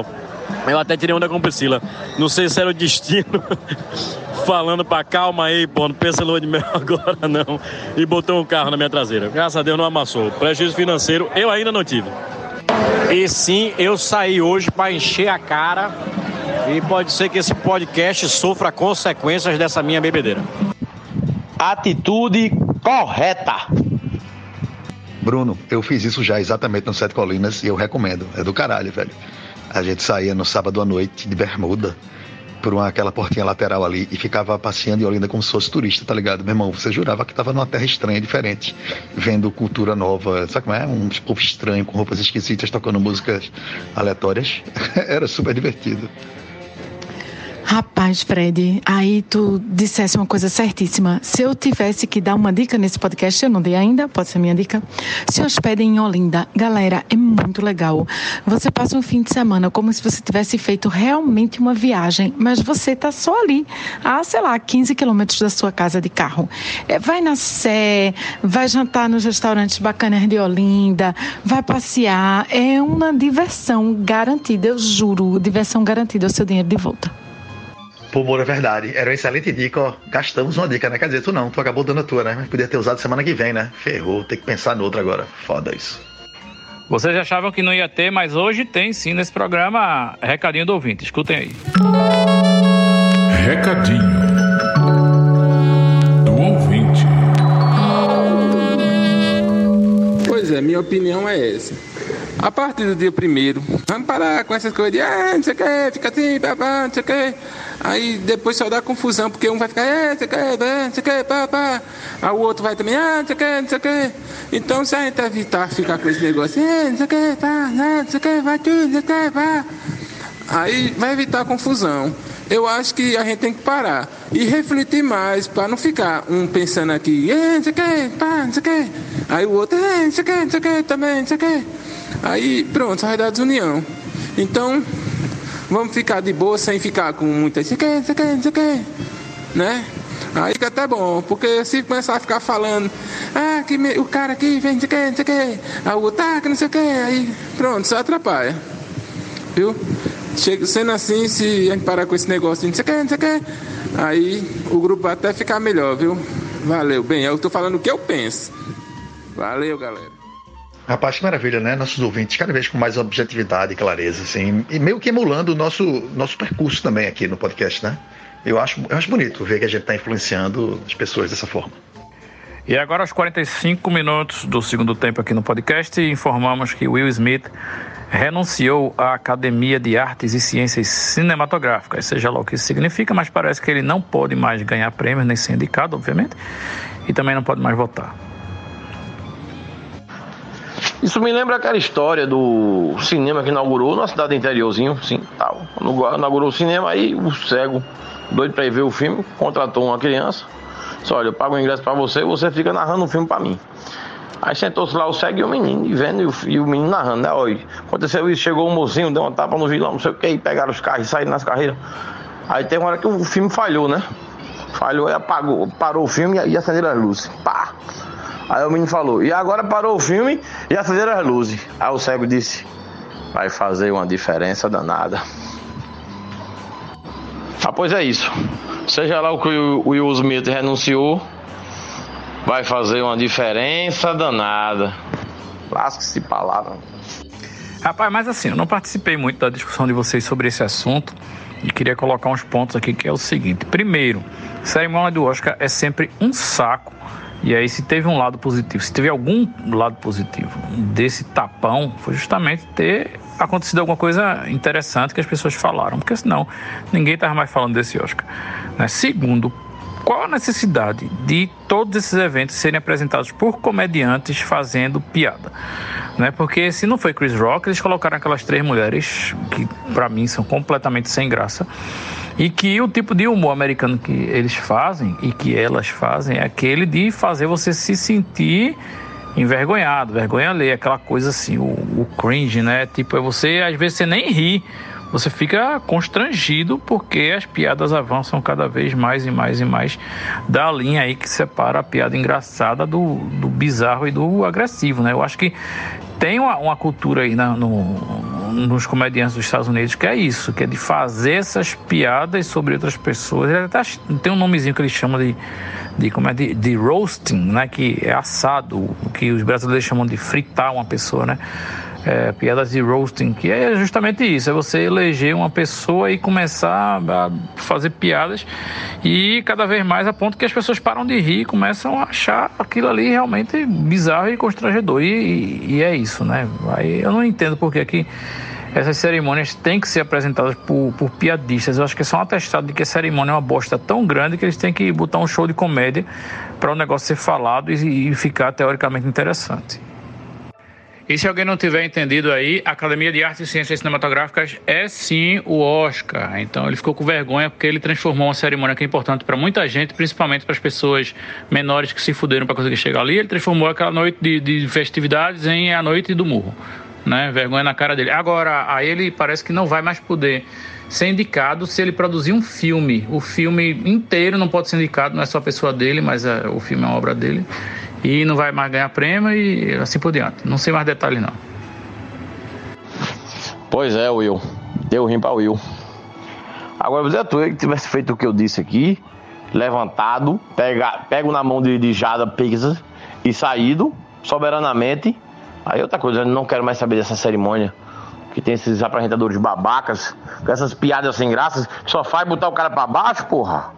Eu até tirei onda com Priscila. Não sei se era o destino falando pra calma aí, pô, não pensa em lua de mel agora não. E botou um carro na minha traseira. Graças a Deus não amassou. Prejuízo financeiro eu ainda não tive. E sim, eu saí hoje pra encher a cara. E pode ser que esse podcast sofra consequências dessa minha bebedeira.
Atitude correta.
Bruno, eu fiz isso já exatamente no Sete Colinas e eu recomendo. É do caralho, velho. A gente saía no sábado à noite de bermuda por aquela portinha lateral ali e ficava passeando em Olinda como se fosse turista, tá ligado? Meu irmão, você jurava que tava numa terra estranha, diferente, vendo cultura nova, sabe como é? Um povo estranho, com roupas esquisitas, tocando músicas aleatórias. Era super divertido.
Rapaz, Fred, aí tu dissesse uma coisa certíssima. Se eu tivesse que dar uma dica nesse podcast, eu não dei ainda, pode ser minha dica. Se hospedem em Olinda. Galera, é muito legal. Você passa um fim de semana como se você tivesse feito realmente uma viagem, mas você tá só ali, a, 15 quilômetros da sua casa de carro. Vai na Sé, vai jantar nos restaurantes bacanas de Olinda, vai passear. É uma diversão garantida, eu juro, diversão garantida, o seu dinheiro de volta.
Pô, Moura, é verdade. Era uma excelente dica, ó. Gastamos uma dica, né? Quer dizer, tu não, tu acabou dando a tua, né? Mas podia ter usado semana que vem, né? Ferrou, tem que pensar no outro agora. Foda isso.
Vocês achavam que não ia ter, mas hoje tem sim nesse programa. Recadinho do ouvinte, escutem aí.
Recadinho do ouvinte.
Pois é, minha opinião é essa. A partir do dia 1º, vamos parar com essas coisas de não sei o que, fica assim, papá, não sei o que. Aí depois só dá confusão, porque um vai ficar, não sei o que, não sei o que, papá. Aí o outro vai também, não sei o que, não sei o que. Então se a gente evitar ficar com esse negócio, não sei o que, pá, não sei o que, vai tudo, não sei o que, pá. Aí vai evitar confusão. Eu acho que a gente tem que parar e refletir mais, para não ficar um pensando aqui, não sei o que, pá, não sei o que. Aí o outro, não sei o que, também, não sei o que. Aí pronto, vai dar desunião. Então vamos ficar de boa sem ficar com muita não sei o que, né? Aí fica até bom, porque se começar a ficar falando, que o cara aqui vem não sei o que, aí o outro, que não sei o que, aí pronto, só atrapalha, viu? Sendo assim, se a gente parar com esse negócio de não sei o que, aí o grupo vai até ficar melhor, viu? Valeu, bem, eu tô falando o que eu penso. Valeu, galera.
Rapaz, que maravilha, né? Nossos ouvintes cada vez com mais objetividade e clareza, assim, e meio que emulando o nosso percurso também aqui no podcast, né? Eu acho bonito ver que a gente está influenciando as pessoas dessa forma.
E agora, aos 45 minutos do segundo tempo aqui no podcast, informamos que Will Smith renunciou à Academia de Artes e Ciências Cinematográficas, seja lá o que isso significa, mas parece que ele não pode mais ganhar prêmios, nem ser indicado, obviamente, e também não pode mais votar.
Isso me lembra aquela história do cinema que inaugurou numa cidade interiorzinho, sim, tal. Inaugurou o cinema, aí o cego, doido pra ir ver o filme, contratou uma criança. Disse, olha, eu pago o ingresso pra você, você fica narrando o filme pra mim. Aí sentou-se lá o cego e o menino, e vendo, e o menino narrando, né? Olha, aconteceu isso, chegou o mocinho, deu uma tapa no vilão, não sei o que, e pegaram os carros e saíram nas carreiras. Aí tem uma hora que o filme falhou, né? Falhou e apagou, parou o filme e acenderam as luzes. Pá! Aí o menino falou, e agora parou o filme e acenderam as luzes. Aí o cego disse, vai fazer uma diferença danada. Ah, pois é isso. Seja lá o que o Will Smith renunciou, vai fazer uma diferença danada. Lasque-se palavra.
Rapaz, mas assim, eu não participei muito da discussão de vocês sobre esse assunto e queria colocar uns pontos aqui, que é o seguinte. Primeiro, a cerimônia do Oscar é sempre um saco. E aí, se teve um lado positivo, se teve algum lado positivo desse tapão, foi justamente ter acontecido alguma coisa interessante que as pessoas falaram, porque senão ninguém estava mais falando desse Oscar, né? Segundo, qual a necessidade de todos esses eventos serem apresentados por comediantes fazendo piada, né? Porque se não foi Chris Rock, eles colocaram aquelas 3 mulheres que para mim são completamente sem graça. E que o tipo de humor americano que eles fazem e que elas fazem é aquele de fazer você se sentir envergonhado, vergonha alheia, aquela coisa assim, o cringe, né? Tipo, é você, às vezes você nem ri, você fica constrangido porque as piadas avançam cada vez mais e mais e mais da linha aí que separa a piada engraçada do bizarro e do agressivo, né? Eu acho que tem uma cultura aí nos comediantes dos Estados Unidos, que é isso, que é de fazer essas piadas sobre outras pessoas. Ele até tem um nomezinho que ele chama de roasting, né, que é assado, o que os brasileiros chamam de fritar uma pessoa, né? Piadas de roasting, que é justamente isso, é você eleger uma pessoa e começar a fazer piadas, e cada vez mais a ponto que as pessoas param de rir e começam a achar aquilo ali realmente bizarro e constrangedor, e é isso, né? Aí eu não entendo porque que essas cerimônias têm que ser apresentadas por piadistas. Eu acho que é só um atestado de que a cerimônia é uma bosta tão grande que eles têm que botar um show de comédia para o negócio ser falado e ficar teoricamente interessante. E se alguém não tiver entendido aí, a Academia de Artes e Ciências Cinematográficas é sim o Oscar. Então ele ficou com vergonha porque ele transformou uma cerimônia que é importante para muita gente, principalmente para as pessoas menores que se fuderam para conseguir chegar ali. Ele transformou aquela noite de festividades em a noite do murro, né? Vergonha na cara dele. Agora, aí ele parece que não vai mais poder ser indicado se ele produzir um filme. O filme inteiro não pode ser indicado, não é só a pessoa dele, mas o filme é uma obra dele. E não vai mais ganhar prêmio e assim por diante. Não sei mais detalhes, não.
Pois é, Will. Deu rim pra Will. Agora, se tu que tivesse feito o que eu disse aqui, levantado, pego na mão de Jada Pinkett e saído, soberanamente, aí outra coisa, eu não quero mais saber dessa cerimônia, que tem esses apresentadores babacas, com essas piadas sem graças, que só faz botar o cara pra baixo, porra.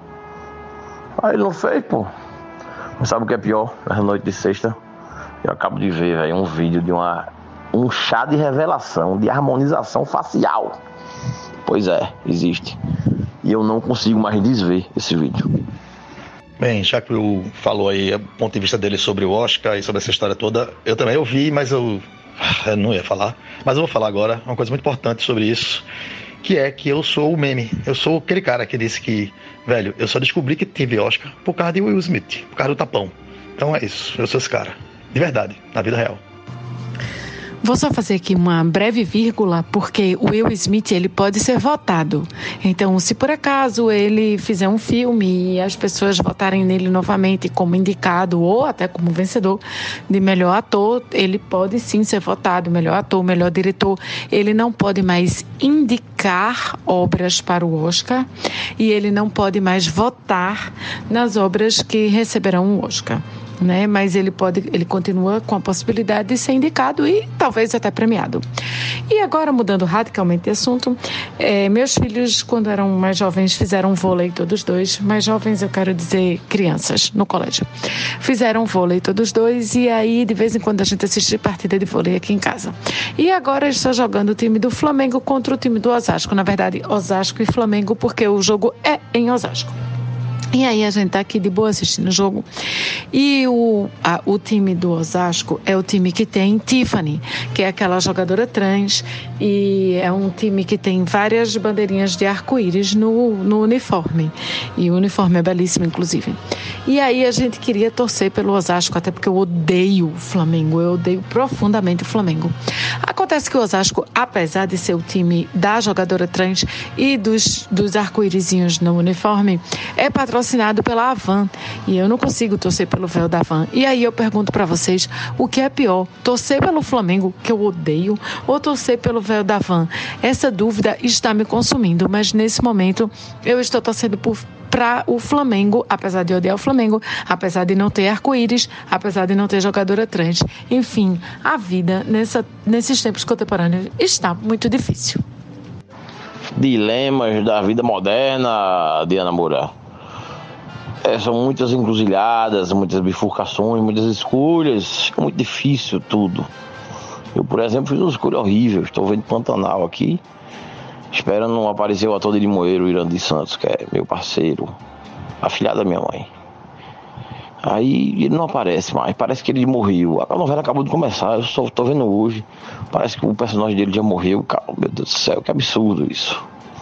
Aí ele não fez, pô. Mas sabe o que é pior? Nessa noite de sexta, eu acabo de ver, velho, um vídeo de um chá de revelação, de harmonização facial. Pois é, existe. E eu não consigo mais desver esse vídeo.
Bem, já que o falou aí o ponto de vista dele sobre o Oscar e sobre essa história toda, eu também ouvi, mas eu não ia falar. Mas eu vou falar agora uma coisa muito importante sobre isso, que é que eu sou o meme. Eu sou aquele cara que disse que, velho, eu só descobri que tive Oscar por causa de Will Smith, por causa do tapão. Então é isso, eu sou esse cara. De verdade, na vida real.
Vou só fazer aqui uma breve vírgula, porque o Will Smith, ele pode ser votado. Então, se por acaso ele fizer um filme e as pessoas votarem nele novamente como indicado ou até como vencedor de melhor ator, ele pode sim ser votado, melhor ator, melhor diretor. Ele não pode mais indicar obras para o Oscar e ele não pode mais votar nas obras que receberão o Oscar. Né? Mas ele continua com a possibilidade de ser indicado e talvez até premiado. E agora, mudando radicalmente de assunto, meus filhos, quando eram mais jovens, fizeram vôlei todos dois. Mais jovens, eu quero dizer crianças, no colégio. Fizeram vôlei todos dois e aí, de vez em quando, a gente assiste partida de vôlei aqui em casa. E agora está jogando o time do Flamengo contra o time do Osasco. Na verdade, Osasco e Flamengo, porque o jogo é em Osasco. E aí a gente tá aqui de boa assistindo o jogo. E o time do Osasco é o time que tem Tiffany, que é aquela jogadora trans, e é um time que tem várias bandeirinhas de arco-íris no uniforme. E o uniforme é belíssimo, inclusive. E aí a gente queria torcer pelo Osasco, até porque eu odeio o Flamengo, eu odeio profundamente o Flamengo. Acontece que o Osasco, apesar de ser o time da jogadora trans e dos arco-írisinhos no uniforme, é patrocinado pela Havan, e eu não consigo torcer pelo véu da Havan. E aí eu pergunto para vocês, o que é pior? Torcer pelo Flamengo, que eu odeio, ou torcer pelo véu da Havan? Essa dúvida está me consumindo, mas nesse momento eu estou torcendo para o Flamengo, apesar de odiar o Flamengo, apesar de não ter arco-íris, apesar de não ter jogadora trans. Enfim, a vida nesses tempos contemporâneos está muito difícil.
Dilemas da vida moderna, Diana Moura. São muitas encruzilhadas, muitas bifurcações, muitas escolhas. É muito difícil tudo. Eu, por exemplo, fiz uma escolha horrível. Estou vendo Pantanal aqui, esperando não aparecer o ator de Limoeiro, Irandir Santos, que é meu parceiro, afilhado da minha mãe. Aí ele não aparece mais, parece que ele morreu. A novela acabou de começar, eu só estou vendo hoje. Parece que o personagem dele já morreu. Meu Deus do céu, que absurdo isso.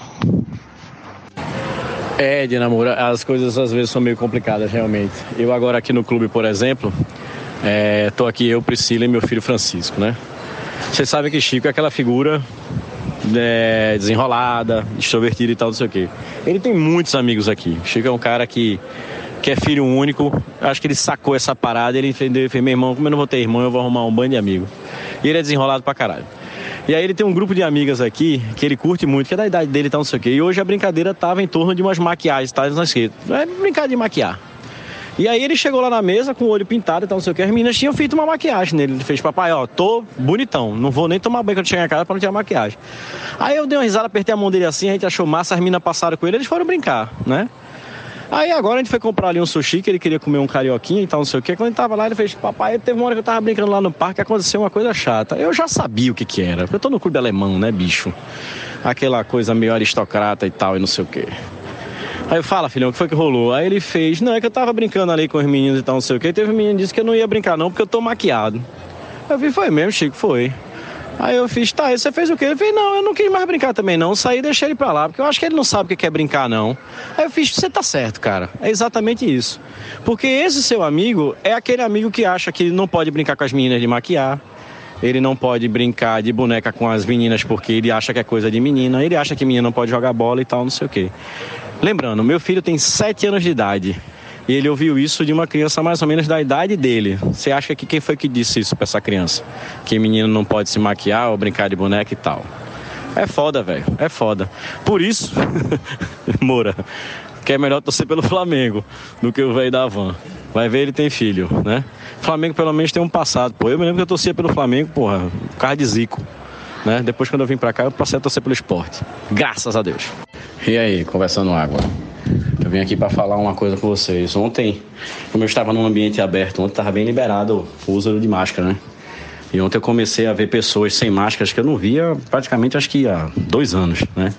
De namoro, as coisas às vezes são meio complicadas, realmente. Eu agora aqui no clube, por exemplo, tô aqui eu, Priscila e meu filho Francisco, né? Você sabe que Chico é aquela figura desenrolada, extrovertida e tal, não sei o quê. Ele tem muitos amigos aqui. Chico é um cara que é filho único. Acho que ele sacou essa parada, ele entendeu e fez, meu irmão, como eu não vou ter irmão, eu vou arrumar um bando de amigo. E ele é desenrolado pra caralho. E aí ele tem um grupo de amigas aqui, que ele curte muito, que é da idade dele e tal, não sei o quê. E hoje a brincadeira tava em torno de umas maquiagens, tá? Não sei o quê. É brincar de maquiar. E aí ele chegou lá na mesa com o olho pintado e tal, não sei o quê. As meninas tinham feito uma maquiagem nele. Ele fez, papai, ó, tô bonitão. Não vou nem tomar banho quando chegar em casa pra não tirar maquiagem. Aí eu dei uma risada, apertei a mão dele assim, a gente achou massa, as meninas passaram com ele, eles foram brincar, né? Aí agora a gente foi comprar ali um sushi, que ele queria comer um carioquinha e tal, não sei o quê. Quando ele tava lá, ele fez, papai, teve uma hora que eu tava brincando lá no parque, aconteceu uma coisa chata. Eu já sabia o que era, porque eu tô no clube alemão, né, bicho? Aquela coisa meio aristocrata e tal, e não sei o quê. Aí eu falo, filhão, o que foi que rolou? Aí ele fez, não, é que eu tava brincando ali com os meninos e tal, não sei o quê. E teve um menino que disse que eu não ia brincar não, porque eu tô maquiado. Eu vi, foi mesmo, Chico, foi. Aí eu fiz, tá, e você fez o quê? Ele fez, não, eu não quis mais brincar também não, saí e deixei ele pra lá, porque eu acho que ele não sabe o que é brincar não. Aí eu fiz, você tá certo, cara, é exatamente isso. Porque esse seu amigo é aquele amigo que acha que não pode brincar com as meninas de maquiar, ele não pode brincar de boneca com as meninas porque ele acha que é coisa de menina, ele acha que menina não pode jogar bola e tal, não sei o quê. Lembrando, meu filho tem 7 anos de idade. E ele ouviu isso de uma criança mais ou menos da idade dele. Você acha que quem foi que disse isso pra essa criança? Que menino não pode se maquiar ou brincar de boneca e tal. É foda, velho. É foda. Por isso, Moura, que é melhor torcer pelo Flamengo do que o velho da van. Vai ver, ele tem filho, né? O Flamengo pelo menos tem um passado, pô. Eu me lembro que eu torcia pelo Flamengo, porra, carro de Zico, né? Depois quando eu vim pra cá, eu passei a torcer pelo esporte. Graças a Deus. E aí, conversando água. Eu vim aqui para falar uma coisa com vocês. Ontem, como eu estava num ambiente aberto, ontem estava bem liberado o uso de máscara, né? E ontem eu comecei a ver pessoas sem máscaras que eu não via praticamente, acho que há 2 anos, né?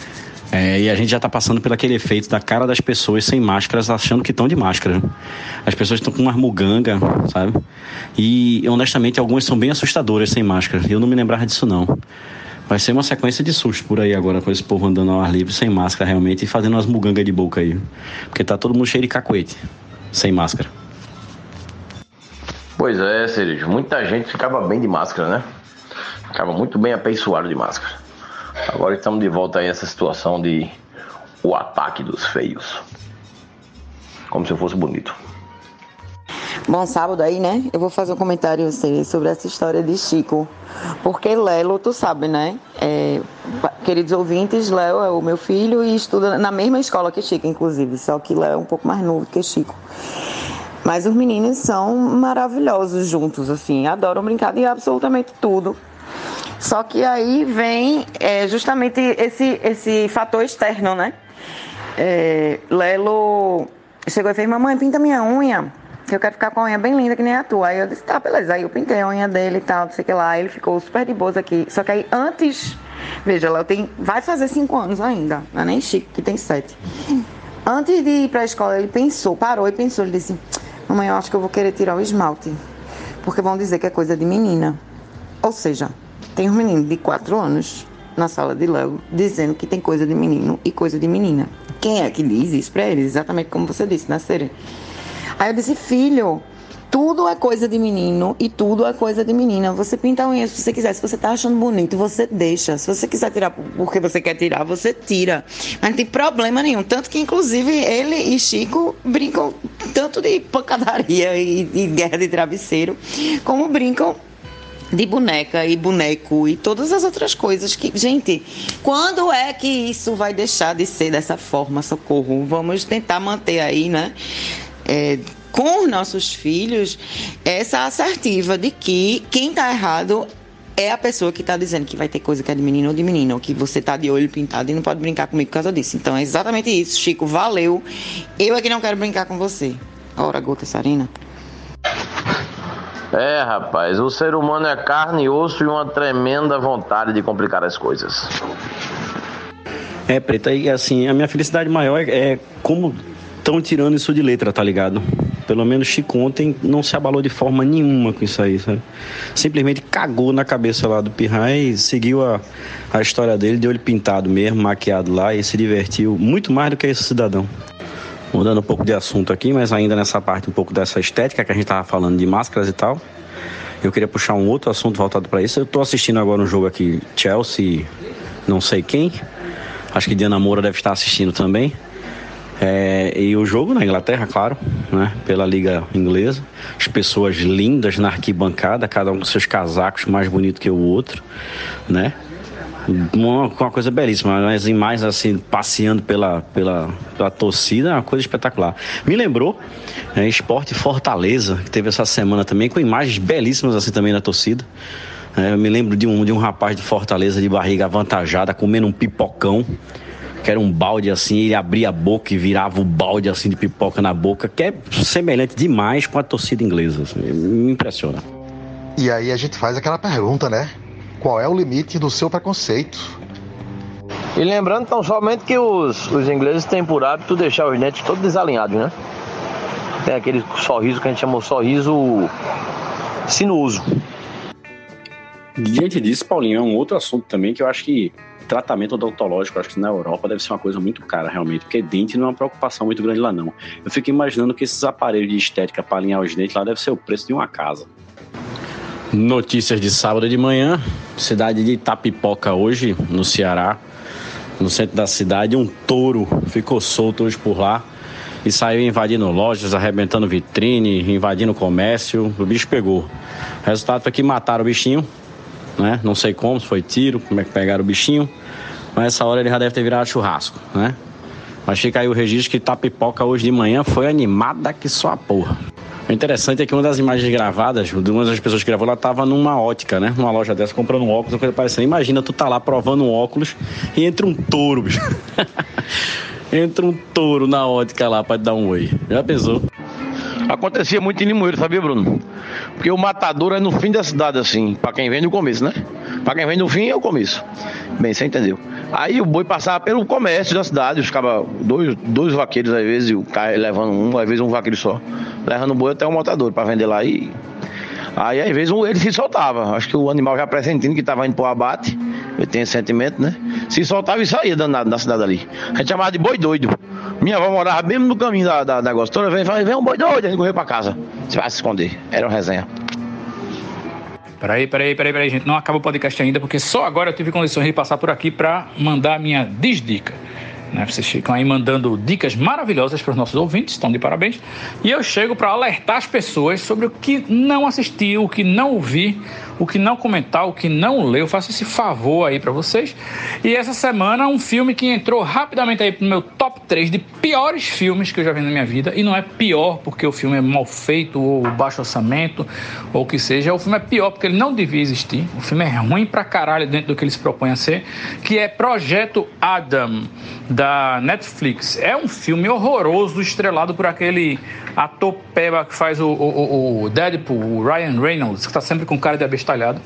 E a gente já está passando por aquele efeito da cara das pessoas sem máscaras, achando que estão de máscara. As pessoas estão com umas muganga, sabe? E, honestamente, algumas são bem assustadoras sem máscara. Eu não me lembrava disso, não. Vai ser uma sequência de susto por aí agora, com esse povo andando ao ar livre, sem máscara realmente, e fazendo umas mugangas de boca aí. Porque tá todo mundo cheio de cacuete, sem máscara.
Pois é, Cerejo, muita gente ficava bem de máscara, né? Ficava muito bem apeiçoado de máscara. Agora estamos de volta aí a essa situação de o ataque dos feios. Como se eu fosse bonito.
Bom, sábado aí, né? Eu vou fazer um comentário sobre essa história de Chico. Porque Lelo, tu sabe, né? Queridos ouvintes, Léo é o meu filho e estuda na mesma escola que Chico, inclusive. Só que Léo é um pouco mais novo que Chico. Mas os meninos são maravilhosos juntos, assim. Adoram brincar de absolutamente tudo. Só que aí vem justamente esse fator externo, né? Lelo chegou e fez, mamãe, pinta minha unha, que eu quero ficar com a unha bem linda que nem a tua. Aí eu disse, tá, beleza. Aí eu pintei a unha dele e tal, não sei o que lá. Aí ele ficou super de boas aqui. Só que aí antes, veja, Léo vai fazer 5 anos ainda, não é nem Chico, que tem 7. Antes de ir pra escola, ele parou e pensou, ele disse, mamãe, eu acho que eu vou querer tirar o esmalte, porque vão dizer que é coisa de menina. Ou seja, tem um menino de 4 anos na sala de Léo dizendo que tem coisa de menino e coisa de menina. Quem é que diz isso pra eles? Exatamente como você disse, né, Sere? Aí eu disse, filho, tudo é coisa de menino e tudo é coisa de menina. Você pinta a unha se você quiser. Se você tá achando bonito, você deixa. Se você quiser tirar porque você quer tirar, você tira. Mas não tem problema nenhum. Tanto que, inclusive, ele e Chico brincam tanto de pancadaria e guerra de travesseiro, como brincam de boneca e boneco e todas as outras coisas que... Gente, quando é que isso vai deixar de ser dessa forma? Socorro. Vamos tentar manter aí, né? Com os nossos filhos, essa assertiva de que quem tá errado é a pessoa que tá dizendo que vai ter coisa que é de menino ou de menina, ou que você tá de olho pintado e não pode brincar comigo por causa disso. Então é exatamente isso, Chico, valeu. Eu é que não quero brincar com você. Ora, gota Sarina.
Rapaz, o ser humano é carne e osso e uma tremenda vontade de complicar as coisas.
Preta, e assim, a minha felicidade maior é como estão tirando isso de letra, tá ligado? Pelo menos Chico ontem não se abalou de forma nenhuma com isso aí, sabe? Simplesmente cagou na cabeça lá do Pirra e seguiu a história dele, de olho pintado mesmo, maquiado lá, e se divertiu muito mais do que esse cidadão. Mudando um pouco de assunto aqui, mas ainda nessa parte um pouco dessa estética que a gente tava falando de máscaras e tal, eu queria puxar um outro assunto voltado para isso. Eu tô assistindo agora um jogo aqui, Chelsea, não sei quem, acho que Diana Moura deve estar assistindo também. E o jogo na Inglaterra, claro, né? Pela Liga Inglesa. As pessoas lindas na arquibancada, cada um com seus casacos mais bonito que o outro, né? Uma coisa belíssima, mas imagens assim, passeando pela torcida, é uma coisa espetacular. Me lembrou Sport Fortaleza, que teve essa semana também, com imagens belíssimas assim também na torcida. Eu me lembro de um rapaz de Fortaleza de barriga avantajada, comendo um pipocão, que era um balde assim, ele abria a boca e virava o balde assim de pipoca na boca, que é semelhante demais com a torcida inglesa, assim, me impressiona.
E aí a gente faz aquela pergunta, né? Qual é o limite do seu preconceito?
E lembrando tão somente que os ingleses têm por hábito deixar os dentes todos desalinhados, né? Tem aquele sorriso que a gente chama de sorriso sinuoso.
Diante disso, Paulinho, é um outro assunto também que eu acho que tratamento odontológico, eu acho que na Europa deve ser uma coisa muito cara realmente, porque dente não é uma preocupação muito grande lá não. Eu fico imaginando que esses aparelhos de estética para alinhar os dentes lá deve ser o preço de uma casa. Notícias de sábado de manhã, cidade de Itapipoca hoje, no Ceará, no centro da cidade, um touro ficou solto hoje por lá e saiu invadindo lojas, arrebentando vitrine, invadindo comércio, o bicho pegou. O resultado foi que mataram o bichinho, né? Não sei como, se foi tiro, como é que pegaram o bichinho, mas essa hora ele já deve ter virado churrasco, né? Mas fica aí o registro que Itapipoca hoje de manhã foi animada que só a porra. O interessante é que uma das imagens gravadas, de uma das pessoas que gravou, ela estava numa ótica, né? Numa loja dessa, comprando um óculos, uma coisa parecida. Imagina, tu tá lá provando um óculos e entra um touro, bicho. Entra um touro na ótica lá pra te dar um oi. Já pensou?
Acontecia muito em Limoeiro, sabia, Bruno? Porque o matador é no fim da cidade, assim, pra quem vem no começo, né? Pra quem vem no fim é o começo. Bem, você entendeu? Aí o boi passava pelo comércio da cidade, ficava dois vaqueiros, às vezes, o cara levando um, às vezes um vaqueiro só, levando o boi até o matador pra vender lá e... Aí, às vezes, ele se soltava. Acho que o animal já pressentindo que estava indo pro abate, ele tem esse sentimento, né? Se soltava e saía danado na cidade ali. A gente chamava de boi doido. Minha avó morava mesmo no caminho da negócio. Toda vez vem um boi doido, a gente correu pra casa. Você vai se esconder. Era uma resenha.
Peraí, gente. Não acaba o podcast ainda, porque só agora eu tive condições de passar por aqui para mandar a minha desdica. Né? Vocês ficam aí mandando dicas maravilhosas para os nossos ouvintes, estão de parabéns. E eu chego para alertar as pessoas sobre o que não assistir, o que não ouvir, o que não comentar, o que não ler. Eu faço esse favor aí para vocês. E essa semana um filme que entrou rapidamente aí pro meu top 3 de piores filmes que eu já vi na minha vida. E não é pior porque o filme é mal feito ou baixo orçamento ou o que seja. O filme é pior porque ele não devia existir. O filme é ruim pra caralho dentro do que ele se propõe a ser, que é Projeto Adam, da Netflix. É um filme horroroso, estrelado por aquele ator peba que faz o Deadpool, o Ryan Reynolds, que tá sempre com cara de abestalhado.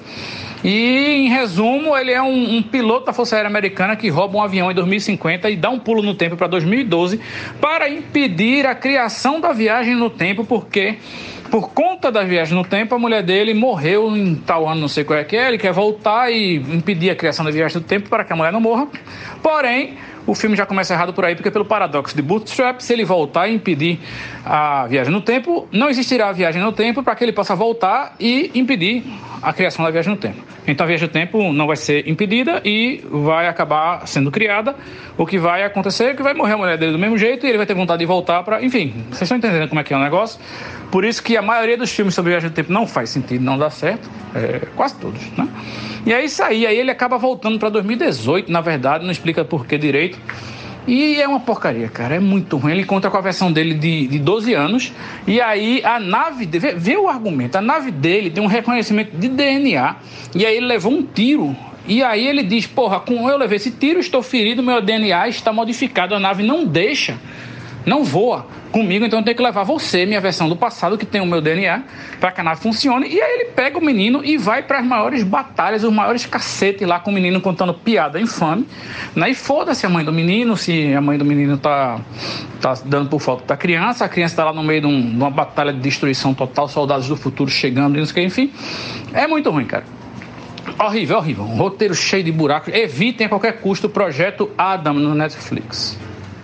E, em resumo, ele é um piloto da Força Aérea Americana que rouba um avião em 2050 e dá um pulo no tempo para 2012 para impedir a criação da viagem no tempo, porque, por conta da viagem no tempo, a mulher dele morreu em tal ano, não sei qual é que é, ele quer voltar e impedir a criação da viagem no tempo para que a mulher não morra. Porém, o filme já começa errado por aí, porque pelo paradoxo de Bootstrap, se ele voltar e impedir a viagem no tempo, não existirá a viagem no tempo para que ele possa voltar e impedir a criação da viagem no tempo. Então a viagem no tempo não vai ser impedida e vai acabar sendo criada. O que vai acontecer é que vai morrer a mulher dele do mesmo jeito e ele vai ter vontade de voltar para... Enfim, vocês estão entendendo como é que é o negócio? Por isso que a maioria dos filmes sobre viagem no tempo não faz sentido, não dá certo. Quase todos, né? E é isso aí. Aí ele acaba voltando para 2018, na verdade, não explica por que direito. E é uma porcaria, cara, é muito ruim. Ele conta com a versão dele de 12 anos. E aí a nave, vê o argumento, a nave dele tem um reconhecimento de DNA. E aí ele levou um tiro. E aí ele diz, porra, com eu levei esse tiro, estou ferido, meu DNA está modificado. A nave não deixa, não voa comigo, então eu tenho que levar você, minha versão do passado, que tem o meu DNA, para que a nave funcione. E aí ele pega o menino e vai para as maiores batalhas, os maiores cacetes lá com o menino contando piada infame, né? E foda-se a mãe do menino, se a mãe do menino tá dando por falta da criança, a criança tá lá no meio de uma batalha de destruição total, soldados do futuro chegando, não sei o que, enfim. É muito ruim, cara. Horrível, horrível. Um roteiro cheio de buracos. Evitem a qualquer custo o Projeto Adam no Netflix.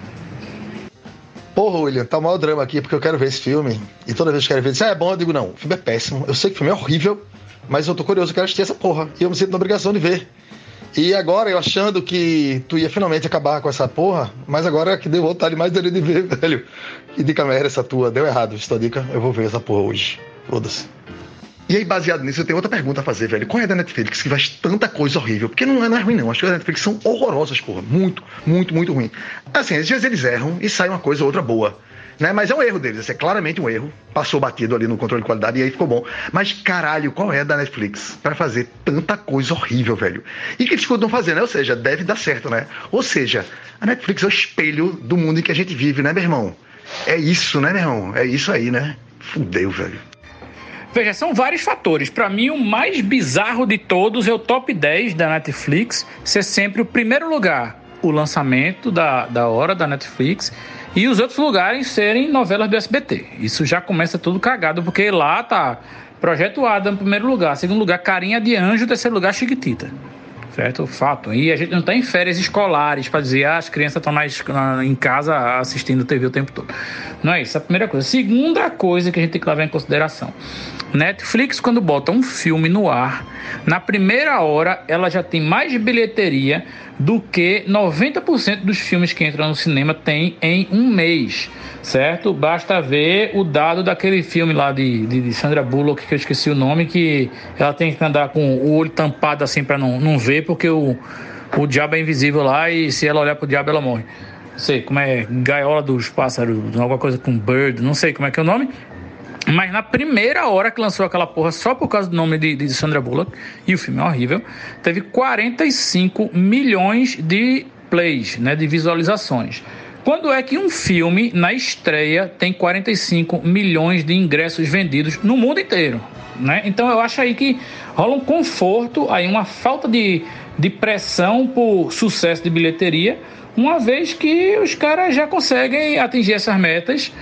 Porra, William, tá o maior drama aqui, porque eu quero ver esse filme. E toda vez que eu quero ver, é bom, eu digo, não, o filme é péssimo. Eu sei que o filme é horrível, mas eu tô curioso, eu quero assistir essa porra. E eu me sinto na obrigação de ver. E agora eu achando que tu ia finalmente acabar com essa porra, mas agora que deu vontade mais dele de ver, velho. Que dica merda essa tua, deu errado essa dica, eu vou ver essa porra hoje. Foda-se. E aí, baseado nisso, eu tenho outra pergunta a fazer, velho. Qual é da Netflix que faz tanta coisa horrível? Porque não é ruim, não. As coisas da Netflix são horrorosas, porra. Muito, muito, muito ruim. Assim, às vezes eles erram e sai uma coisa ou outra boa. Né? Mas é um erro deles. Esse é claramente um erro. Passou batido ali no controle de qualidade e aí ficou bom. Mas, caralho, qual é da Netflix pra fazer tanta coisa horrível, velho? E que eles continuam fazendo, né? Ou seja, deve dar certo, né? Ou seja, a Netflix é o espelho do mundo em que a gente vive, né, meu irmão? É isso, né, meu irmão? É isso aí, né? Fudeu, velho.
Veja, são vários fatores. Para mim, o mais bizarro de todos é o top 10 da Netflix ser sempre o primeiro lugar, o lançamento da hora da Netflix, e os outros lugares serem novelas do SBT. Isso já começa tudo cagado, porque lá tá Projeto Adam em primeiro lugar, segundo lugar Carinha de Anjo, terceiro lugar Chiquitita. Certo? Fato. E a gente não está em férias escolares para dizer as crianças estão em casa assistindo TV o tempo todo. Não é isso, a primeira coisa. Segunda coisa que a gente tem que levar em consideração. Netflix, quando bota um filme no ar, na primeira hora ela já tem mais bilheteria do que 90% dos filmes que entram no cinema tem em um mês, certo? Basta ver o dado daquele filme lá de Sandra Bullock, que eu esqueci o nome, que ela tem que andar com o olho tampado assim para não ver, porque o diabo é invisível lá e se ela olhar pro diabo ela morre. Não sei como é, Gaiola dos Pássaros, alguma coisa com Bird, não sei como é que é o nome. Mas na primeira hora que lançou aquela porra, só por causa do nome de Sandra Bullock, e o filme é horrível, teve 45 milhões de plays, né, de visualizações. Quando é que um filme, na estreia, tem 45 milhões de ingressos vendidos no mundo inteiro? Né? Então eu acho aí que rola um conforto, aí uma falta de pressão por sucesso de bilheteria, uma vez que os caras já conseguem atingir essas metas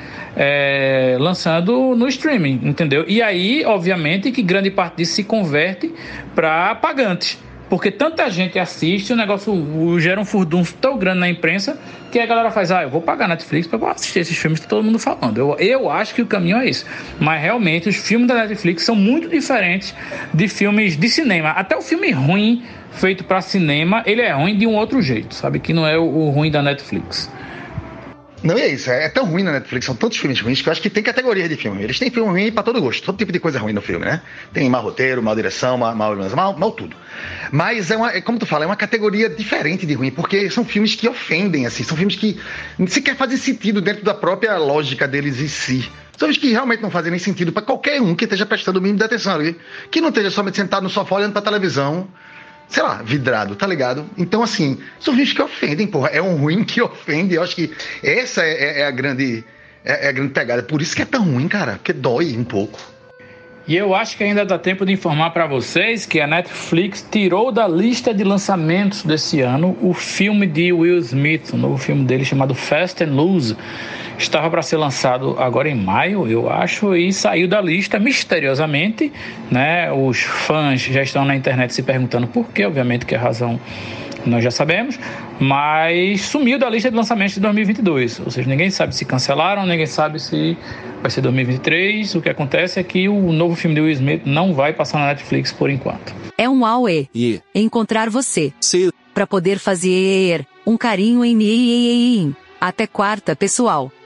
lançando no streaming, entendeu? E aí, obviamente, que grande parte disso se converte para pagantes, porque tanta gente assiste, o negócio gera um furdunço tão grande na imprensa que a galera faz, eu vou pagar Netflix para assistir esses filmes que tá todo mundo falando. Eu acho que o caminho é esse. Mas realmente os filmes da Netflix são muito diferentes de filmes de cinema. Até o filme ruim feito para cinema, ele é ruim de um outro jeito, sabe? Que não é o ruim da Netflix.
Não, é isso, é tão ruim na Netflix, são tantos filmes ruins que eu acho que tem categoria de filme. Eles têm filme ruim pra todo gosto, todo tipo de coisa ruim no filme, né? Tem mau roteiro, mau direção, mal tudo. Mas como tu fala, é uma categoria diferente de ruim, porque são filmes que ofendem, assim, são filmes que sequer fazem sentido dentro da própria lógica deles em si. São filmes que realmente não fazem nem sentido pra qualquer um que esteja prestando o mínimo de atenção ali. Que não esteja somente sentado no sofá olhando pra televisão, sei lá, vidrado, tá ligado? Então, assim, são filmes que ofendem, porra. É um ruim que ofende. Eu acho que essa é a grande pegada. Por isso que é tão ruim, cara. Porque dói um pouco.
E eu acho que ainda dá tempo de informar para vocês que a Netflix tirou da lista de lançamentos desse ano o filme de Will Smith, o novo filme dele chamado Fast and Loose. Estava para ser lançado agora em maio, eu acho, e saiu da lista misteriosamente, né? Os fãs já estão na internet se perguntando por quê, obviamente que a razão nós já sabemos, mas sumiu da lista de lançamentos de 2022, ou seja, ninguém sabe se cancelaram, ninguém sabe se vai ser 2023, o que acontece é que o novo filme de Will Smith não vai passar na Netflix por enquanto.
É um Huawei. Encontrar você. Para poder fazer um carinho em mim. Até quarta, pessoal.